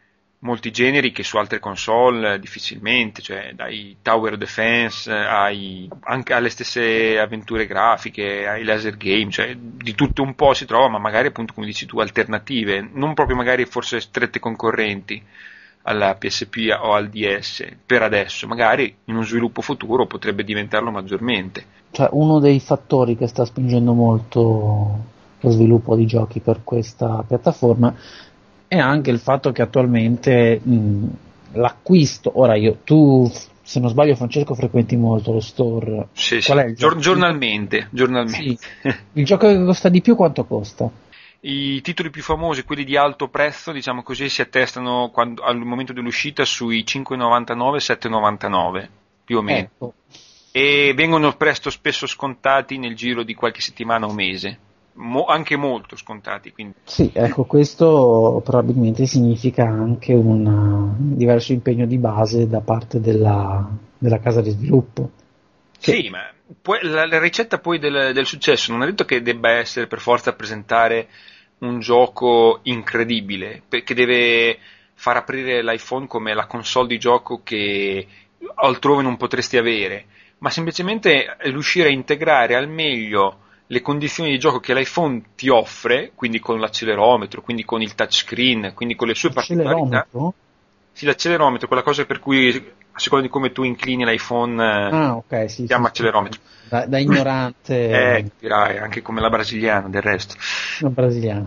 S1: molti generi che su altre console difficilmente, cioè dai tower defense ai, anche alle stesse avventure grafiche, ai laser game, cioè di tutto un po' si trova, ma magari appunto come dici tu alternative, non proprio magari forse strette concorrenti alla P S P o al D S per adesso, magari in un sviluppo futuro potrebbe diventarlo maggiormente.
S2: Cioè, uno dei fattori che sta spingendo molto lo sviluppo di giochi per questa piattaforma è anche il fatto che attualmente mh, l'acquisto, ora io, tu se non sbaglio Francesco frequenti molto lo store.
S1: Sì,
S2: Qual
S1: sì.
S2: è il
S1: Gior-
S2: gioco?
S1: giornalmente, giornalmente.
S2: Sì. Il gioco che costa di più quanto costa?
S1: I titoli più famosi, quelli di alto prezzo, diciamo così, si attestano quando, al momento dell'uscita sui cinque virgola novantanove sette virgola novantanove, più o meno.
S2: Ecco.
S1: E vengono presto spesso scontati nel giro di qualche settimana o mese, Mo- anche molto scontati. Quindi.
S2: Sì, ecco, questo probabilmente significa anche un uh, diverso impegno di base da parte della, della casa di sviluppo.
S1: Sì, ma poi, la, la ricetta poi del, del successo non è detto che debba essere per forza presentare un gioco incredibile, che deve far aprire l'iPhone come la console di gioco che altrove non potresti avere, ma semplicemente riuscire a integrare al meglio le condizioni di gioco che l'iPhone ti offre, quindi con l'accelerometro, quindi con il touchscreen, quindi con le sue particolarità.
S2: L'accelerometro?
S1: Sì, l'accelerometro, quella cosa per cui a seconda di come tu inclini l'iPhone
S2: Ah, ok, sì.
S1: si chiama
S2: sì,
S1: accelerometro.
S2: sì. Da, da ignorante
S1: Eh, dirai, anche come la brasiliana del resto.
S2: non brasiliano.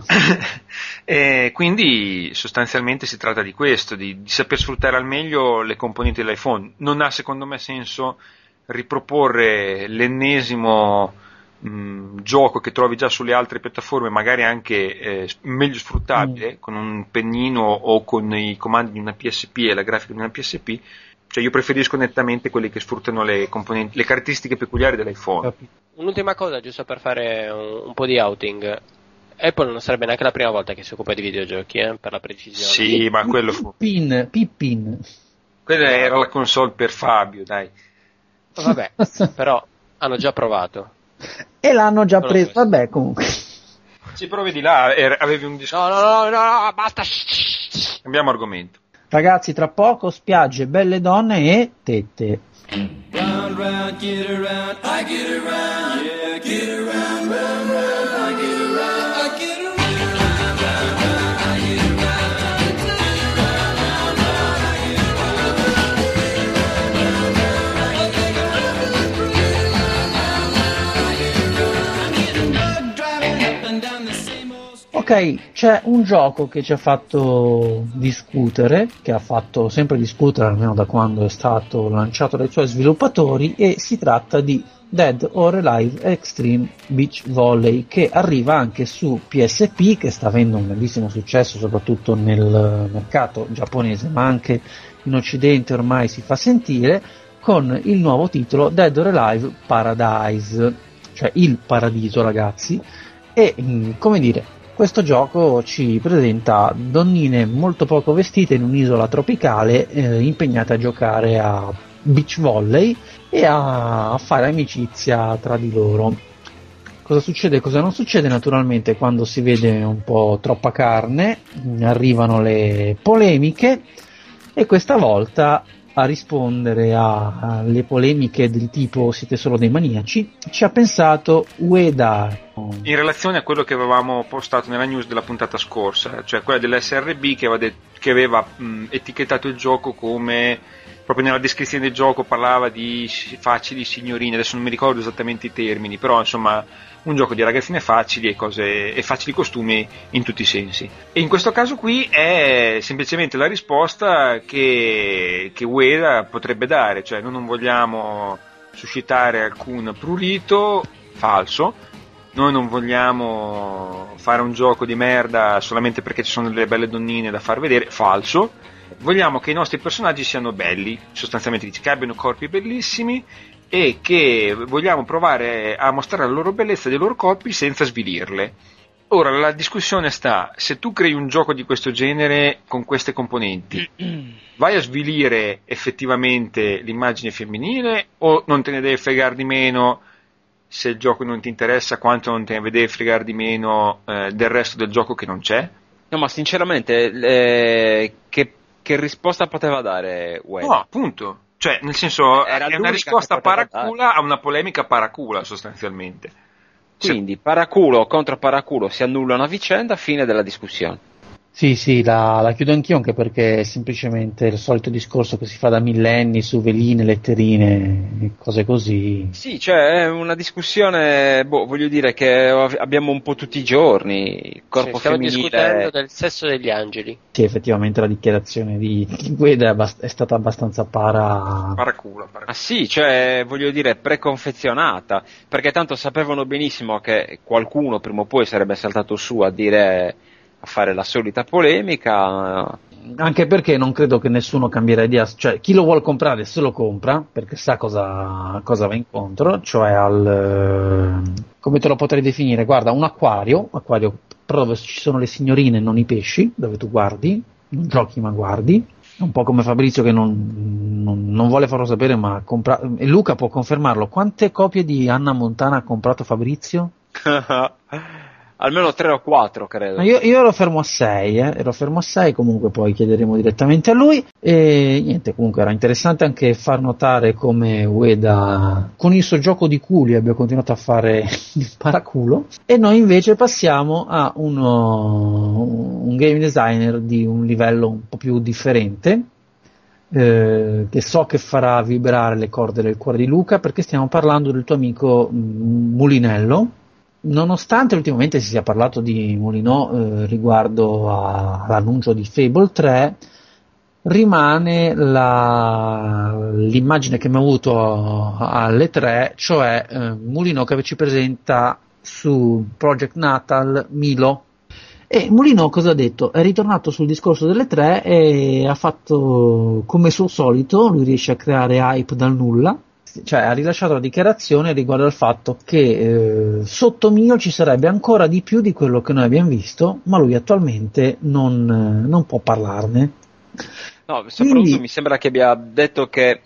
S1: E quindi sostanzialmente si tratta di questo, di, di saper sfruttare al meglio le componenti dell'iPhone. Non ha secondo me senso riproporre l'ennesimo mh, gioco che trovi già sulle altre piattaforme, magari anche eh, meglio sfruttabile, mm. con un pennino o con i comandi di una P S P e la grafica di una P S P. Cioè io preferisco nettamente quelli che sfruttano le componenti, le caratteristiche peculiari dell'iPhone.
S4: Un'ultima cosa, giusto per fare un, un po' di outing. Apple non sarebbe neanche la prima volta che si occupa di videogiochi, eh, per la precisione.
S1: Sì, ma quello fu.
S2: Pippin, Pippin.
S1: Quella era la console per Fabio, dai.
S4: Vabbè, però hanno già provato.
S2: E l'hanno già
S4: Solo
S2: preso,
S4: questo.
S2: vabbè comunque.
S1: Sì, però vedi là, era- avevi un discorso.
S4: No, no, no, no, no, basta.
S1: Cambiamo argomento.
S2: Ragazzi, tra poco spiagge, belle donne e tette.
S6: Round, round, get around, I get around, yeah, get around, round, round, I get around, I get around, round, round, round, I get around, round, round, round, I get around, round, round, round, I get around, driving up and down the same old street.
S2: Ok, c'è un gioco che ci ha fatto discutere, che ha fatto sempre discutere almeno da quando è stato lanciato dai suoi sviluppatori, e si tratta di Dead or Alive Extreme Beach Volley, che arriva anche su P S P, che sta avendo un grandissimo successo soprattutto nel mercato giapponese, ma anche in Occidente ormai si fa sentire, con il nuovo titolo Dead or Alive Paradise, cioè il paradiso, ragazzi. E mh, come dire, questo gioco ci presenta donnine molto poco vestite in un'isola tropicale, eh, impegnate a giocare a beach volley e a, a fare amicizia tra di loro. Cosa succede e cosa non succede? Naturalmente quando si vede un po' troppa carne mh, arrivano le polemiche, e questa volta a rispondere a- alle polemiche del tipo siete solo dei maniaci ci ha pensato Ueda.
S1: In relazione a quello che avevamo postato nella news della puntata scorsa, cioè quella dell'S R B che aveva, det- che aveva mh, etichettato il gioco come, proprio nella descrizione del gioco parlava di si- facili signorine, adesso non mi ricordo esattamente i termini, però insomma un gioco di ragazzine facili e, cose, e facili costumi in tutti i sensi. E in questo caso qui è semplicemente la risposta che, che Ueda potrebbe dare, cioè noi non vogliamo suscitare alcun prurito, falso. Noi non vogliamo fare un gioco di merda solamente perché ci sono delle belle donnine da far vedere, falso. Vogliamo che i nostri personaggi siano belli, sostanzialmente dice che abbiano corpi bellissimi e che vogliamo provare a mostrare la loro bellezza dei loro corpi senza svilirle. Ora, la discussione sta, se tu crei un gioco di questo genere con queste componenti, vai a svilire effettivamente l'immagine femminile o non te ne devi fregare di meno se il gioco non ti interessa, quanto non te ne devi fregare di meno eh, del resto del gioco che non c'è?
S3: No, ma sinceramente, eh, che, che risposta poteva dare Ueda?
S1: No, appunto. Cioè, nel senso,
S3: Era
S1: è una
S3: l'unica
S1: risposta
S3: che poteva
S1: paracula a una polemica paracula, sostanzialmente.
S3: Quindi paraculo contro paraculo si annulla una vicenda, fine della discussione.
S2: Sì, sì, la, la chiudo anch'io anche perché è semplicemente il solito discorso che si fa da millenni su veline, letterine e cose così.
S3: Sì, cioè è una discussione, boh, voglio dire che abbiamo un po' tutti i giorni, il corpo
S4: Sì, stiamo
S3: femminile.
S4: discutendo del sesso degli angeli.
S2: Sì, effettivamente la dichiarazione di di Ueda è, abbast- è stata abbastanza para...
S1: Paracula,
S3: Ah
S1: paracula.
S3: sì, cioè voglio dire preconfezionata, perché tanto sapevano benissimo che qualcuno prima o poi sarebbe saltato su a dire, a fare la solita polemica.
S2: Anche perché non credo che nessuno cambierà idea, cioè chi lo vuole comprare se lo compra perché sa cosa, cosa va incontro, cioè al, come te lo potrei definire, guarda, un acquario, acquario però dove ci sono le signorine e non i pesci, dove tu guardi, non giochi ma guardi, è un po' come Fabrizio che non, non, non vuole farlo sapere ma compra, e Luca può confermarlo, quante copie di Anna Montana ha comprato Fabrizio?
S3: Almeno tre o quattro, credo.
S2: Ma Io, io ero fermo a sei, eh, ero fermo a sei, comunque poi chiederemo direttamente a lui e niente, comunque era interessante anche far notare come Ueda con il suo gioco di culi abbia continuato a fare il paraculo e noi invece passiamo a uno, un game designer di un livello un po' più differente eh, che so che farà vibrare le corde del cuore di Luca perché stiamo parlando del tuo amico mm, Mulinello. Nonostante ultimamente si sia parlato di Moulinot eh, riguardo a- all'annuncio di Fable tre, rimane la- l'immagine che mi ha avuto alle tre, cioè eh, Moulinot che ci presenta su Project Natal Milo. E Moulinot cosa ha detto? È ritornato sul discorso delle tre e ha fatto come suo solito, lui riesce a creare hype dal nulla. Cioè ha rilasciato la dichiarazione riguardo al fatto che eh, sotto Mio ci sarebbe ancora di più di quello che noi abbiamo visto, ma lui attualmente non, eh, non può parlarne.
S3: No, soprattutto
S2: Quindi-
S3: mi sembra che abbia detto che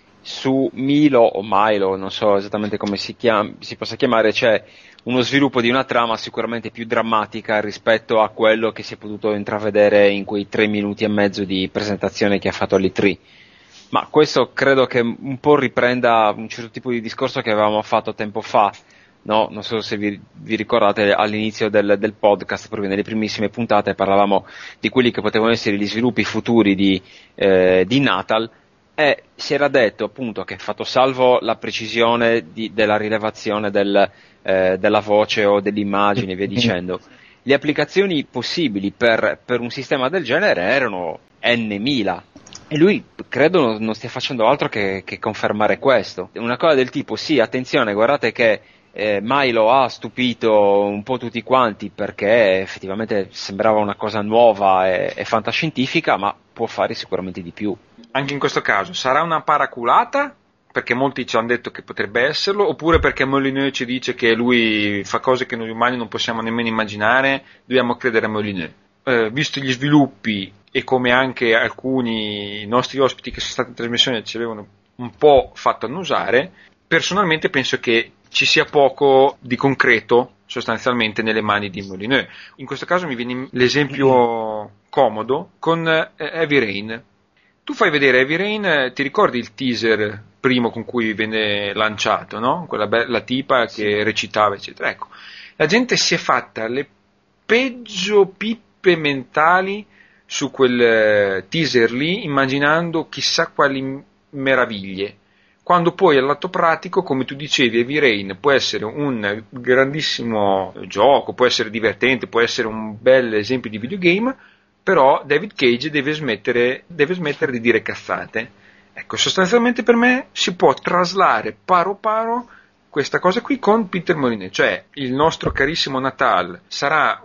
S3: su Milo o Milo, non so esattamente come si, chiam- si possa chiamare, c'è uno sviluppo di una trama sicuramente più drammatica rispetto a quello che si è potuto intravedere in quei tre minuti e mezzo di presentazione che ha fatto all'E tre. Ma questo credo che un po' riprenda un certo tipo di discorso che avevamo fatto tempo fa, no? Non so se vi, vi ricordate all'inizio del, del podcast, proprio nelle primissime puntate parlavamo di quelli che potevano essere gli sviluppi futuri di, eh, di Natal e si era detto appunto che fatto salvo la precisione di, della rilevazione del, eh, della voce o dell'immagine e via dicendo, le applicazioni possibili per, per un sistema del genere erano n mila. E lui credo non, non stia facendo altro che, che confermare questo. Una cosa del tipo, sì, attenzione, guardate che eh, Milo ha stupito un po' tutti quanti perché effettivamente sembrava una cosa nuova e, e fantascientifica, ma può fare sicuramente di più.
S1: Anche in questo caso sarà una paraculata, perché molti ci hanno detto che potrebbe esserlo, oppure perché Molineux ci dice che lui fa cose che noi umani non possiamo nemmeno immaginare, dobbiamo credere a Molineux. Eh, visto gli sviluppi e come anche alcuni nostri ospiti che sono stati in trasmissione ci avevano un po' fatto annusare, personalmente penso che ci sia poco di concreto sostanzialmente nelle mani di Molineux. In questo caso mi viene l'esempio comodo con eh, Heavy Rain. Tu fai vedere Heavy Rain, ti ricordi il teaser primo con cui venne lanciato, no? Quella bella tipa che recitava, eccetera. Ecco, la gente si è fatta le peggio pippe mentali su quel teaser lì, immaginando chissà quali meraviglie, quando poi all'atto pratico, come tu dicevi, Heavy Rain può essere un grandissimo gioco, può essere divertente, può essere un bel esempio di videogame, però David Cage deve smettere, deve smettere di dire cazzate. Ecco, sostanzialmente per me si può traslare paro paro questa cosa qui con Peter Molineux, cioè il nostro carissimo Natal sarà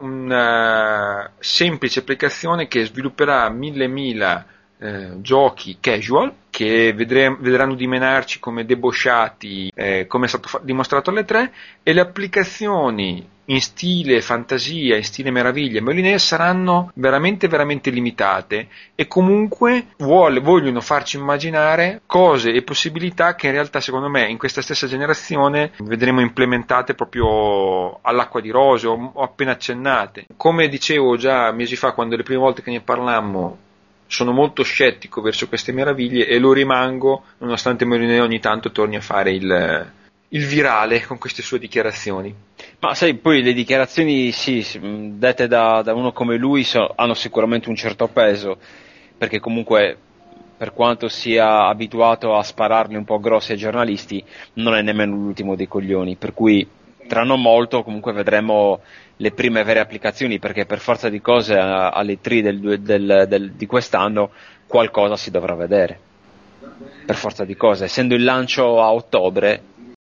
S1: una semplice applicazione che svilupperà mille mila eh, giochi casual che vedremo, vedranno dimenarci come debosciati, eh, come è stato fa- dimostrato alle tre, e le applicazioni in stile fantasia, in stile meraviglia Molineux saranno veramente veramente limitate e comunque vuole, vogliono farci immaginare cose e possibilità che in realtà secondo me in questa stessa generazione vedremo implementate proprio all'acqua di rose o, o appena accennate. Come dicevo già mesi fa quando le prime volte che ne parlammo, sono molto scettico verso queste meraviglie e lo rimango nonostante Mourinho ogni tanto torni a fare il, il virale con queste sue dichiarazioni.
S3: Ma sai, poi le dichiarazioni sì, dette da, da uno come lui so, hanno sicuramente un certo peso, perché comunque per quanto sia abituato a spararli un po' grossi ai giornalisti, non è nemmeno l'ultimo dei coglioni, per cui tra non molto comunque vedremo le prime vere applicazioni, perché per forza di cose alle tre del, del, del, di quest'anno qualcosa si dovrà vedere, per forza di cose, essendo il lancio a ottobre.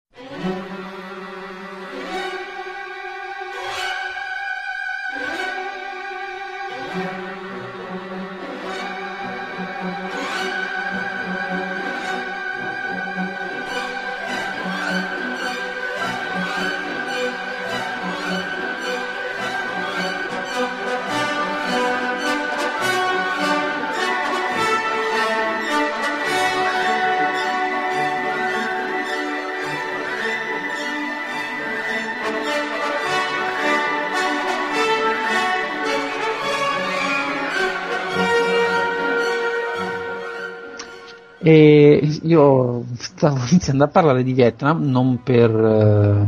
S2: E io stavo iniziando a parlare di Vietnam non per, eh,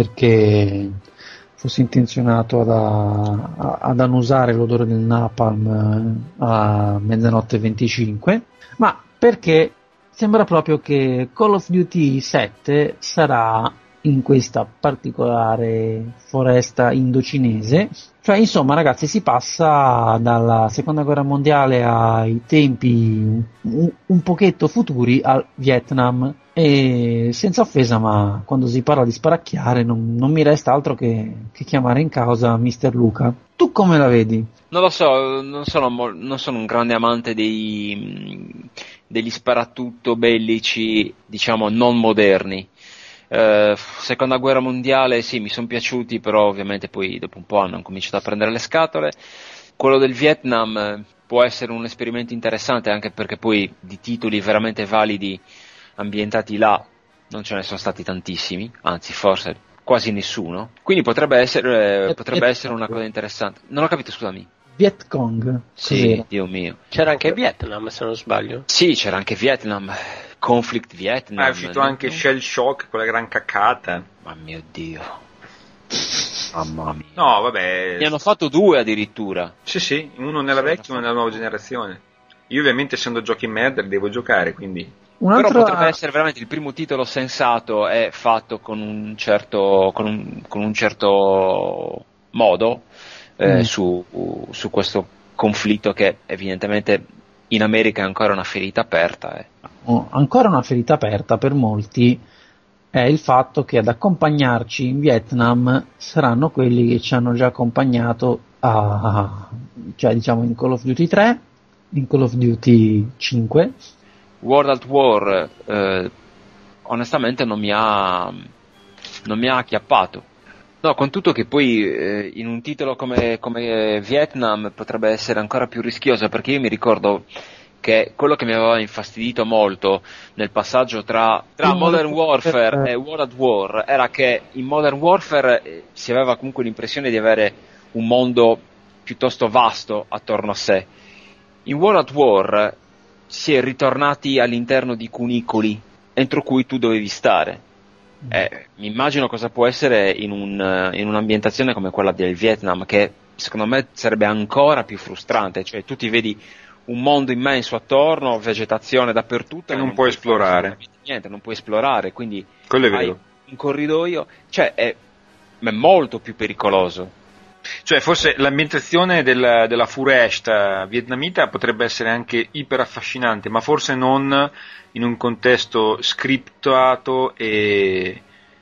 S2: perché fossi intenzionato ad, a, ad annusare l'odore del napalm eh, a mezzanotte e venticinque, ma perché sembra proprio che Call of Duty sette sarà in questa particolare foresta indocinese. Cioè, insomma, ragazzi, si passa dalla seconda guerra mondiale ai tempi un, un pochetto futuri al Vietnam, e senza offesa, ma quando si parla di sparacchiare non, non mi resta altro che, che chiamare in causa mister Luca. Tu come la vedi?
S3: Non lo so, non sono, mo- non sono un grande amante dei, degli sparatutto bellici, diciamo, non moderni. Uh, seconda guerra mondiale sì, mi sono piaciuti, però ovviamente poi dopo un po' hanno cominciato a prendere le scatole. Quello del Vietnam eh, può essere un esperimento interessante, anche perché poi di titoli veramente validi ambientati là non ce ne sono stati tantissimi, anzi forse quasi nessuno, quindi potrebbe essere, eh, potrebbe essere una cosa interessante. Non ho capito, scusami.
S2: Viet Cong?
S3: Sì,
S2: Cos'era?
S3: Dio mio.
S4: C'era anche Vietnam, se non sbaglio.
S3: Sì, c'era anche Vietnam, Conflict Vietnam.
S1: Ah, è uscito anche Shell Shock, quella gran caccata.
S3: Ma mio Dio. Mamma mia.
S1: No, vabbè.
S3: Ne hanno fatto due addirittura.
S1: Sì, sì, uno nella vecchia e uno nella nuova generazione. Io ovviamente, essendo giochi merda, li devo giocare, quindi...
S2: Un'altra...
S3: Però potrebbe essere veramente il primo titolo sensato e fatto con un certo, con un, con un certo modo eh,
S2: Mm.
S3: su, su questo conflitto che evidentemente in America è ancora una ferita aperta. Eh.
S2: Oh, ancora una ferita aperta per molti è il fatto che ad accompagnarci in Vietnam saranno quelli che ci hanno già accompagnato a, cioè diciamo in Call of Duty tre, in Call of Duty cinque.
S3: World at War eh, onestamente non mi ha non mi ha acchiappato. No, con tutto che poi eh, in un titolo come, come Vietnam potrebbe essere ancora più rischioso, perché io mi ricordo che quello che mi aveva infastidito molto nel passaggio tra, tra Modern Warfare e World at War era che in Modern Warfare eh, si aveva comunque l'impressione di avere un mondo piuttosto vasto attorno a sé. In World at War si è ritornati all'interno di cunicoli entro cui tu dovevi stare. Eh, mi immagino cosa può essere in, un, in un'ambientazione come quella del Vietnam, che secondo me sarebbe ancora più frustrante, cioè tu ti vedi un mondo immenso attorno, vegetazione dappertutto
S1: e non puoi esplorare
S3: fare niente, non puoi esplorare, quindi
S1: quello è
S3: hai
S1: vero.
S3: un corridoio, cioè è, è molto più pericoloso.
S1: Cioè, forse l'ambientazione del, della foresta vietnamita potrebbe essere anche iper affascinante, ma forse non in un contesto scriptato e,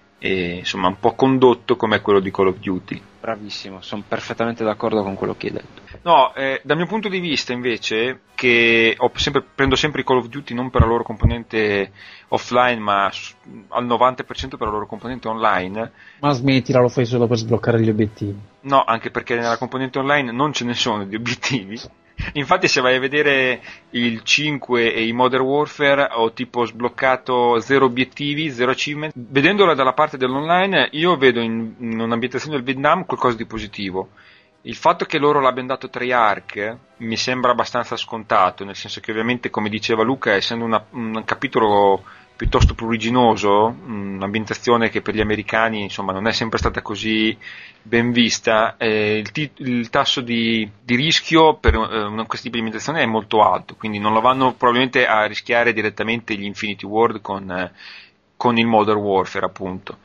S1: e insomma un po' condotto come quello di Call of Duty.
S3: Bravissimo, sono perfettamente d'accordo con quello che hai detto.
S1: No, eh, dal mio punto di vista invece, che ho sempre, prendo sempre i Call of Duty non per la loro componente offline, ma s- al novanta per cento per la loro componente online.
S2: Ma smettila, lo fai solo per sbloccare gli obiettivi.
S1: No, anche perché nella componente online non ce ne sono di obiettivi. Infatti, se vai a vedere il cinque e i Modern Warfare, ho tipo sbloccato zero obiettivi, zero achievement. Vedendola dalla parte dell'online, io vedo in, in un'ambientazione del Vietnam qualcosa di positivo. Il fatto che loro l'abbiano dato Treyarch mi sembra abbastanza scontato, nel senso che ovviamente, come diceva Luca, essendo una, un capitolo piuttosto pruriginoso, un'ambientazione che per gli americani insomma non è sempre stata così ben vista, eh, il, t- il tasso di, di rischio per eh, una, questo tipo di ambientazione è molto alto, quindi non lo vanno probabilmente a rischiare direttamente gli Infinity Ward con, eh, con il Modern Warfare, appunto.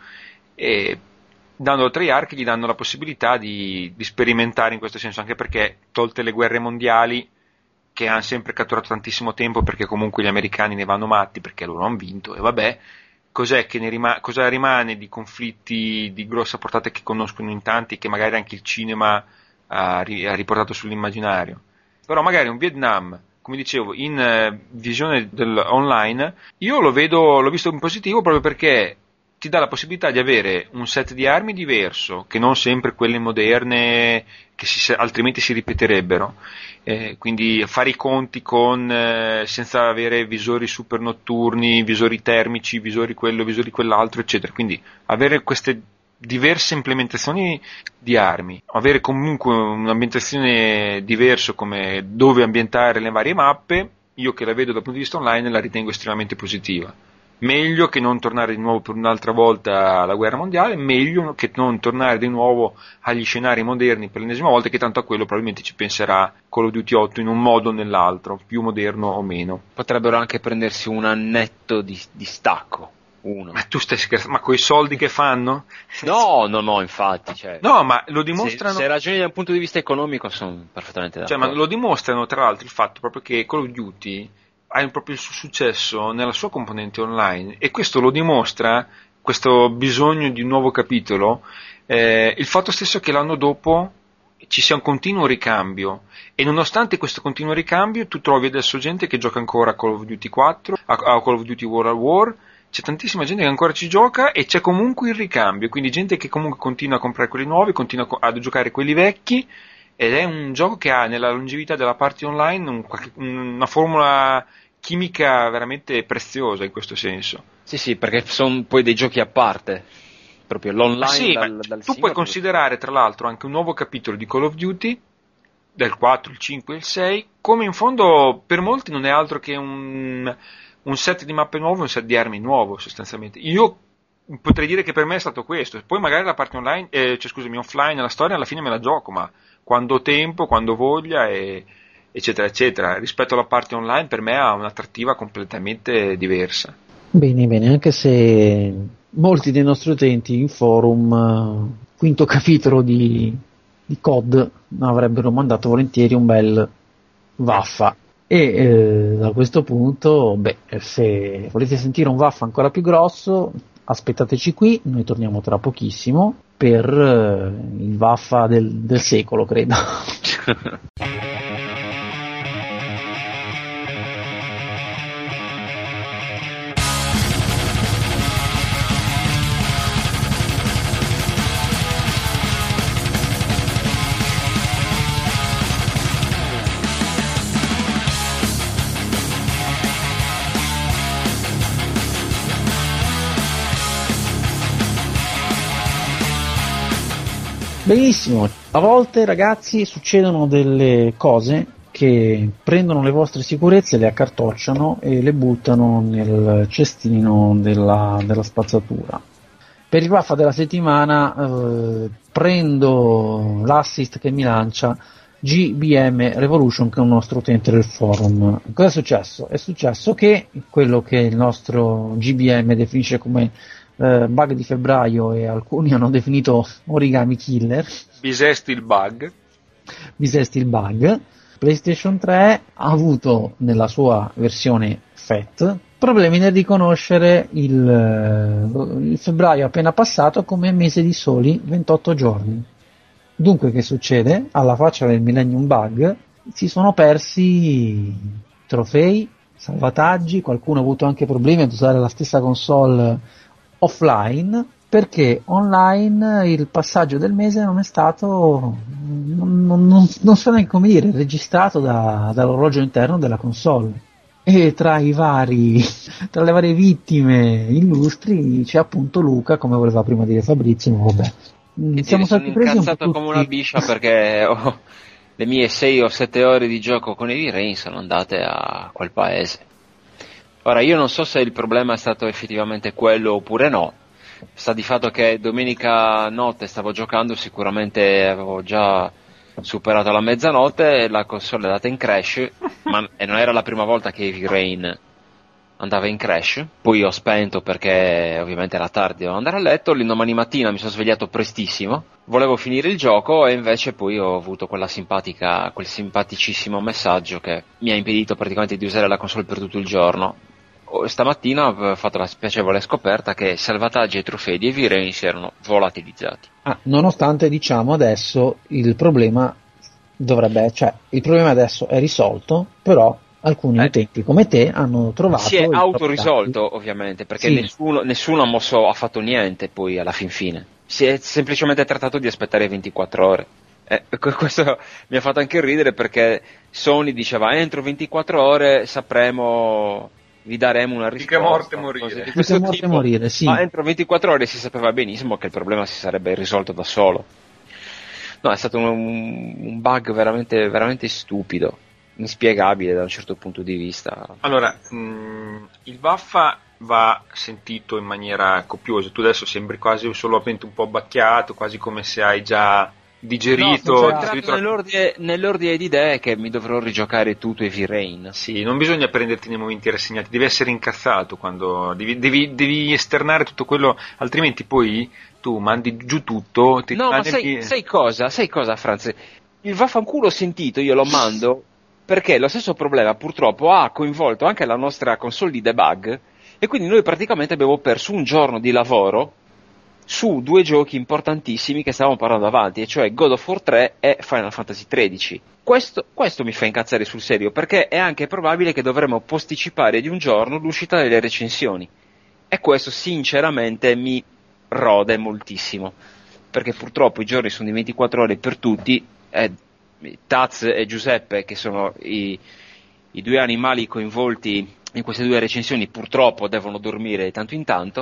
S1: E dando a Treyarch gli danno la possibilità di, di sperimentare in questo senso, anche perché, tolte le guerre mondiali che hanno sempre catturato tantissimo tempo, perché comunque gli americani ne vanno matti perché loro hanno vinto, e vabbè, cos'è che ne rima- cosa rimane di conflitti di grossa portata che conoscono in tanti, che magari anche il cinema ha, ri- ha riportato sull'immaginario. Però magari un Vietnam, come dicevo, in uh, visione del online, io lo vedo, l'ho visto in positivo proprio perché ti dà la possibilità di avere un set di armi diverso, che non sempre quelle moderne che si, altrimenti si ripeterebbero, eh, quindi fare i conti con eh, senza avere visori super notturni, visori termici, visori quello, visori quell'altro, eccetera. Quindi avere queste diverse implementazioni di armi, avere comunque un'ambientazione diversa come dove ambientare le varie mappe, io che la vedo dal punto di vista online la ritengo estremamente positiva. Meglio che non tornare di nuovo per un'altra volta alla guerra mondiale, meglio che non tornare di nuovo agli scenari moderni per l'ennesima volta, che tanto a quello probabilmente ci penserà Call of Duty otto in un modo o nell'altro, più moderno o meno.
S3: Potrebbero anche prendersi un annetto di, di stacco, uno.
S1: Ma tu stai scherzando? Ma coi soldi che fanno?
S3: No, no, no, infatti. Cioè,
S1: no, ma lo dimostrano.
S3: Se, se ragioni dal punto di vista economico sono perfettamente d'accordo.
S1: Cioè, ma lo dimostrano tra l'altro il fatto proprio che Call of Duty ha proprio il suo successo nella sua componente online, e questo lo dimostra, questo bisogno di un nuovo capitolo, eh, il fatto stesso che l'anno dopo ci sia un continuo ricambio, e nonostante questo continuo ricambio tu trovi adesso gente che gioca ancora a Call of Duty quattro, a, a Call of Duty World at War, c'è tantissima gente che ancora ci gioca e c'è comunque il ricambio, quindi gente che comunque continua a comprare quelli nuovi, continua a giocare quelli vecchi, ed è un gioco che ha nella longevità della party online un, una formula chimica veramente preziosa in questo senso.
S3: Sì, sì, perché sono poi dei giochi a parte, proprio l'online.
S1: Sì,
S3: dal,
S1: ma
S3: dal
S1: tu puoi considerare tra l'altro anche un nuovo capitolo di Call of Duty, del quattro, il cinque e il sei, come in fondo per molti non è altro che un, un set di mappe nuovo, un set di armi nuovo sostanzialmente. Io potrei dire che per me è stato questo, poi magari la parte online, eh, cioè scusami, offline, la storia alla fine me la gioco, ma quando ho tempo, quando voglia, e, eccetera, eccetera. Rispetto alla parte online per me ha un'attrattiva completamente diversa.
S2: Bene, bene, anche se molti dei nostri utenti in forum, quinto capitolo di, di C O D, avrebbero mandato volentieri un bel vaffa. E eh, da questo punto, beh, se volete sentire un vaffa ancora più grosso, aspettateci qui, noi torniamo tra pochissimo per eh, il vaffa del, del secolo, credo. Benissimo, a volte ragazzi succedono delle cose che prendono le vostre sicurezze, le accartocciano e le buttano nel cestino della, della spazzatura. Per il vaffa della settimana eh, prendo l'assist che mi lancia G B M Revolution, che è un nostro utente del forum. Cosa è successo? È successo che quello che il nostro G B M definisce come Uh, bug di febbraio, e alcuni hanno definito origami killer,
S1: bisesti il bug
S2: bisesti il bug, PlayStation tre ha avuto nella sua versione F A T problemi nel riconoscere il, uh, il febbraio appena passato come mese di soli ventotto giorni. Dunque che succede? Alla faccia del Millennium Bug si sono persi trofei, salvataggi, qualcuno ha avuto anche problemi ad usare la stessa console offline, perché online il passaggio del mese non è stato, non, non, non, non so neanche come dire, registrato da, dall'orologio interno della console. E tra i vari, tra le varie vittime illustri c'è appunto Luca, come voleva prima dire Fabrizio, ma vabbè, Mm,
S3: E
S2: siamo
S3: sono
S2: stati presi un po'
S3: incazzato come una
S2: tutti.
S3: biscia perché ho- le mie sei o sette ore di gioco con Heavy Rain sono andate a quel paese. Ora, io non so se il problema è stato effettivamente quello oppure no. Sta di fatto che domenica notte stavo giocando, sicuramente avevo già superato la mezzanotte, la console è andata in crash, ma e non era la prima volta che Heavy Rain andava in crash. Poi ho spento perché ovviamente era tardi, dovevo andare a letto. L'indomani mattina mi sono svegliato prestissimo, volevo finire il gioco e invece poi ho avuto quella simpatica, quel simpaticissimo messaggio che mi ha impedito praticamente di usare la console per tutto il giorno. Oh, Stamattina ho fatto la spiacevole scoperta che salvataggi e trofei di Heavy Rain si erano volatilizzati.
S2: Ah, nonostante diciamo adesso il problema dovrebbe, cioè il problema adesso è risolto, però alcuni
S3: Eh.
S2: utenti come te hanno trovato
S3: Si è
S2: i propri
S3: autorisolto
S2: dati.
S3: ovviamente perché
S2: Sì.
S3: nessuno, nessuno ha mosso, ha fatto niente poi alla fin fine. Si è semplicemente trattato di aspettare ventiquattro ore. Eh, que- questo mi ha fatto anche ridere perché Sony diceva entro ventiquattro ore sapremo, vi daremo una
S1: Di che
S3: risposta.
S1: morte
S3: cose
S1: morire.
S3: di
S2: Di che
S3: questo
S2: morte
S3: tipo.
S2: morire, sì.
S3: Ma entro ventiquattro ore si sapeva benissimo che il problema si sarebbe risolto da solo. No, è stato un, un bug veramente, veramente stupido, inspiegabile da un certo punto di vista.
S1: Allora, mh, il Vaffa va sentito in maniera copiosa. Tu adesso sembri quasi solamente un po' abbacchiato, quasi come se hai già digerito.
S3: No, sono
S1: digerito
S3: entrato
S1: la-
S3: nell'ordine, nell'ordine di idee che mi dovrò rigiocare tutto Heavy Rain.
S1: Sì, non bisogna prenderti nei momenti rassegnati, devi essere incazzato quando devi, devi, devi esternare tutto quello, altrimenti poi tu mandi giù tutto. Ti
S3: No, ma
S1: rimane
S3: sai,
S1: lì-
S3: sai cosa? Sai cosa, Franz? Il vaffanculo sentito io lo mando perché lo stesso problema purtroppo ha coinvolto anche la nostra console di debug e quindi noi praticamente abbiamo perso un giorno di lavoro su due giochi importantissimi che stavamo parlando avanti, e cioè God of War tre e Final Fantasy tredici. Questo, questo mi fa incazzare sul serio, perché è anche probabile che dovremmo posticipare di un giorno l'uscita delle recensioni. E questo sinceramente mi rode moltissimo, perché purtroppo i giorni sono di ventiquattro ore per tutti, e Taz e Giuseppe, che sono i, i due animali coinvolti in queste due recensioni, purtroppo devono dormire di tanto in tanto,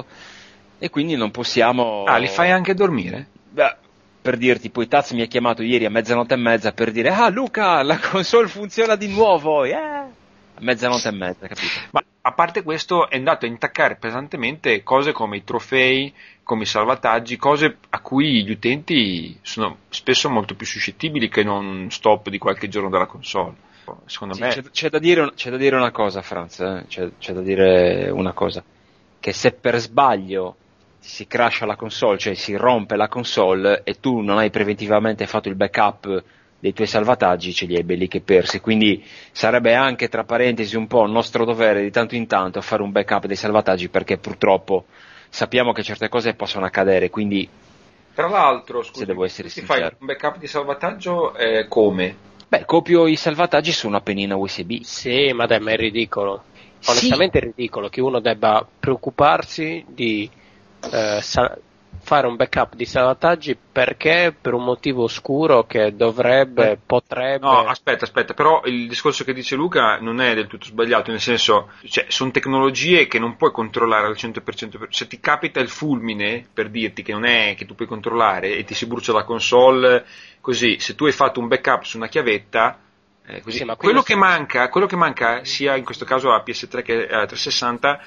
S3: e quindi non possiamo...
S1: Ah, li fai anche dormire?
S3: Beh, per dirti, poi Taz mi ha chiamato ieri a mezzanotte e mezza per dire ah Luca, la console funziona di nuovo, yeah! A mezzanotte e mezza, capito?
S1: Ma a parte questo è andato a intaccare pesantemente cose come i trofei, come i salvataggi, cose a cui gli utenti sono spesso molto più suscettibili che non stop di qualche giorno dalla console. Secondo
S3: Sì,
S1: me
S3: c'è, c'è da dire, c'è da dire una cosa, Franz, eh? c'è, c'è da dire una cosa, che se per sbaglio si crasha la console, cioè si rompe la console e tu non hai preventivamente fatto il backup dei tuoi salvataggi, ce li hai belli che persi, quindi sarebbe anche tra parentesi un po' il nostro dovere di tanto in tanto fare un backup dei salvataggi, perché purtroppo sappiamo che certe cose possono accadere, quindi
S1: tra l'altro, scusa,
S3: se devo essere
S1: ti
S3: sincero.
S1: fai un backup di salvataggio eh, come?
S3: Beh, copio i salvataggi su una pennina U S B.
S4: Sì, ma dai, ma è ridicolo. Onestamente è ridicolo che uno debba preoccuparsi di eh, sa- fare un backup di salvataggi perché per un motivo oscuro che dovrebbe,
S1: Eh.
S4: potrebbe...
S1: No, aspetta, aspetta, però il discorso che dice Luca non è del tutto sbagliato, nel senso, cioè, sono tecnologie che non puoi controllare al cento per cento. Se ti capita il fulmine, per dirti che non è che tu puoi controllare e ti si brucia la console, così, se tu hai fatto un backup su una chiavetta, eh, così,
S4: Sì, ma
S1: quello,
S4: quello
S1: che
S4: sì.
S1: manca, quello che manca sia in questo caso a P S tre che a trecentosessanta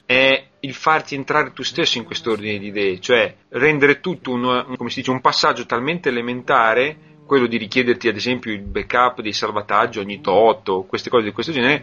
S1: è il farti entrare tu stesso in quest'ordine di idee, cioè rendere tutto un, un- come si dice, un passaggio talmente elementare, quello di richiederti ad esempio il backup dei salvataggi ogni tot o queste cose di questo genere,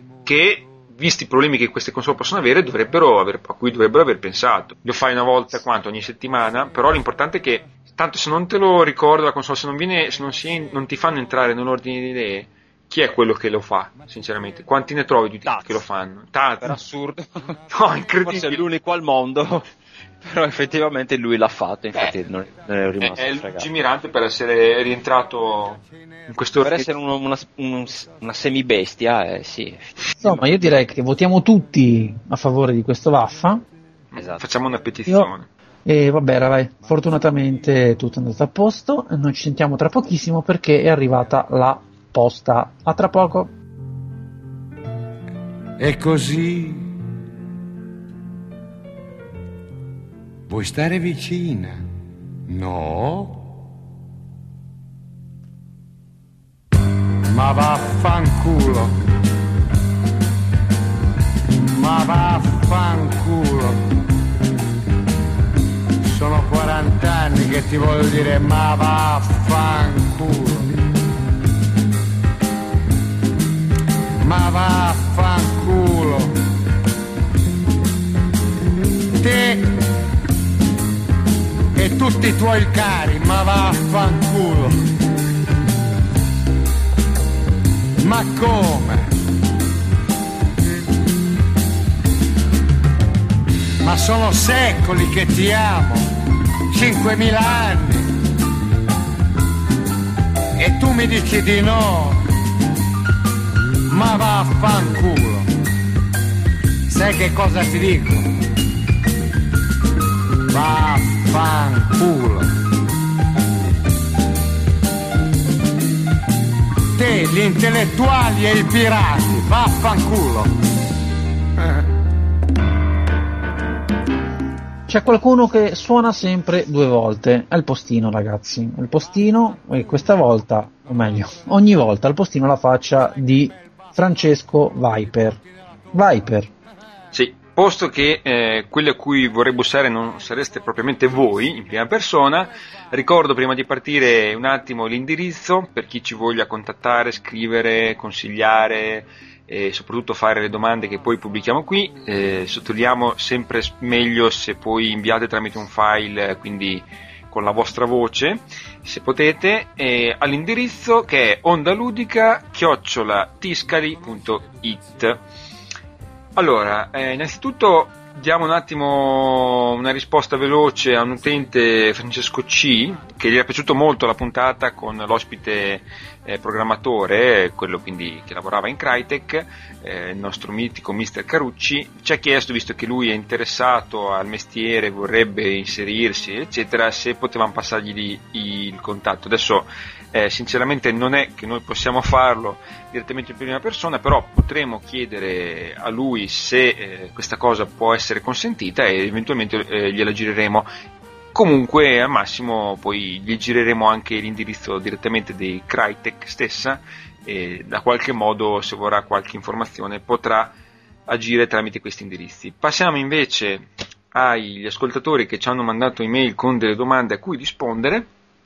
S1: che visti i problemi che queste console possono avere, dovrebbero aver, a cui dovrebbero aver pensato. Lo fai una volta quanto ogni settimana, però l'importante è che tanto se non te lo ricorda la console, se non viene, se non, si, non ti fanno entrare nell'ordine di idee, chi è quello che lo fa, sinceramente? Quanti ne trovi di utenti
S3: Taz.
S1: che lo fanno? Taz.
S3: Per assurdo.
S1: No,
S3: Forse è
S1: incredibile.
S3: l'unico al mondo, però effettivamente lui l'ha fatto, infatti non, non è
S1: È,
S3: rimasto
S1: è
S3: fregato.
S1: lungimirante per essere rientrato in questo
S3: Per essere uno- una, un- una semibestia, eh, sì.
S2: Insomma, io direi che votiamo tutti a favore di questo vaffa.
S3: Esatto.
S1: Facciamo una petizione.
S2: E vabbè, vai. Fortunatamente tutto è andato a posto. E noi ci sentiamo tra pochissimo perché è arrivata la posta. A tra poco.
S8: E così vuoi stare vicina, No. Ma vaffanculo. Ma vaffanculo. Sono quaranta anni che ti voglio dire ma vaffanculo. Ma vaffanculo. Te e tutti i tuoi cari, ma vaffanculo. Ma come? Ma sono secoli che ti amo, cinquemila anni, e tu mi dici di no, ma vaffanculo. Sai che cosa ti dico? Vaffanculo. Te, gli intellettuali e i pirati, vaffanculo.
S2: C'è qualcuno che suona sempre due volte, è il postino, ragazzi, il postino, e questa volta, o meglio, ogni volta il postino la faccia di Francesco Viper. Viper.
S1: Sì, posto che eh, quelli a cui vorrei bussare non sareste propriamente voi in prima persona, ricordo prima di partire un attimo l'indirizzo per chi ci voglia contattare, scrivere, consigliare e soprattutto fare le domande che poi pubblichiamo qui. Eh, sottolineiamo sempre meglio se poi inviate tramite un file, quindi con la vostra voce, se potete, eh, all'indirizzo che è ondaludica chiocciola tiscali punto it. Allora, eh, innanzitutto diamo un attimo una risposta veloce a un utente, Francesco C, che gli è piaciuto molto la puntata con l'ospite eh, programmatore, quello quindi che lavorava in Crytek, eh, il nostro mitico mister Carucci. Ci ha chiesto, visto che lui è interessato al mestiere, vorrebbe inserirsi, eccetera, se potevamo passargli il contatto. Adesso eh, sinceramente non è che noi possiamo farlo direttamente in prima persona, però potremo chiedere a lui se eh, questa cosa può essere consentita e eventualmente eh, gliela gireremo. Comunque al massimo poi gli gireremo anche l'indirizzo direttamente di Crytek stessa, e da qualche modo, se vorrà qualche informazione, potrà agire tramite questi indirizzi. Passiamo invece agli ascoltatori che ci hanno mandato email con delle domande a cui rispondere.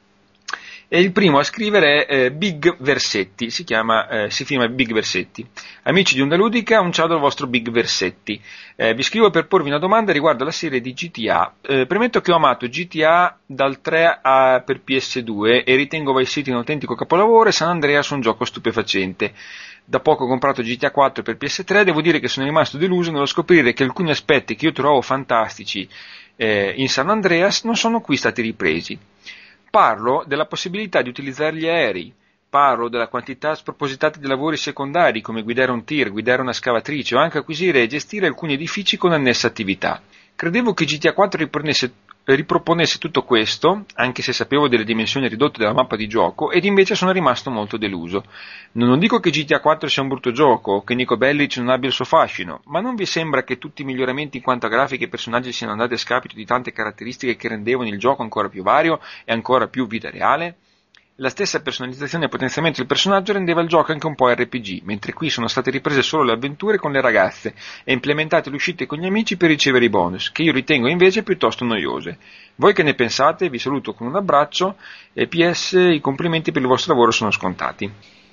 S1: E il primo a scrivere è eh, Big Versetti, si chiama, eh, si firma Big Versetti. Amici di Onda Ludica, un ciao dal vostro Big Versetti. Eh, vi scrivo per porvi una domanda riguardo alla serie di G T A. Eh, premetto che ho amato G T A dal tre a, per P S due e ritengo Vice City un autentico capolavoro e San Andreas un gioco stupefacente. Da poco ho comprato G T A quattro per P S tre, devo dire che sono rimasto deluso nello scoprire che alcuni aspetti che io trovo fantastici eh, in San Andreas non sono qui stati ripresi. Parlo della possibilità di utilizzare gli aerei, parlo della quantità spropositata di lavori secondari come guidare un tir, guidare una scavatrice o anche acquisire e gestire alcuni edifici con annessa attività. Credevo che G T A quattro riproponesse, riproponesse tutto questo, anche se sapevo delle dimensioni ridotte della mappa di gioco, ed invece sono rimasto molto deluso. Non dico che G T A quattro sia un brutto gioco o che Nico Bellic non abbia il suo fascino, ma non vi sembra che tutti i miglioramenti in quanto a grafiche e personaggi siano andati a scapito di tante caratteristiche che rendevano il gioco ancora più vario e ancora più vita reale? La stessa personalizzazione e potenziamento del personaggio rendeva il gioco anche un po' R P G, mentre qui sono state riprese solo le avventure con le ragazze e implementate le uscite con gli amici per ricevere i bonus, che io ritengo invece piuttosto noiose. Voi che ne pensate? Vi saluto con un abbraccio e P S i complimenti per il vostro lavoro sono scontati.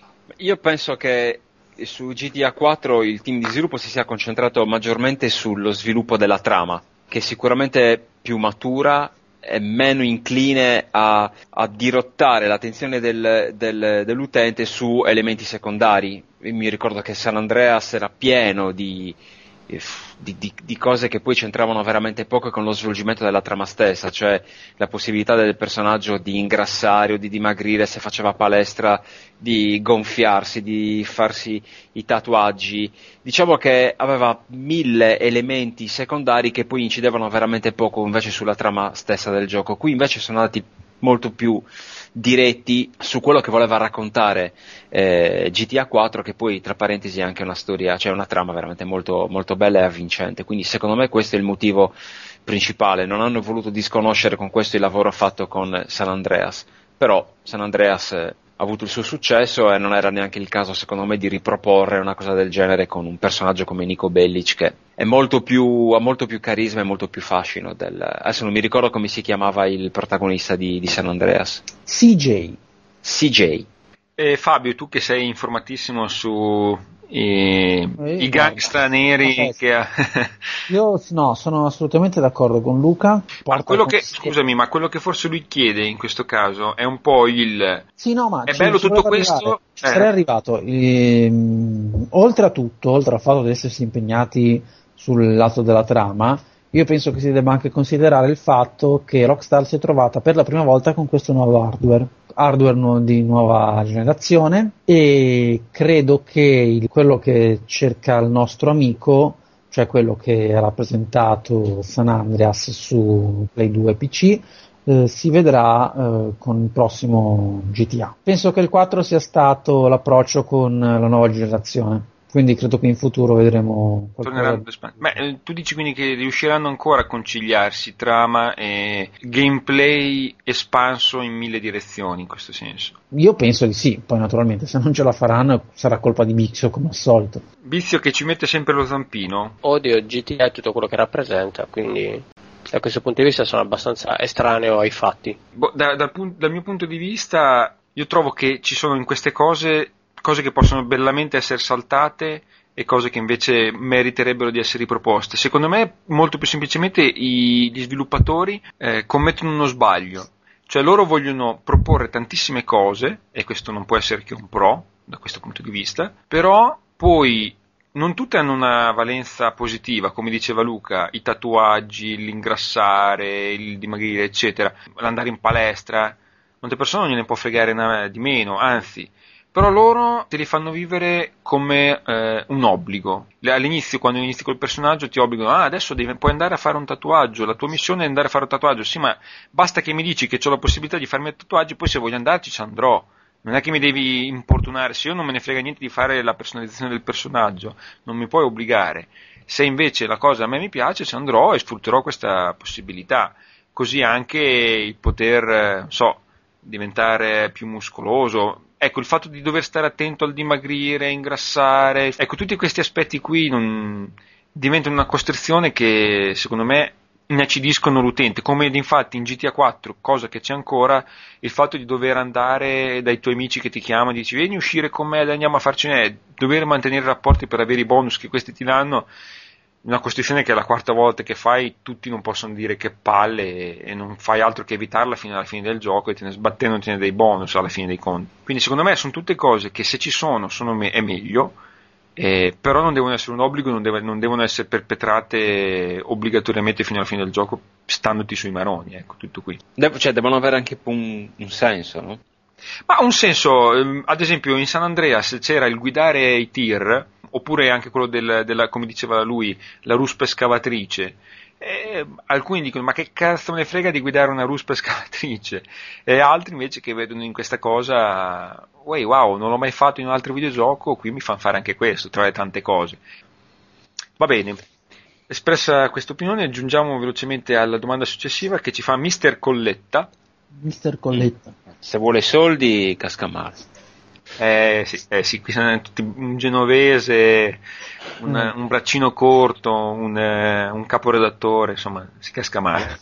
S3: Io penso che su G T A quattro il team di sviluppo si sia concentrato maggiormente sullo sviluppo della trama, che è sicuramente più matura, è meno incline a, a dirottare l'attenzione del, del, dell'utente su elementi secondari. Io mi ricordo che San Andreas era pieno di, di, di, di cose che poi c'entravano veramente poco con lo svolgimento della trama stessa, cioè la possibilità del personaggio di ingrassare o di dimagrire se faceva palestra, di gonfiarsi, di farsi i tatuaggi. Diciamo che aveva mille elementi secondari che poi incidevano veramente poco invece sulla trama stessa del gioco. Qui invece sono andati molto più diretti su quello che voleva raccontare eh, G T A quattro, che poi tra parentesi è anche una storia, cioè una trama veramente molto, molto bella e avvincente. Quindi secondo me questo è il motivo principale, non hanno voluto disconoscere con questo il lavoro fatto con San Andreas, però San Andreas eh, ha avuto il suo successo e non era neanche il caso secondo me di riproporre una cosa del genere con un personaggio come Niko Bellic, che è molto più, ha molto più carisma e molto più fascino del, adesso non mi ricordo come si chiamava il protagonista di, di San Andreas.
S2: C J.
S3: C J.
S1: E Fabio, tu che sei informatissimo su i,
S2: Eh,
S1: i gangsta
S2: guarda,
S1: neri
S2: aspetta.
S1: che ha...
S2: Io no, sono assolutamente d'accordo con Luca.
S1: Ma
S2: Porta
S1: quello
S2: con
S1: che,
S2: sé-
S1: scusami, ma quello che forse lui chiede in questo caso è un po' il...
S2: Sì, no, ma
S1: È
S2: ci-
S1: bello
S2: ci
S1: tutto
S2: volevo
S1: questo?
S2: arrivare. Ci
S1: Eh.
S2: sarei arrivato. Ehm, oltre a tutto, oltre al fatto di essersi impegnati sul lato della trama, io penso che si debba anche considerare il fatto che Rockstar si è trovata per la prima volta con questo nuovo hardware, hardware nu- di nuova generazione, e credo che il- quello che cerca il nostro amico, cioè quello che ha rappresentato San Andreas su Play due e P C, eh, si vedrà eh, con il prossimo G T A. Penso che il quattro sia stato l'approccio con la nuova generazione, quindi credo che in futuro vedremo qualcosa.
S1: Torneranno ad espand- Beh, eh, tu dici quindi che riusciranno ancora a conciliarsi trama e gameplay espanso in mille direzioni in questo senso?
S2: Io penso di sì, poi naturalmente se non ce la faranno sarà colpa di Bixio come al solito.
S1: Vizio che ci mette sempre lo zampino?
S4: Odio G T A e tutto quello che rappresenta, quindi da questo punto di vista sono abbastanza estraneo ai fatti.
S1: Boh, da- dal, pun- dal mio punto di vista io trovo che ci sono in queste cose cose che possono bellamente essere saltate e cose che invece meriterebbero di essere riproposte. Secondo me molto più semplicemente i, gli sviluppatori eh, commettono uno sbaglio, cioè loro vogliono proporre tantissime cose, e questo non può essere che un pro da questo punto di vista, però poi non tutte hanno una valenza positiva, come diceva Luca, i tatuaggi, l'ingrassare, il dimagrire, eccetera, l'andare in palestra. Molte persone non gliene può fregare na- di meno, anzi, però loro te li fanno vivere come eh, un obbligo. Le- All'inizio, quando inizi col personaggio, ti obbligano, ah, adesso devi, puoi andare a fare un tatuaggio, la tua missione è andare a fare un tatuaggio. Sì, ma basta che mi dici che ho la possibilità di farmi tatuaggi, poi se voglio andarci ci andrò. Non è che mi devi importunare, se io non me ne frega niente di fare la personalizzazione del personaggio, non mi puoi obbligare. Se invece la cosa a me mi piace, ci andrò e sfrutterò questa possibilità. Così anche il poter, eh, non so, diventare più muscoloso. Ecco, il fatto di dover stare attento al dimagrire, ingrassare, ecco, tutti questi aspetti qui non diventano una costrizione che secondo me inacidiscono l'utente, come infatti in G T A quattro, cosa che c'è ancora, il fatto di dover andare dai tuoi amici che ti chiamano e dici vieni a uscire con me, dai, andiamo a farcene, dover mantenere rapporti per avere i bonus che questi ti danno, una costrizione che è la quarta volta che fai, tutti non possono dire che palle e, e non fai altro che evitarla fino alla fine del gioco e te ne sbattendotene dei bonus alla fine dei conti. Quindi secondo me sono tutte cose che se ci sono, sono me- è meglio, eh, però non devono essere un obbligo, non, deve- non devono essere perpetrate obbligatoriamente fino alla fine del gioco standoti sui maroni, ecco, tutto qui.
S3: De- cioè devono avere anche un, un senso, no?
S1: Ma un senso, ehm, ad esempio in San Andreas c'era il guidare i tir, oppure anche quello del, della, come diceva lui, la ruspa escavatrice. E alcuni dicono ma che cazzo me ne frega di guidare una ruspa escavatrice, e altri invece che vedono in questa cosa wow, wow, non l'ho mai fatto in un altro videogioco, qui mi fanno fare anche questo tra le tante cose. Va bene, espressa questa opinione aggiungiamo velocemente alla domanda successiva che ci fa mister Colletta.
S2: mister Colletta.
S3: Se vuole soldi casca male.
S1: Eh sì, eh sì, qui sono tutti un genovese, un,
S2: Mm.
S1: un braccino corto, un, eh, un caporedattore, insomma, si casca male.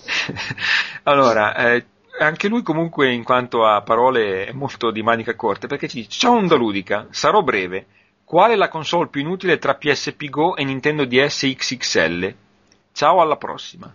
S1: Allora, eh, anche lui comunque in quanto a parole è molto di manica corta, perché ci dice, ciao Onda Ludica, sarò breve, qual è la console più inutile tra P S P Go e Nintendo D S X X L? Ciao, alla prossima.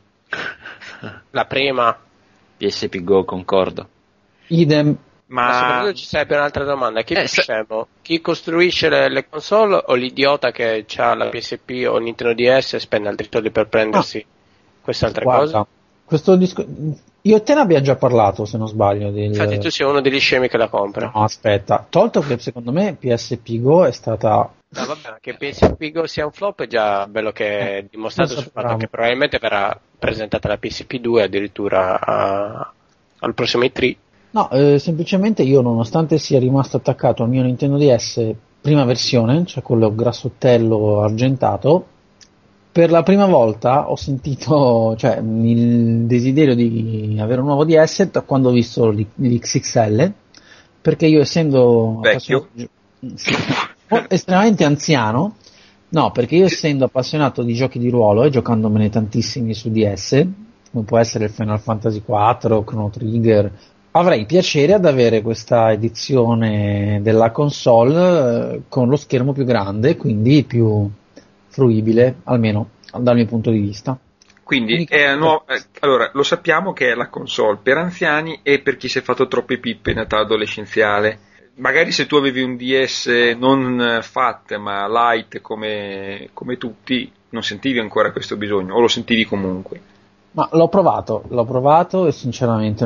S4: La prima.
S3: P S P Go, concordo.
S2: Idem.
S4: Ma
S1: Ma
S4: soprattutto ci sarebbe un'altra domanda: chi è
S3: Eh,
S4: più
S3: se-
S4: scemo? Chi costruisce le, le console o l'idiota che ha la P S P o Nintendo D S e spende altri soldi per prendersi quest'altra
S2: Guarda,
S4: cosa?
S2: questo disco... io e te ne abbiamo già parlato, se non sbaglio. Del...
S4: Infatti tu sei uno degli scemi che la compra.
S2: No, aspetta, tolto che secondo me P S P Go è stata...
S4: No, vabbè, che P S P Go sia un flop è già bello che è dimostrato
S2: lo
S4: sul fatto
S2: sappiamo.
S4: che probabilmente verrà presentata la P S P due addirittura a- al prossimo E tre.
S2: No, eh, semplicemente io, nonostante sia rimasto attaccato al mio Nintendo D S prima versione, cioè quello grassottello argentato, per la prima volta ho sentito, cioè, il desiderio di avere un nuovo D S da quando ho visto l'X X L, perché io essendo
S1: Vecchio?
S2: appassionato- estremamente anziano, no, perché io essendo appassionato di giochi di ruolo e giocandomene tantissimi su D S, come può essere il Final Fantasy quattro, Chrono Trigger, avrei piacere ad avere questa edizione della console eh, con lo schermo più grande, quindi più fruibile, almeno dal mio punto di vista.
S1: Quindi
S2: Unica-
S1: è nuo- eh, allora, lo sappiamo che è la console per anziani e per chi si è fatto troppe pippe in età adolescenziale. Magari se tu avevi un D S non eh, fat ma light come, come tutti, non sentivi ancora questo bisogno, o lo sentivi comunque.
S2: Ma l'ho provato, l'ho provato e sinceramente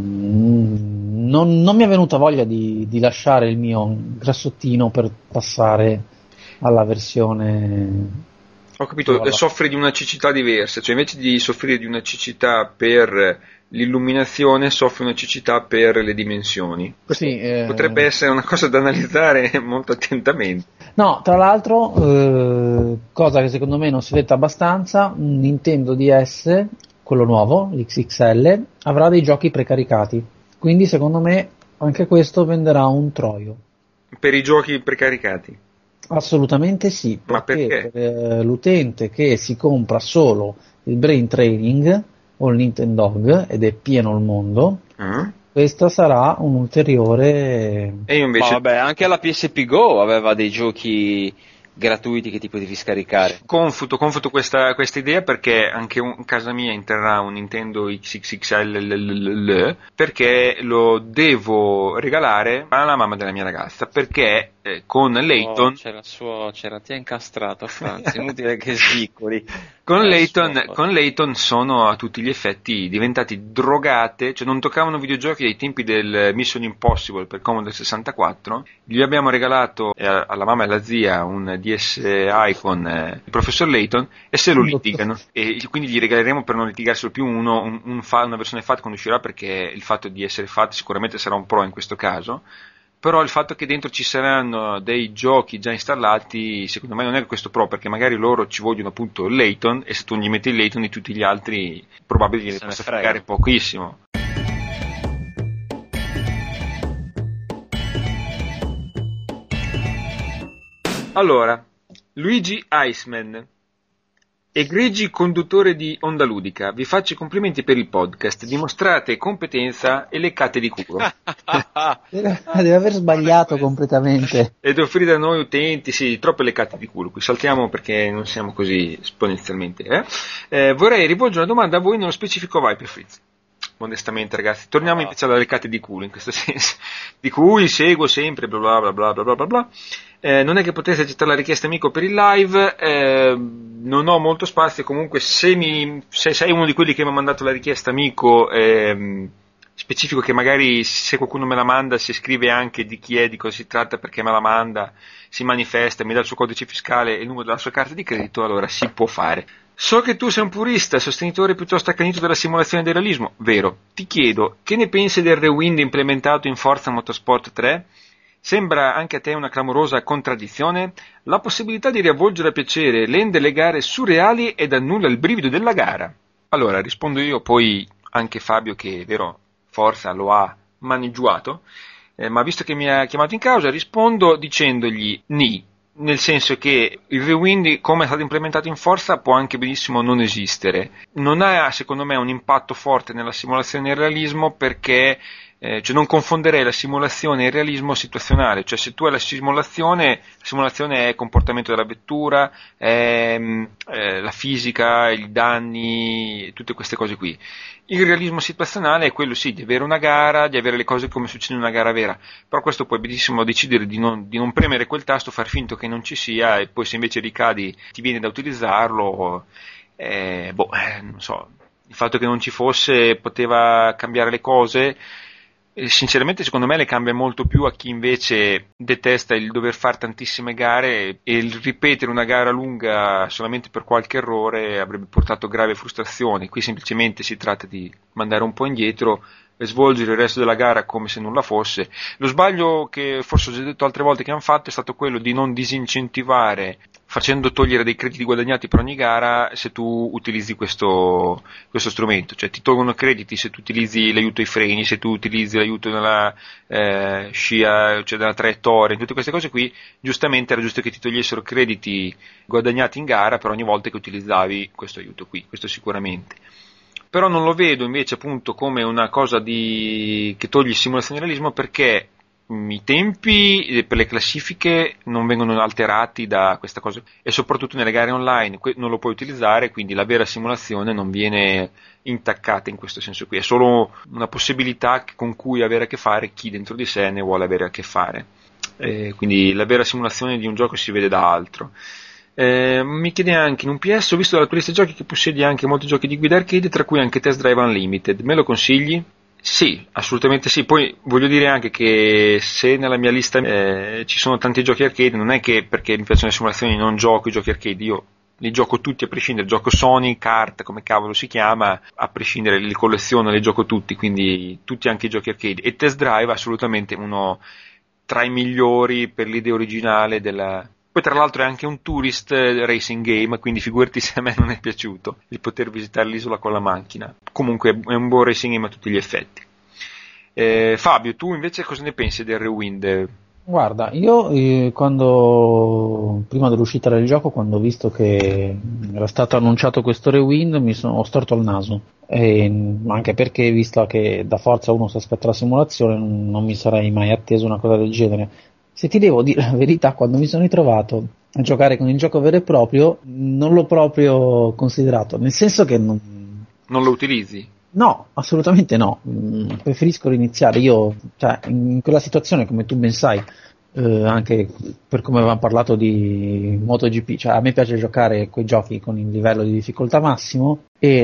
S2: non, non, non mi è venuta voglia di, di lasciare il mio grassottino per passare alla versione.
S1: Ho capito,
S2: Voilà.
S1: soffri di una cecità diversa, cioè invece di soffrire di una cecità per l'illuminazione, soffri una cecità per le dimensioni. Questo
S2: Sì, eh,
S1: potrebbe essere una cosa da analizzare molto attentamente.
S2: No, tra l'altro, eh, cosa che secondo me non si è detta abbastanza, un Nintendo D S, quello nuovo, l'X X L, avrà dei giochi precaricati. Quindi secondo me anche questo venderà un troio.
S1: Per i giochi precaricati.
S2: Assolutamente sì,
S1: Ma
S2: perché,
S1: perché?
S2: per eh, l'utente che si compra solo il Brain Training o il Nintendog, ed è pieno il mondo,
S1: Ah.
S2: questa sarà un ulteriore.
S1: E io
S3: Ma
S1: invece
S3: vabbè, anche la P S P Go aveva dei giochi gratuiti che ti potevi scaricare.
S1: confuto, confuto questa, questa idea perché anche un, casa mia interrà un Nintendo X X X L l- l- l- perché lo devo regalare alla mamma della mia ragazza, perché eh, con Layton
S3: Oh, c'era, suo, c'era ti ha incastrato, Franz, inutile che sviccoli.
S1: Con
S3: Eh,
S1: Layton,
S3: suo-
S1: con Layton sono a tutti gli effetti diventati drogate, cioè non toccavano videogiochi ai tempi del Mission Impossible per Commodore sessantaquattro. Gli abbiamo regalato eh, alla mamma e alla zia un D S iPhone, eh, il professor Layton, e se lo litigano. E quindi gli regaleremo, per non litigarselo più, uno, un, un fa- una versione F A T quando uscirà, perché il fatto di essere F A T sicuramente sarà un pro in questo caso. Però il fatto che dentro ci saranno dei giochi già installati, secondo me non è questo pro, perché magari loro ci vogliono appunto il Layton, e se tu gli metti il Layton di tutti gli altri probabilmente
S3: Se ne
S1: possa
S3: frega.
S1: fregare pochissimo. Allora, Luigi Iceman, egregi conduttore di Onda Ludica, vi faccio i complimenti per il podcast, dimostrate competenza e leccate di culo.
S2: Deve, deve aver sbagliato completamente.
S1: Ed offrire a noi utenti, sì, troppe leccate di culo. Qui saltiamo perché non siamo così esponenzialmente. Eh? Eh, vorrei rivolgere una domanda a voi, nello specifico a Viper Fritz. Modestamente, ragazzi, torniamo invece alle leccate di culo in questo senso, di cui seguo sempre, bla bla bla bla bla bla bla bla. Eh, non è che potesse accettare la richiesta amico per il live, eh, non ho molto spazio, comunque se, mi, se sei uno di quelli che mi ha mandato la richiesta amico, ehm, specifico che magari se qualcuno me la manda si scrive anche di chi è, di cosa si tratta, perché me la manda, si manifesta, mi dà il suo codice fiscale e il numero della sua carta di credito, allora si può fare. So che tu sei un purista, sostenitore piuttosto accanito della simulazione del realismo, vero? Ti chiedo, che ne pensi del Rewind implementato in Forza Motorsport tre? Sembra anche a te una clamorosa contraddizione? La possibilità di riavvolgere a piacere rende le gare surreali ed annulla il brivido della gara. Allora, rispondo io, poi anche Fabio, che, vero, Forza lo ha maneggiato, eh, ma visto che mi ha chiamato in causa, rispondo dicendogli ni. Nel senso che il Rewind, come è stato implementato in Forza, può anche benissimo non esistere. Non ha, secondo me, un impatto forte nella simulazione e il realismo, perché eh, cioè non confonderei la simulazione e il realismo situazionale. Cioè, se tu hai la simulazione, la simulazione è il comportamento della vettura, è eh, la fisica, i danni, tutte queste cose qui. Il realismo situazionale è quello, sì, di avere una gara, di avere le cose come succedono in una gara vera, però questo puoi benissimo decidere di non, di non premere quel tasto, far finto che non ci sia, e poi se invece ricadi ti viene da utilizzarlo, eh, boh, eh, non so, il fatto che non ci fosse poteva cambiare le cose. Sinceramente secondo me le cambia molto più a chi invece detesta il dover fare tantissime gare, e il ripetere una gara lunga solamente per qualche errore avrebbe portato grave frustrazione. Qui semplicemente si tratta di mandare un po' indietro, e svolgere il resto della gara come se nulla fosse. Lo sbaglio che forse ho già detto altre volte che hanno fatto è stato quello di non disincentivare, facendo togliere dei crediti guadagnati per ogni gara se tu utilizzi questo, questo strumento, cioè ti tolgono crediti se tu utilizzi l'aiuto ai freni, se tu utilizzi l'aiuto nella eh, scia, cioè nella traiettoria, tutte queste cose qui. Giustamente era giusto che ti togliessero crediti guadagnati in gara per ogni volta che utilizzavi questo aiuto qui, questo sicuramente. Però non lo vedo invece appunto come una cosa di che toglie simulazione e realismo, perché mh, i tempi per le classifiche non vengono alterati da questa cosa, e soprattutto nelle gare online que- non lo puoi utilizzare, quindi la vera simulazione non viene intaccata in questo senso qui, è solo una possibilità con cui avere a che fare chi dentro di sé ne vuole avere a che fare, eh, quindi la vera simulazione di un gioco si vede da altro. Eh, mi chiede anche, in un P S ho visto dalla tua lista giochi che possiedi anche molti giochi di guida arcade, tra cui anche Test Drive Unlimited, me lo consigli? Sì, assolutamente sì. Poi voglio dire anche che se nella mia lista eh, ci sono tanti giochi arcade, non è che perché mi piacciono le simulazioni non gioco i giochi arcade, io li gioco tutti a prescindere, gioco Sony, Kart, come cavolo si chiama, a prescindere, li colleziono, li gioco tutti, quindi tutti anche i giochi arcade. E Test Drive è assolutamente uno tra i migliori per l'idea originale della... Poi tra l'altro è anche un tourist racing game, quindi figurati se a me non è piaciuto di poter visitare l'isola con la macchina. Comunque è un buon racing game a tutti gli effetti. Eh, Fabio, tu invece cosa ne pensi del Rewind?
S2: Guarda, io eh, quando prima dell'uscita del gioco, quando ho visto che era stato annunciato questo Rewind, mi sono ho storto il naso, e, anche perché visto che da forza uno si aspetta la simulazione, non, non mi sarei mai atteso una cosa del genere. Se ti devo dire la verità, quando mi sono ritrovato a giocare con il gioco vero e proprio, non l'ho proprio considerato, nel senso che non...
S1: Non lo utilizzi?
S2: No, assolutamente no, mm, preferisco riniziare. Io, cioè, in quella situazione, come tu ben sai, eh, anche per come avevamo parlato di MotoGP, cioè a me piace giocare quei giochi con il livello di difficoltà massimo,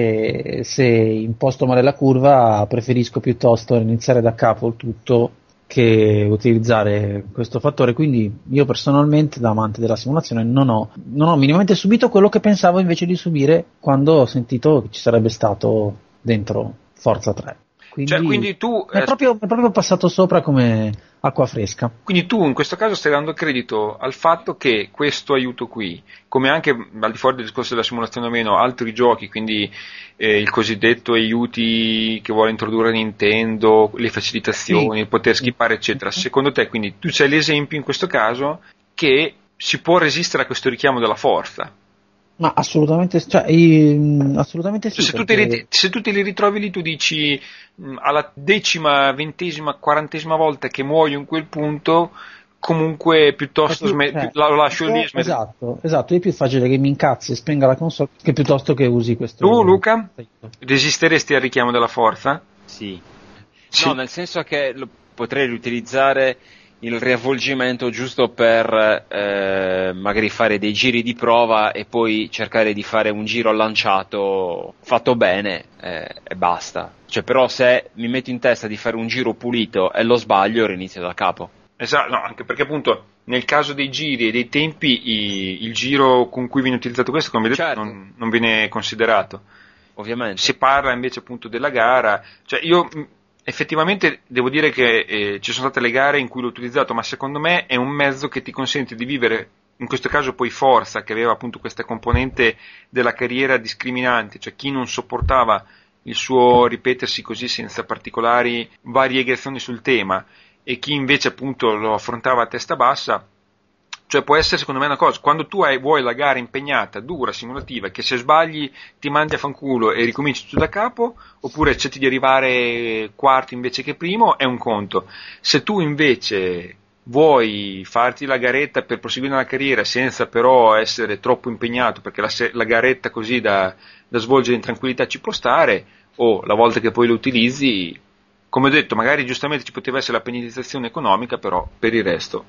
S2: e se imposto male la curva preferisco piuttosto iniziare da capo il tutto che utilizzare questo fattore. Quindi io personalmente, da amante della simulazione, non ho, non ho minimamente subito quello che pensavo invece di subire quando ho sentito che ci sarebbe stato dentro Forza tre. Quindi,
S1: cioè, quindi tu
S2: è,
S1: eh,
S2: proprio, è proprio passato sopra come acqua fresca.
S1: Quindi tu in questo caso stai dando credito al fatto che questo aiuto qui, come anche al di fuori del discorso della simulazione o meno, altri giochi, quindi eh, il cosiddetto aiuti che vuole introdurre Nintendo, le facilitazioni,
S2: Sì.
S1: il poter skippare eccetera, secondo te quindi tu c'hai l'esempio in questo caso che si può resistere a questo richiamo della forza?
S2: Ma assolutamente, cioè, io- assolutamente sì.
S1: Cioè, se, tu te
S2: perché-
S1: li, se tu te li ritrovi lì, tu dici mh, alla decima, ventesima, quarantesima volta che muoio in quel punto, comunque piuttosto
S2: è più-
S1: sme-
S2: cioè,
S1: la- lo lascio
S2: è-
S1: lì e smetto.
S2: esatto, esatto, è più facile che mi incazzi e spenga la console che piuttosto che usi questo.
S1: Tu, Luca, resisteresti al richiamo della forza?
S3: Sì.
S1: Sì.
S3: No, nel senso che lo potrei riutilizzare il riavvolgimento giusto per eh, magari fare dei giri di prova e poi cercare di fare un giro lanciato fatto bene eh, e basta. Cioè, però se mi metto in testa di fare un giro pulito e lo sbaglio, rinizio da capo.
S1: Esatto, no, anche perché appunto nel caso dei giri e dei tempi i- il giro con cui viene utilizzato questo, come vedete,
S3: Certo.
S1: non, non viene considerato.
S3: Ovviamente.
S1: Si parla invece appunto della gara, cioè io mh, effettivamente devo dire che eh, ci sono state le gare in cui l'ho utilizzato, ma secondo me è un mezzo che ti consente di vivere, in questo caso poi Forza, che aveva appunto questa componente della carriera discriminante, cioè chi non sopportava il suo ripetersi così senza particolari variegazioni sul tema, e chi invece appunto lo affrontava a testa bassa. Cioè può essere secondo me una cosa, quando tu hai, vuoi la gara impegnata, dura, simulativa, che se sbagli ti mandi a fanculo e ricominci tutto da capo, oppure accetti di arrivare quarto invece che primo, è un conto. Se tu invece vuoi farti la garetta per proseguire la carriera senza però essere troppo impegnato, perché la, se- la garetta così da, da svolgere in tranquillità ci può stare, o la volta che poi lo utilizzi, come ho detto, magari giustamente ci poteva essere la penalizzazione economica, però per il resto...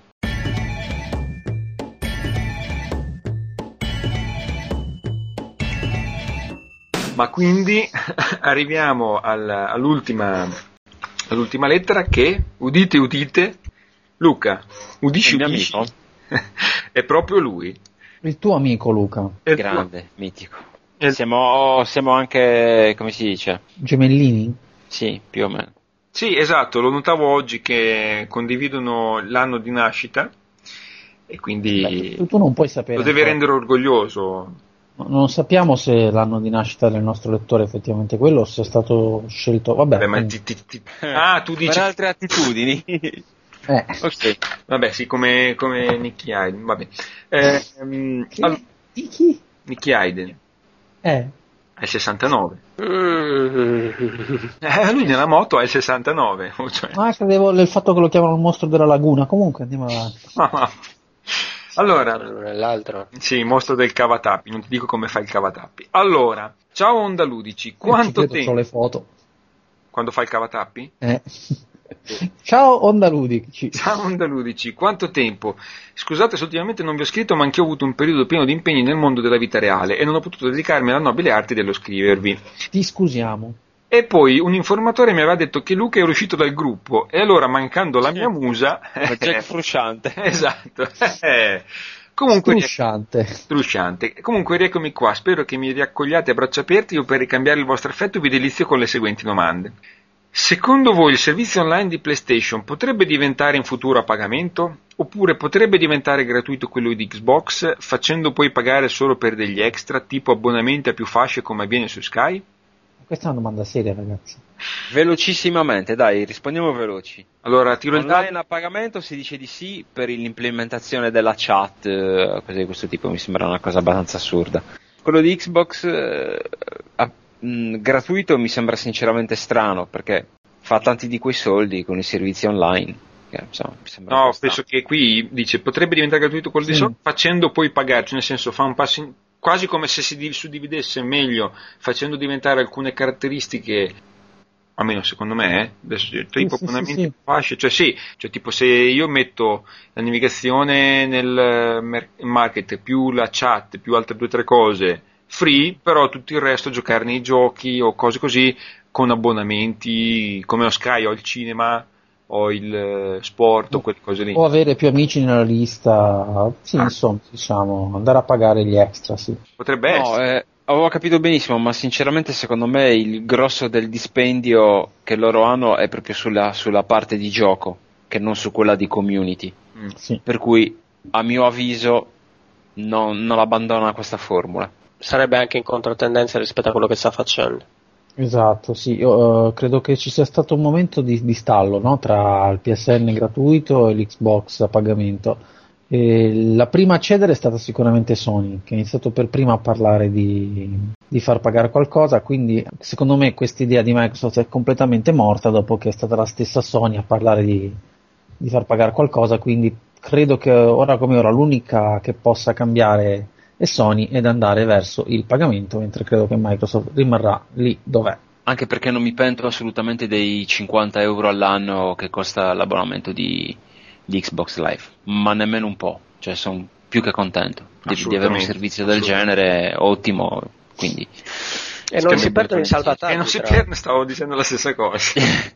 S1: Ma quindi arriviamo al- all'ultima, all'ultima lettera che, udite udite, Luca, udisci
S3: Il mio
S1: udisci,
S3: amico?
S1: è proprio lui.
S2: Il tuo amico Luca,
S1: È il
S3: Grande, mitico.
S1: tuo- è il-
S3: Siamo, siamo anche, come si dice?
S2: Gemellini?
S3: Sì, più o meno.
S1: Sì, esatto, lo notavo oggi che condividono l'anno di nascita e quindi
S2: Beh, tu, tu non puoi sapere.
S1: lo devi
S2: ancora.
S1: rendere orgoglioso.
S2: No, Non sappiamo se l'anno di nascita del nostro lettore è effettivamente quello o se è stato scelto. Vabbè,
S1: Vabbè, ma
S2: comunque.
S1: ti- ti- ti- ah, tu dici...
S3: Per altre attitudini.
S2: Eh,
S1: Ok, vabbè, sì, come, come Nicky Hayden, vabbè. Eh, ehm,
S2: chi?
S1: allora,
S2: Di chi?
S1: Nicky Hayden
S2: Eh,
S1: è il sessantanove.
S4: Mm.
S1: Eh, lui nella moto è il sessantanove. Cioè,
S2: ah, credevo il fatto che lo chiamano il mostro della laguna. Comunque andiamo avanti.
S1: allora,
S4: L'uno e l'altro.
S1: sì, mostro del cavatappi, non ti dico come fa il cavatappi. Allora, ciao Onda Ludici, quanto
S2: Ci credo,
S1: tempo?
S2: c'ho le foto.
S1: Quando fa il cavatappi?
S2: Eh. Ciao Onda Ludici.
S1: Ciao Onda Ludici, quanto tempo? Scusate se ultimamente non vi ho scritto, ma anch'io ho avuto un periodo pieno di impegni nel mondo della vita reale e non ho potuto dedicarmi alla nobile arte dello scrivervi.
S2: Ti scusiamo.
S1: E poi un informatore mi aveva detto che Luca era uscito dal gruppo e allora, mancando la mia musa...
S3: Jack Frusciante.
S1: Esatto. Eh, Comunque,
S2: Strusciante.
S1: strusciante. Comunque, rieccomi qua. Spero che mi riaccogliate a braccia aperte. Io, per ricambiare il vostro affetto, vi delizio con le seguenti domande. Secondo voi il servizio online di PlayStation potrebbe diventare in futuro a pagamento? Oppure potrebbe diventare gratuito quello di Xbox, facendo poi pagare solo per degli extra, tipo abbonamenti a più fasce come avviene su Sky?
S2: Questa è una domanda seria, ragazzi.
S3: Velocissimamente, dai, rispondiamo veloci.
S1: Allora, tiro il
S3: Online
S1: dado.
S3: a pagamento si dice di sì per l'implementazione della chat, eh, cose di questo tipo, mi sembra una cosa abbastanza assurda. Quello di Xbox eh, a- mh, gratuito mi sembra sinceramente strano, perché fa tanti di quei soldi con i servizi online. Che, insomma, mi sembra un
S1: No,
S3: po'
S1: penso
S3: strano.
S1: che qui dice potrebbe diventare gratuito quello di
S2: Sì.
S1: sopra, facendo poi pagare, cioè nel senso fa un passo in- quasi come se si di- suddividesse meglio, facendo diventare alcune caratteristiche, almeno secondo me, eh, adesso, tipo
S2: sì,
S1: abbonamenti
S2: sì, sì.
S1: fasce, cioè sì, cioè tipo se io metto la navigazione nel eh, mer- market più la chat più altre due o tre cose free, però tutto il resto giocare nei giochi o cose così con abbonamenti come ho Sky, ho il cinema, ho il eh, sport o quelle cose lì.
S2: O avere più amici nella lista. Sì,
S1: Ah.
S2: insomma, diciamo, andare a pagare gli extra, sì.
S1: Potrebbe
S3: No,
S1: essere.
S3: eh, avevo capito benissimo, ma sinceramente secondo me il grosso del dispendio che loro hanno è proprio sulla, sulla parte di gioco, che non su quella di community.
S1: Mm.
S2: Sì.
S3: Per cui, a mio avviso, non, non abbandona questa formula.
S4: Sarebbe anche in controtendenza rispetto a quello che sta facendo.
S2: Esatto, sì, io eh, credo che ci sia stato un momento di, di stallo, no? Tra il P S N gratuito e l'Xbox a pagamento. E la prima a cedere è stata sicuramente Sony, che ha iniziato per prima a parlare di, di far pagare qualcosa, quindi secondo me questa idea di Microsoft è completamente morta dopo che è stata la stessa Sony a parlare di, di far pagare qualcosa, quindi credo che ora come ora l'unica che possa cambiare è Sony ed andare verso il pagamento, mentre credo che Microsoft rimarrà lì dov'è.
S3: Anche perché non mi pento assolutamente dei cinquanta euro all'anno che costa l'abbonamento di, di Xbox Live, ma nemmeno un po', cioè sono più che contento di, di avere un
S1: Assolutamente,
S3: servizio del genere ottimo, quindi
S4: E non si perdono i salvataggi.
S1: E non si
S4: tra-
S1: perde, stavo dicendo la stessa cosa.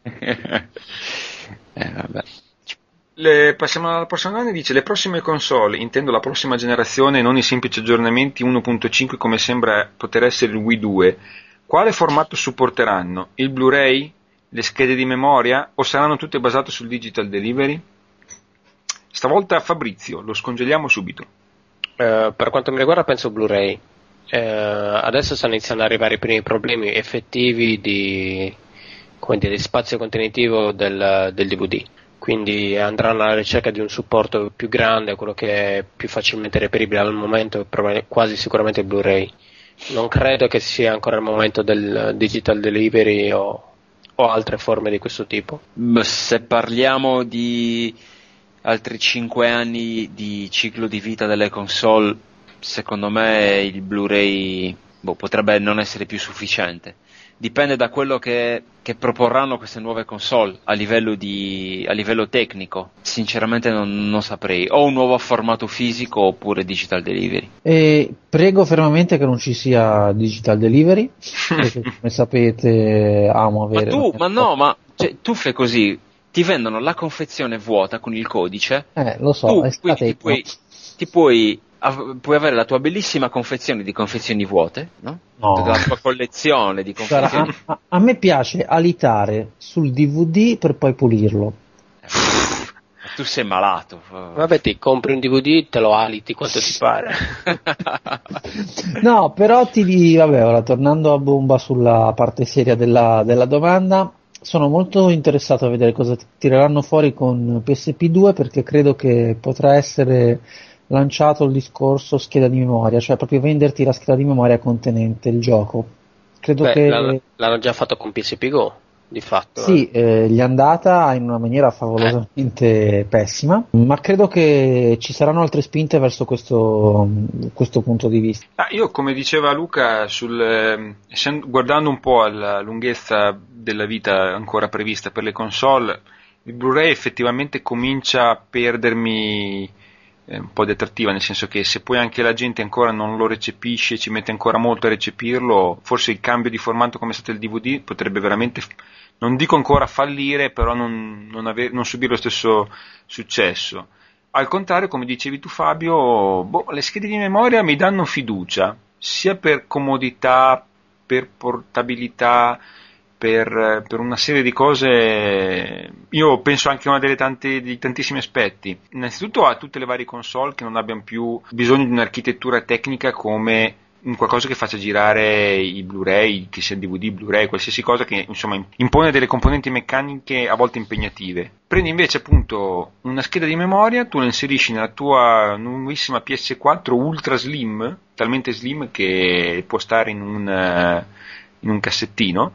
S3: eh, vabbè.
S1: Le, passiamo alla prossima domanda, dice le prossime console, intendo la prossima generazione, non i semplici aggiornamenti uno punto cinque come sembra poter essere il Wii due, quale formato supporteranno? Il Blu-ray? Le schede di memoria? O saranno tutte basate sul digital delivery? Stavolta Fabrizio, lo scongeliamo subito.
S4: Eh, per quanto mi riguarda penso Blu-ray. Eh, adesso stanno iniziando ad arrivare i primi problemi effettivi di, come dire, di spazio contenitivo del, del D V D. Quindi andranno alla ricerca di un supporto più grande, quello che è più facilmente reperibile al momento, è probabil- quasi sicuramente il Blu-ray. Non credo che sia ancora il momento del digital delivery o, o altre forme di questo tipo.
S3: Beh, se parliamo di altri cinque anni di ciclo di vita delle console, secondo me il Blu-ray boh, potrebbe non essere più sufficiente. Dipende da quello che, che proporranno queste nuove console a livello, di, a livello tecnico. Sinceramente non, non saprei. O un nuovo formato fisico oppure digital delivery.
S2: E prego fermamente che non ci sia digital delivery, perché come sapete amo
S3: Ma
S2: avere...
S3: tu, ma no, ma cioè, tu fai così. Ti vendono la confezione vuota con il codice.
S2: Eh, lo so,
S3: tu
S2: è
S3: quindi ti
S2: strategico.
S3: puoi, ti puoi av- puoi avere la tua bellissima confezione di confezioni vuote, no?
S2: No.
S3: Tutta la tua collezione di
S2: Guarda,
S3: confezioni.
S2: a, a- a me piace alitare sul D V D per poi pulirlo.
S3: Tu sei malato.
S4: Vabbè, ti compri un D V D, te lo aliti quanto ti pare.
S2: No, però ti di, vabbè, ora tornando a bomba sulla parte seria della, della domanda, sono molto interessato a vedere cosa tireranno fuori con P S P due, perché credo che potrà essere lanciato il discorso scheda di memoria, cioè proprio venderti la scheda di memoria contenente il gioco. Credo
S4: Beh,
S2: che
S4: l'hanno, l'hanno già fatto con P S P Go, di fatto.
S2: sì,
S4: eh.
S2: eh, gli è andata in una maniera favolosamente pessima, ma credo che ci saranno altre spinte verso questo, questo punto di vista.
S1: Ah, io, come diceva Luca, sul, eh, essendo- guardando un po' alla lunghezza della vita ancora prevista per le console, il Blu-ray effettivamente comincia a perdermi eh, un po' di attrattiva, nel senso che se poi anche la gente ancora non lo recepisce, ci mette ancora molto a recepirlo, forse il cambio di formato come è stato il D V D potrebbe veramente, non dico ancora fallire, però non, non, ave- non subire lo stesso successo. Al contrario, come dicevi tu Fabio, boh, le schede di memoria mi danno fiducia, sia per comodità, per portabilità, per, per una serie di cose. Io penso anche a una delle tante, di tantissimi aspetti. Innanzitutto a tutte le varie console che non abbiano più bisogno di un'architettura tecnica come in qualcosa che faccia girare i Blu-ray, che sia D V D, Blu-ray, qualsiasi cosa che insomma impone delle componenti meccaniche a volte impegnative. Prendi invece appunto una scheda di memoria, tu la inserisci nella tua nuovissima P S quattro ultra slim, talmente slim che può stare in un, eh, in un cassettino,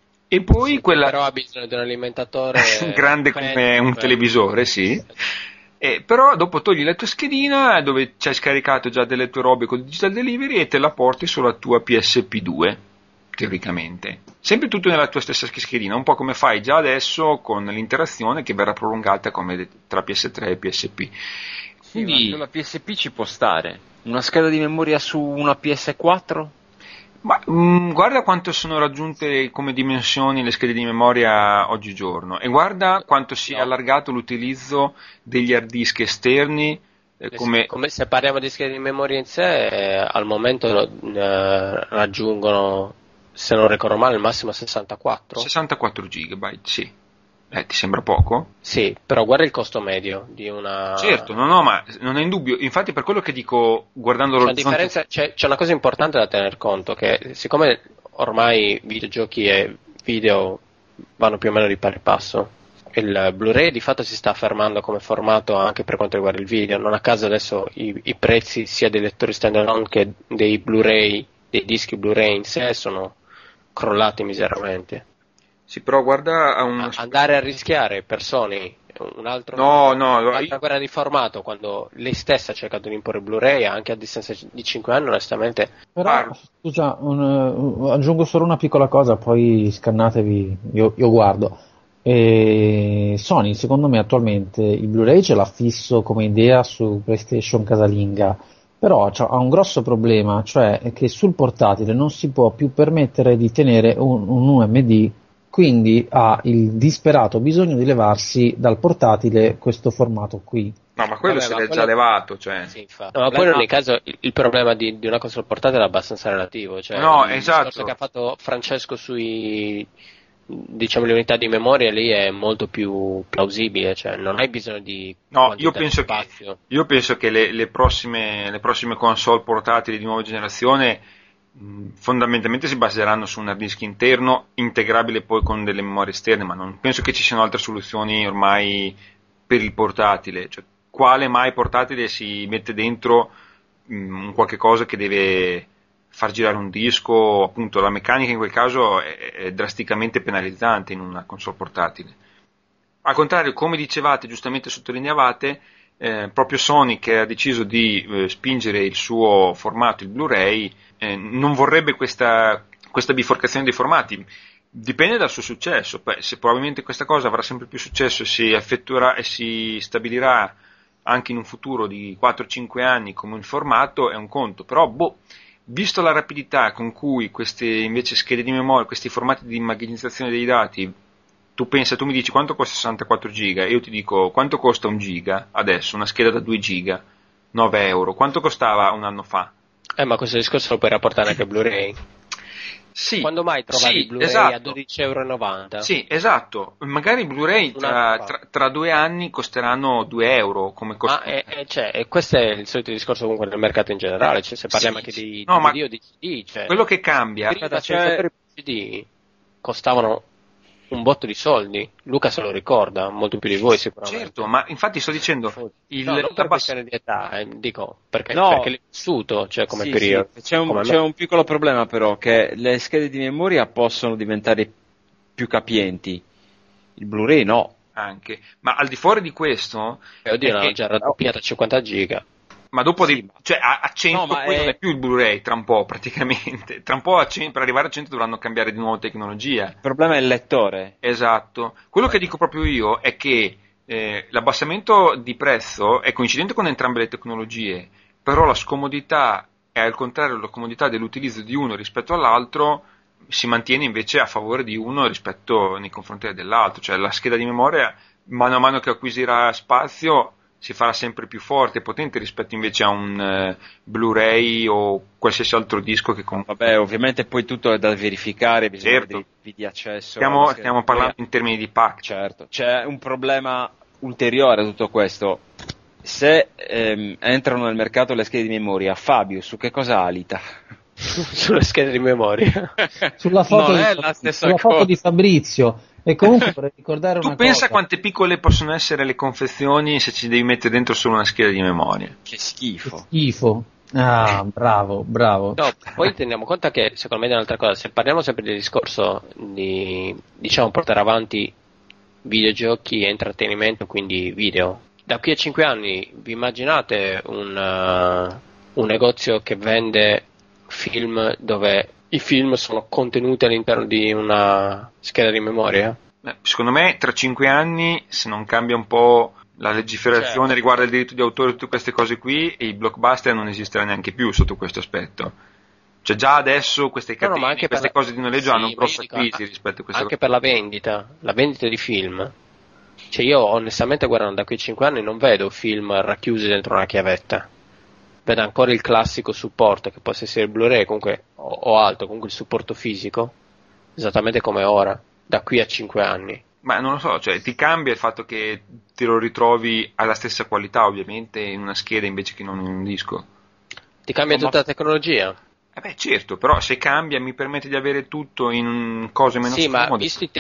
S1: e poi
S4: Sì,
S1: quella
S4: Però ha bisogno di un alimentatore
S1: grande come un
S4: per-
S1: televisore, sì. Eh, però dopo togli la tua schedina dove ci hai scaricato già delle tue robe con Digital Delivery e te la porti sulla tua P S P due, teoricamente. Sempre tutto nella tua stessa schedina, un po' come fai già adesso con l'interazione che verrà prolungata come tra P S tre e P S P.
S3: Sì, ma
S1: Quindi,
S3: sulla P S P ci può stare. Una scheda di memoria su una P S quattro?
S1: ma, mh, guarda quanto sono raggiunte come dimensioni le schede di memoria oggigiorno e guarda quanto si è
S4: No.
S1: allargato l'utilizzo degli hard disk esterni, eh, come
S4: Come se parliamo di schede di memoria in sé, eh, al momento eh, raggiungono, se non ricordo male, il massimo sessantaquattro.
S1: sessantaquattro giga, sì. Eh, ti sembra poco?
S4: Sì, però guarda il costo medio di una...
S1: Certo, no, no, ma non è in dubbio. Infatti, per quello che dico, guardando
S4: C'è, una
S1: l'orizzonte,
S4: differenza- c'è, c'è una cosa importante da tener conto, che siccome ormai videogiochi e video vanno più o meno di pari passo, il Blu-ray di fatto si sta affermando come formato anche per quanto riguarda il video. Non a caso adesso i, i prezzi sia dei lettori standalone che dei Blu-ray, dei dischi Blu-ray in sé sono crollati miseramente.
S1: sì, però guarda a un...
S4: A- andare a rischiare per Sony un altro,
S1: No, no,
S4: un'altra
S1: io-
S4: guerra di formato quando lei stessa ha cercato di imporre Blu-ray anche a distanza di cinque anni, onestamente.
S2: Però,
S1: Parlo.
S2: scusa, un- eh, aggiungo solo una piccola cosa, poi scannatevi, io, io guardo. E Sony, secondo me, attualmente il Blu-ray ce l'ha fisso come idea su PlayStation casalinga, però c'ha- ha un grosso problema, cioè che sul portatile non si può più permettere di tenere un, un U M D, quindi ha il disperato bisogno di levarsi dal portatile questo formato qui.
S1: No, ma quello
S4: Vabbè,
S1: se
S4: ma
S1: l'è
S4: quello-
S1: già levato, cioè...
S4: Sì, infatti. No, ma poi in ogni caso il, il problema di, di una console portatile è abbastanza relativo, cioè
S1: No,
S4: il
S1: esatto.
S4: discorso che ha fatto Francesco sui, diciamo, le unità di memoria lì è molto più plausibile, cioè non hai bisogno di
S1: No,
S4: quantità
S1: io
S4: di
S1: penso che,
S4: spazio.
S1: io penso che le, le prossime, le prossime console portatili di nuova generazione mh, fondamentalmente si baseranno su un hard disk interno integrabile poi con delle memorie esterne, ma non penso che ci siano altre soluzioni ormai per il portatile. Cioè, quale mai portatile si mette dentro mh, un qualche cosa che deve far girare un disco? Appunto, la meccanica in quel caso è, è drasticamente penalizzante in una console portatile. Al contrario, come dicevate, giustamente sottolineavate, eh, proprio Sony, che ha deciso di eh, spingere il suo formato, il Blu-ray, eh, non vorrebbe questa, questa biforcazione dei formati. Dipende dal suo successo. Beh, se probabilmente questa cosa avrà sempre più successo e si effettuerà e si stabilirà anche in un futuro di quattro cinque anni come un formato, è un conto. Però, boh, visto la rapidità con cui queste invece schede di memoria, questi formati di immagazzinizzazione dei dati, tu pensa, tu mi dici quanto costa sessantaquattro giga e io ti dico quanto costa un giga adesso, una scheda da due giga, nove euro. Quanto costava un anno fa?
S4: Eh, ma questo discorso lo puoi rapportare anche a Blu-ray.
S1: Sì.
S4: Quando mai trovavi
S1: sì,
S4: il Blu-ray
S1: esatto.
S4: a dodici euro e novanta?
S1: Sì, esatto. Magari i Blu-ray
S4: Un anno
S1: tra,
S4: fa.
S1: tra, tra due anni costeranno due euro. Come costa...
S4: Ma è, è- cioè, e questo è il solito discorso comunque del mercato in generale, cioè, se parliamo
S1: Sì,
S4: anche
S1: sì.
S4: di
S1: No,
S4: D V D
S1: ma
S4: o di C D, cioè,
S1: quello che cambia...
S4: prima
S3: Aspetta,
S4: senza
S3: cioè-
S4: avere i C D costavano un botto di soldi. Luca se lo ricorda, molto più di voi sicuramente.
S1: Certo, ma infatti sto dicendo... Il,
S4: No, non
S1: la
S4: per
S1: bass-
S4: questione di età, eh, dico, perché,
S3: No.
S4: perché l'hai vissuto, cioè come
S3: Sì,
S4: periodo.
S3: sì, c'è, un,
S4: come
S3: c'è
S4: me.
S3: un piccolo problema però, che le schede di memoria possono diventare più capienti, il Blu-ray no.
S1: anche. Ma al di fuori di questo...
S4: Eh, oddio,
S1: è
S4: l'hanno
S1: che-
S4: già raddoppiata a cinquanta giga.
S1: Ma dopo
S3: Sì,
S1: di,
S3: ma-
S1: cioè a, a cento
S3: No, ma
S1: poi
S3: è-
S1: non è più il Blu-ray tra un po' praticamente. Tra un po' a cento, per arrivare a cento dovranno cambiare di nuovo tecnologia.
S3: Il problema è il lettore.
S1: Esatto. Quello che dico proprio io è che eh, l'abbassamento di prezzo è coincidente con entrambe le tecnologie, però la scomodità è al contrario la comodità dell'utilizzo di uno rispetto all'altro si mantiene invece a favore di uno rispetto nei confronti dell'altro, cioè la scheda di memoria mano a mano che acquisirà spazio si farà sempre più forte e potente rispetto invece a un eh, Blu-ray o qualsiasi altro disco che comunque...
S3: Vabbè, ovviamente poi tutto è da verificare, bisogna
S1: Certo.
S3: vedere i di accesso.
S1: Stiamo,
S3: alla scheda
S1: stiamo
S3: di memoria.
S1: parlando in termini di pack.
S3: Certo, c'è un problema ulteriore a tutto questo. Se ehm, entrano nel mercato le schede di memoria, Fabio su che cosa alita?
S4: Sulle schede di memoria.
S2: Sulla foto,
S3: Non
S2: di,
S3: è la stessa
S2: sulla foto
S3: cosa.
S2: di Fabrizio. E comunque vorrei ricordare
S1: Tu
S2: una
S1: pensa
S2: cosa.
S1: quante piccole possono essere le confezioni se ci devi mettere dentro solo una scheda di memoria?
S3: Che
S2: Che
S3: schifo.
S2: schifo. Ah, bravo, bravo.
S4: No, poi teniamo conto che secondo me è un'altra cosa, se parliamo sempre del discorso di, diciamo, portare avanti videogiochi e intrattenimento, quindi video, da qui a cinque anni vi immaginate un, uh, un negozio che vende film dove i film sono contenuti all'interno di una scheda di memoria?
S1: Beh, secondo me tra cinque anni, se non cambia un po' la legiferazione
S4: Certo.
S1: riguardo il diritto di autore e tutte queste cose qui, i blockbuster non esisterà neanche più sotto questo aspetto. Cioè già adesso queste
S4: No, no,
S1: catene,
S4: ma anche
S1: queste
S4: per la-
S1: cose di noleggio
S4: sì,
S1: hanno
S4: ma
S1: un
S4: io
S1: grossa
S4: dico,
S1: crisi
S4: a-
S1: rispetto a queste
S4: anche
S1: cose.
S4: per la vendita, la vendita di film. Cioè io onestamente guardando da qui a cinque anni non vedo film racchiusi dentro una chiavetta. Vedo ancora il classico supporto che possa essere il Blu-ray comunque o, o altro, comunque il supporto fisico, esattamente come ora, da qui a cinque anni.
S1: Ma non lo so, cioè ti cambia il fatto che te lo ritrovi alla stessa qualità ovviamente in una scheda invece che non in un disco.
S4: Ti cambia
S3: No, ma-
S4: tutta la tecnologia?
S1: Eh beh certo, però se cambia mi permette di avere tutto in cose meno
S4: Sì, ma
S1: scomode.
S4: visto i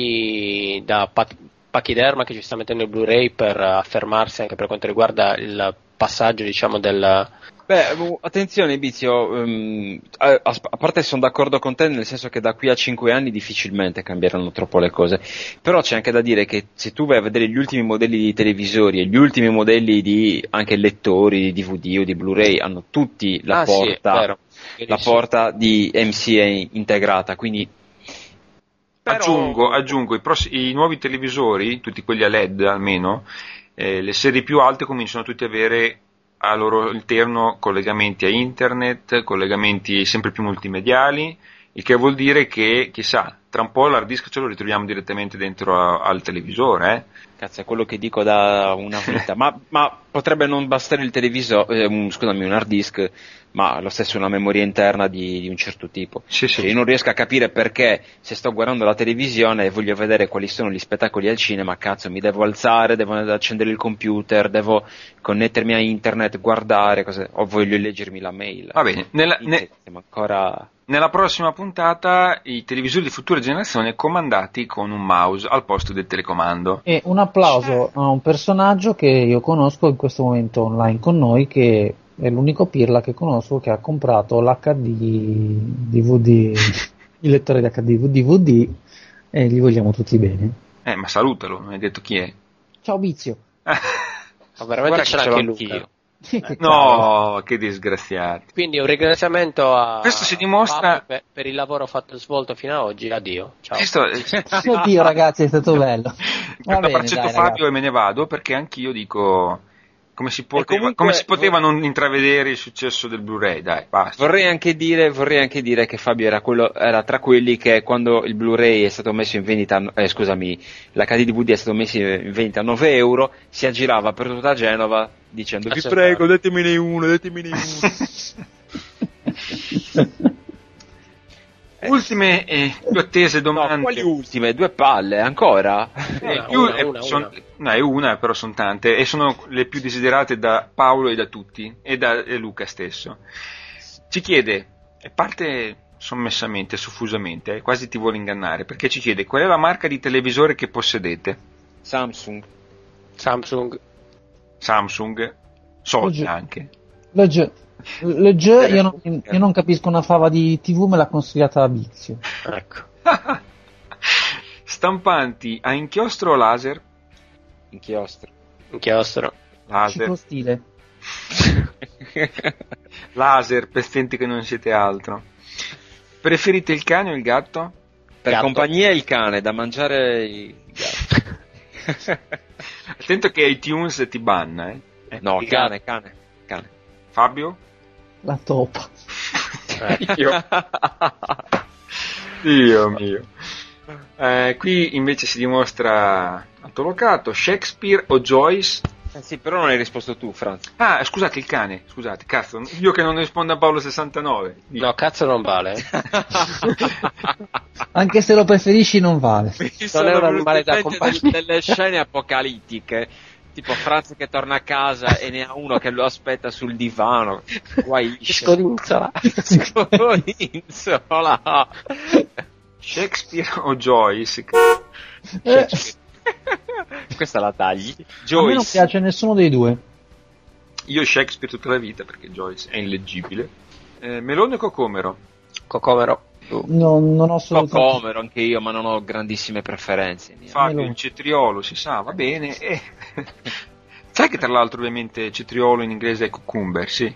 S4: tempi da pa- pachiderma che ci sta mettendo il Blu-ray per affermarsi anche per quanto riguarda il passaggio, diciamo, del...
S3: Beh, uh, attenzione Bizio, um, a, a- a parte sono d'accordo con te nel senso che da qui a cinque anni difficilmente cambieranno troppo le cose, però c'è anche da dire che se tu vai a vedere gli ultimi modelli di televisori e gli ultimi modelli di anche lettori di D V D o di Blu-ray hanno tutti la
S4: Ah, sì, è
S3: porta,
S4: vero.
S3: la porta di M C A integrata, quindi però-
S1: Aggiungo, aggiungo i, pross- i nuovi televisori, tutti quelli a L E D almeno, eh, le serie più alte cominciano tutti ad avere a loro interno collegamenti a internet, collegamenti sempre più multimediali, il che vuol dire che, chissà, tra un po' l'hard disk ce lo ritroviamo direttamente dentro a- al televisore, eh?
S3: Cazzo, è quello che dico da una vita, ma, ma potrebbe non bastare il televisore, eh, un- scusami, un hard disk, ma lo stesso una memoria interna di, di un certo tipo.
S1: Sì, sì.
S3: Cioè, io non riesco a capire perché se sto guardando la televisione e voglio vedere quali sono gli spettacoli al cinema, cazzo, mi devo alzare, devo accendere il computer, devo connettermi a internet, guardare, cose, o voglio leggermi la mail.
S1: Va bene, nella, ne-
S3: Siamo ancora...
S1: nella prossima puntata i televisori di futura generazione comandati con un mouse al posto del telecomando.
S2: E un applauso a un personaggio che io conosco in questo momento online con noi, che è l'unico pirla che conosco che ha comprato l'H D D V D, il lettore di H D D V D, e gli vogliamo tutti bene.
S1: Eh, ma salutalo, non hai detto chi è.
S2: Ciao Bizio.
S4: Ma veramente
S3: Guarda
S4: ce
S3: che
S4: l'ha
S3: ce
S4: anche
S3: l'ho
S4: Luca.
S3: anch'io.
S2: Che cavolo.
S1: No, che disgraziati.
S4: Quindi un ringraziamento a
S1: Questo si dimostra-
S4: Fabio per, per il lavoro fatto svolto fino ad oggi. Addio. Ciao.
S1: Questo-
S2: Oddio ragazzi, è stato bello. Va
S1: Da
S2: bene,
S1: Praccetto
S2: dai,
S1: Fabio
S2: ragazzi.
S1: e me ne vado perché anch'io dico come si poteva,
S3: comunque-
S1: come si poteva non intravedere il successo del Blu-ray, dai, basta.
S3: Vorrei anche dire, vorrei anche dire che Fabio era, quello, era tra quelli che quando il Blu-ray è stato messo in vendita, eh, scusami, l'H D D V D è stato messo in vendita a nove euro, si aggirava per tutta Genova dicendo vi
S4: Assolutamente.
S3: prego datemene uno, datemene uno.
S1: Ultime e più attese
S3: No,
S1: domande.
S3: quali ultime? Due palle, ancora?
S1: Eh,
S4: Una,
S1: più-
S4: una,
S1: eh,
S4: una,
S1: son-
S4: una.
S1: No, è una, però sono tante e sono le più desiderate da Paolo e da tutti e da e Luca stesso. Ci chiede, e parte sommessamente, soffusamente, eh, quasi ti vuole ingannare, perché ci chiede qual è la marca di televisore che possedete?
S3: Samsung.
S4: Samsung.
S1: Samsung, Sony
S2: Oggi-
S1: anche.
S2: Le G, le G io, non, io non capisco una fava di tivù, me l'ha consigliata a Vizio.
S4: Ecco.
S1: Stampanti a inchiostro o laser?
S3: Inchiostro.
S4: Inchiostro.
S1: Laser.
S2: Ciclostile.
S1: Laser, pezzenti che non siete altro. Preferite il cane o il gatto?
S3: Per
S4: Gatto.
S3: compagnia il cane, da mangiare il gatto.
S1: Attento che iTunes ti banna, eh. Eh,
S3: No,
S1: il
S3: cane, cane, cane.
S1: Fabio?
S2: La topa.
S1: Io. Dio mio. Eh, qui invece si dimostra autolocato Shakespeare o Joyce.
S3: Eh sì, però non hai risposto tu, Franz.
S1: Ah, scusate il cane, scusate, cazzo, io che non rispondo a Paolo sessantanove. Dico.
S4: No, cazzo non vale. eh.
S2: Anche se lo preferisci non vale.
S3: Mi
S4: Non
S3: sono
S4: è un
S3: venute
S4: animale da
S3: in mente
S4: compagnia.
S3: delle, delle scene apocalittiche, tipo Franz che torna a casa e ne ha uno che lo aspetta sul divano, guaisce.
S4: Scodinzola.
S3: Scodinzola.
S1: Shakespeare o Joyce?
S2: Eh,
S3: Questa la tagli.
S2: a me non
S3: Joyce.
S2: piace nessuno dei due.
S1: Io Shakespeare tutta la vita perché Joyce è illeggibile. Eh, melone o cocomero?
S4: Cocomero.
S2: No, non ho assolutamente.
S3: Cocomero anche io, ma non ho grandissime preferenze.
S1: Fabio,
S2: melone.
S1: il cetriolo, si sa, va bene. eh. Sai che tra l'altro ovviamente cetriolo in inglese è cucumber, sì.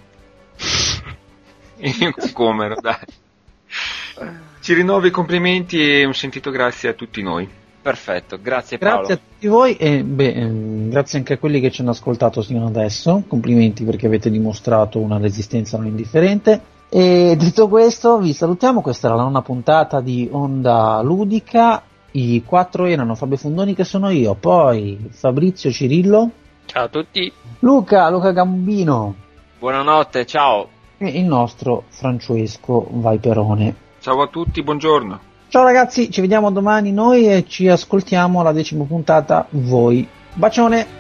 S1: Il cocomero, dai. Ci rinnovo i complimenti e un sentito grazie a tutti noi.
S3: Perfetto, grazie Paolo.
S2: Grazie a tutti voi e beh, ehm, grazie anche a quelli che ci hanno ascoltato fino adesso. Complimenti perché avete dimostrato una resistenza non indifferente. E detto questo, vi salutiamo. Questa era la nona puntata di Onda Ludica. I quattro erano Fabio Fondoni, che sono io, poi Fabrizio Cirillo,
S4: Ciao a tutti.
S2: Luca, Luca Gambino
S3: Buonanotte, ciao.
S2: e il nostro Francesco Vaiperone.
S1: Ciao a tutti, buongiorno.
S2: Ciao ragazzi, ci vediamo domani noi e ci ascoltiamo alla decima puntata voi. Bacione!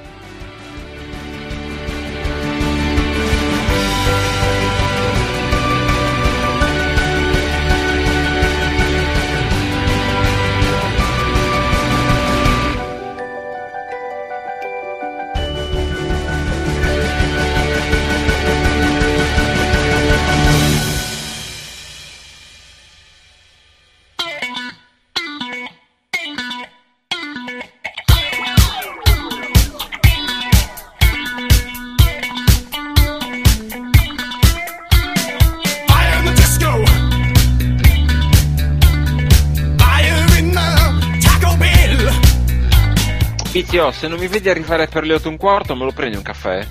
S6: Fire in the disco. Fire in the Taco Bell.
S3: Vizio, se non mi vedi arrivare per le otto e un quarto, me lo prendi un caffè?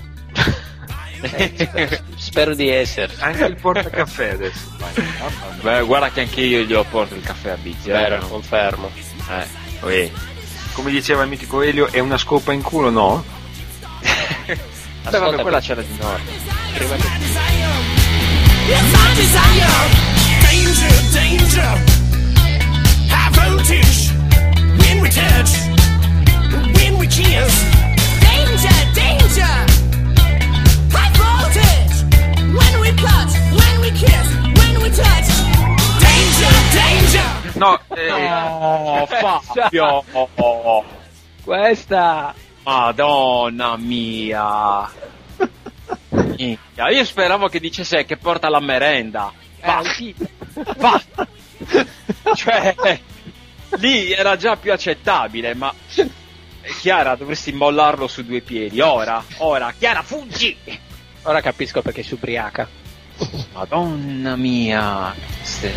S4: Spero di essere.
S1: Anche il portacaffè adesso.
S3: Beh, guarda che anche io glielo porto il caffè a Vizio.
S4: Vero,
S3: eh, no?
S4: confermo.
S3: Eh, uè.
S1: Come diceva il mitico Elio, è una scopa in culo, no?
S3: Beh, vabbè,
S4: Ascolta,
S3: quella c'era di Nord.
S4: prima che-
S6: It's my desire. Danger, danger. High voltage. When we touch. When we kiss.
S5: Danger, danger! High voltage! When we cut, when we kiss, when we touch.
S6: Danger, danger.
S1: No, eh,
S3: Oh, Fabio!
S4: Questa.
S3: Madonna mia! Minchia, io speravo che dicesse che porta la merenda. Va, va! Cioè, lì era già più accettabile, ma Chiara, dovresti mollarlo su due piedi. Ora, ora, Chiara, fuggi!
S4: Ora capisco perché si ubriaca.
S3: Madonna mia! Ste-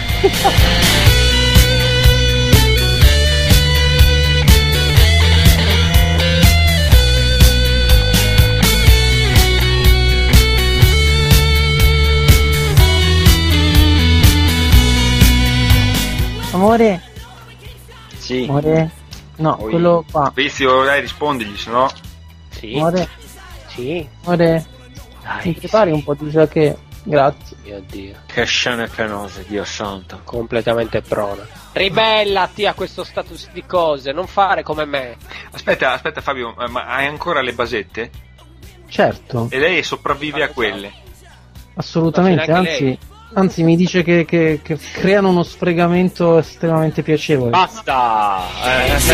S2: Amore,
S3: Sì.
S2: amore, no,
S3: Oi.
S2: quello qua.
S1: Vizio, dai, rispondigli, se no.
S4: Sì.
S2: Amore,
S4: Sì?
S7: Amore,
S4: Dai,
S7: mi prepari un po' di giacche? Grazie.
S4: mio Dio,
S3: Che scene penose, Dio santo.
S4: completamente prona. Ribellati a questo status di cose, non fare come me.
S1: Aspetta, aspetta Fabio, eh, ma hai ancora le basette?
S7: Certo,
S1: E lei sopravvive a quelle?
S7: assolutamente,
S4: Ma ce l'ha anche
S7: anzi,
S4: lei.
S7: anzi mi dice che, che- che creano uno sfregamento estremamente piacevole.
S3: Basta! Eh,
S6: High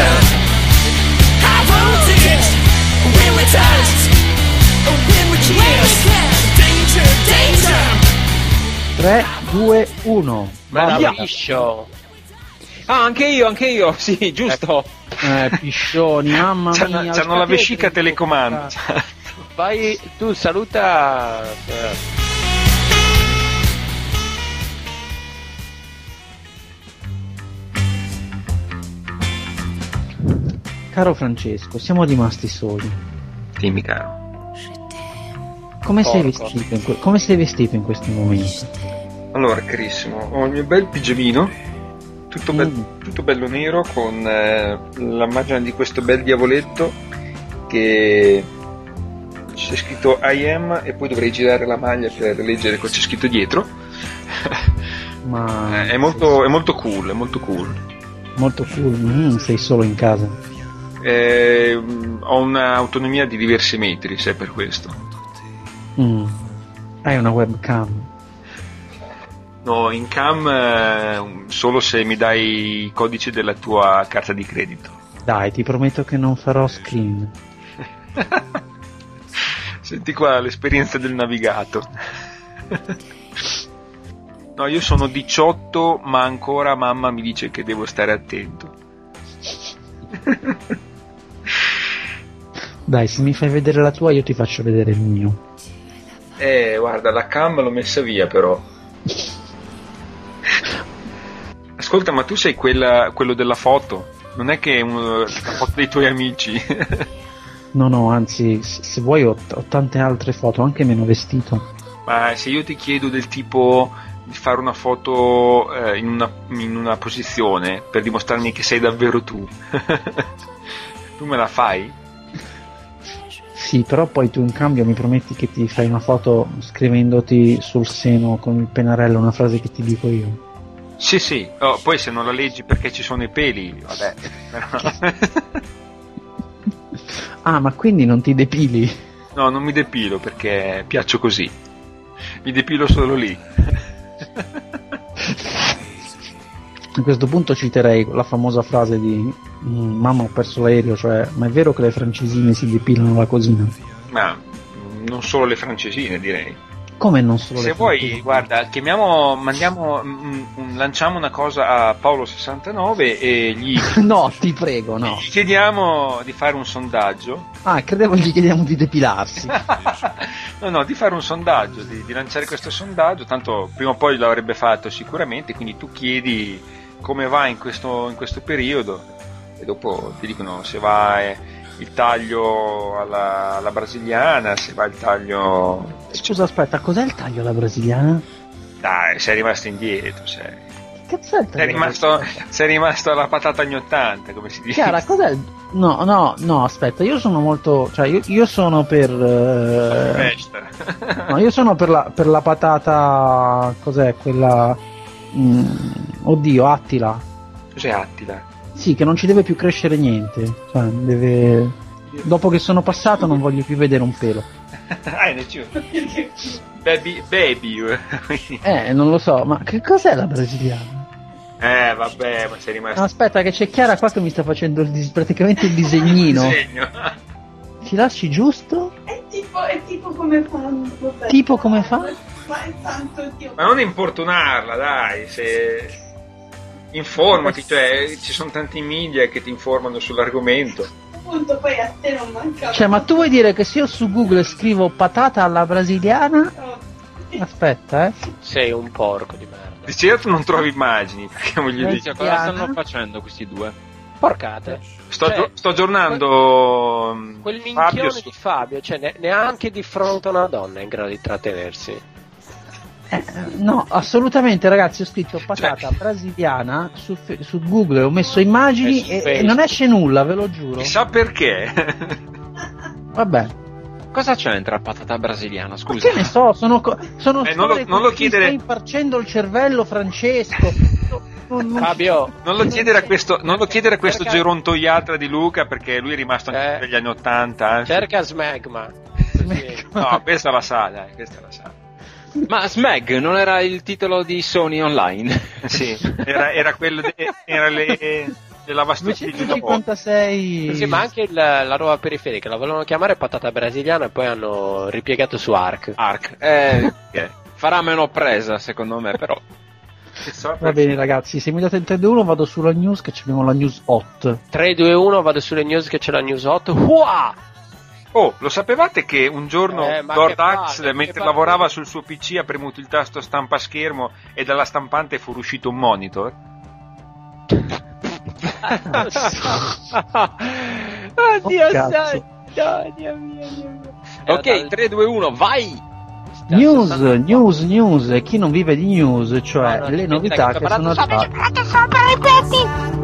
S6: voltage, when we touch, when we kiss, danger, danger.
S7: tre, due, uno.
S4: Bravissimo.
S3: Ah, anche io, anche io, sì, giusto.
S7: Eh, piscioni, mamma
S1: C'hanno,
S7: mia.
S1: c'hanno la vescica telecomando.
S4: Vai, tu saluta. eh,
S2: Caro Francesco, siamo rimasti soli.
S1: Dimmi caro.
S2: Come sei,
S4: Porco.
S2: vestito in que- come sei vestito in questo momento?
S1: Allora carissimo, ho il mio bel pigiamino, tutto, be-
S2: Mm.
S1: tutto bello nero con eh, l'immagine di questo bel diavoletto che c'è scritto I am e poi dovrei girare la maglia per leggere cosa c'è scritto dietro.
S2: Ma
S1: Eh, è, molto, è molto cool, è molto cool.
S2: molto cool. Mm, sei solo in casa.
S1: Eh, ho un'autonomia di diversi metri, se è per questo.
S2: Mm. Hai una webcam.
S1: No, in cam eh, solo se mi dai i codici della tua carta di credito.
S2: Dai, ti prometto che non farò screen.
S1: Senti qua l'esperienza del navigato. No, io sono diciotto, ma ancora mamma mi dice che devo stare attento.
S2: Dai, se mi fai vedere la tua, io ti faccio vedere il mio.
S1: Eh, guarda, la cam l'ho messa via però. Ascolta, ma tu sei quella, quello della foto? Non è che è un- la foto dei tuoi amici?
S2: No, no, anzi, se se vuoi ho, ho tante altre foto, anche meno vestito.
S1: Ma se io ti chiedo del tipo di fare una foto eh, in, una, in una posizione per dimostrarmi che sei davvero tu, tu me la fai?
S2: Sì, però poi tu in cambio mi prometti che ti fai una foto scrivendoti sul seno con il pennarello una frase che ti dico io.
S1: Sì, sì. Oh, poi se non la leggi perché ci sono i peli, vabbè. Però...
S2: Ah, ma quindi non ti depili?
S1: No, non mi depilo perché piaccio così. Mi depilo solo lì.
S2: A questo punto citerei la famosa frase di mm, mamma ho perso l'aereo, cioè ma è vero che le francesine si depilano la cosina?
S1: Ma mm, non solo le francesine, direi.
S2: Come non solo
S1: Se
S2: le
S1: vuoi,
S2: francesine?
S1: guarda, chiamiamo, mandiamo, mm, mm, lanciamo una cosa a Paolo sessantanove e gli,
S2: No, ti prego, no.
S1: gli chiediamo di fare un sondaggio.
S2: Ah, credevo gli chiediamo di depilarsi.
S1: No, no, di fare un sondaggio, di, di lanciare questo sondaggio, tanto prima o poi l'avrebbe fatto sicuramente, quindi tu chiedi come va in questo, in questo periodo e dopo ti dicono se va eh, il taglio alla, alla brasiliana, se va il taglio...
S2: Scusa, aspetta, cos'è il taglio alla brasiliana?
S1: Dai, sei rimasto indietro, sei,
S2: Che cazzo è il taglio?
S1: sei, rimasto, sei rimasto alla patata anni ottanta, come si dice.
S2: Chiara, cos'è il... No, no, no, aspetta, io sono molto... Cioè, io, io sono per... eh,
S1: Festa.
S2: No, io sono per la, per la patata... Cos'è quella... mm, oddio, Attila.
S1: Cos'è Attila?
S2: Sì, che non ci deve più crescere niente. Cioè, deve... Dopo che sono passato non voglio più vedere un pelo.
S1: Ah, è nel baby, baby.
S2: Eh, non lo so, ma che cos'è la brasiliana?
S1: Eh, vabbè, ma sei rimasto...
S2: No, aspetta, che c'è Chiara qua che mi sta facendo il dis- praticamente il disegnino.
S1: Segno.
S2: Ci lasci giusto?
S9: È tipo, è tipo come fanno. vabbè.
S2: Tipo come fa?
S9: Ma è tanto Dio.
S1: Ma non importunarla, dai, se... Informati, cioè, ci sono tanti media che ti informano sull'argomento.
S9: Appunto, poi a te non manca.
S2: Cioè, ma tu vuoi dire che se io su Google scrivo patata alla brasiliana... Aspetta, eh.
S4: Sei un porco di merda.
S1: Di certo non trovi immagini, perché voglio dire...
S3: Cioè, cosa stanno facendo questi due?
S4: Porcate.
S1: Sto,
S4: Cioè,
S1: aggior- sto aggiornando
S4: Quel
S1: Fabio
S4: minchione
S1: su-
S4: di Fabio, cioè ne- neanche di fronte a una donna è in grado di trattenersi.
S2: Eh, no, assolutamente ragazzi, ho scritto patata
S1: Cioè-
S2: brasiliana su, fe- su Google, ho messo immagini
S4: E su
S2: e, e
S4: Facebook.
S2: non esce nulla, ve lo giuro.
S1: Chissà perché.
S2: Vabbè,
S3: Cosa c'entra patata brasiliana?
S2: Ma
S3: Scusa.
S2: che ne so, sono, co- sono
S1: Eh, non lo-
S2: storie
S1: non lo
S2: che ti
S1: chiedere-
S2: sta infarcendo il cervello, Francesco. Non- non-
S4: Fabio,
S1: Non lo chiedere a questo, non lo chiedere a questo
S4: Cerca-
S1: gerontoiatra di Luca, perché lui è rimasto anche
S4: Eh.
S1: negli anni Ottanta. eh.
S4: cerca Smegma. Così.
S1: No, questa la sa, dai, questa la sa.
S3: Ma Smeg non era il titolo di Sony Online?
S1: Sì, era, era quello de, era le, le lavastoviglie da uomo.
S2: duecentocinquantasei.
S4: Sì, ma anche il- la nuova periferica la volevano chiamare patata brasiliana e poi hanno ripiegato su Arc.
S3: Arc. Eh,
S1: Ok.
S3: farà meno presa, secondo me, però.
S1: Che so,
S2: Va bene ragazzi, se mi date il tre due uno vado sulla news, che abbiamo la news hot.
S4: tre due uno, vado sulle news che c'è la news otto. Uah!
S1: Oh, lo sapevate che un giorno
S4: Eh, ma
S1: Lord
S4: che
S1: Axe,
S4: palle,
S1: mentre
S4: che
S1: lavorava
S4: palle.
S1: sul suo P C, ha premuto il tasto stampa schermo e dalla stampante fu uscito un monitor?
S4: Oddio
S2: Oh, cazzo.
S4: santo, Dio mio, Dio mio.
S3: Ok,
S4: Era dal-
S3: tre due uno, vai!
S2: News, news, news, e chi non vive di news, cioè
S4: No, no,
S2: le
S4: aspetta,
S2: novità
S4: che
S2: che
S4: sto
S2: sono
S4: parlando-
S2: arrivate.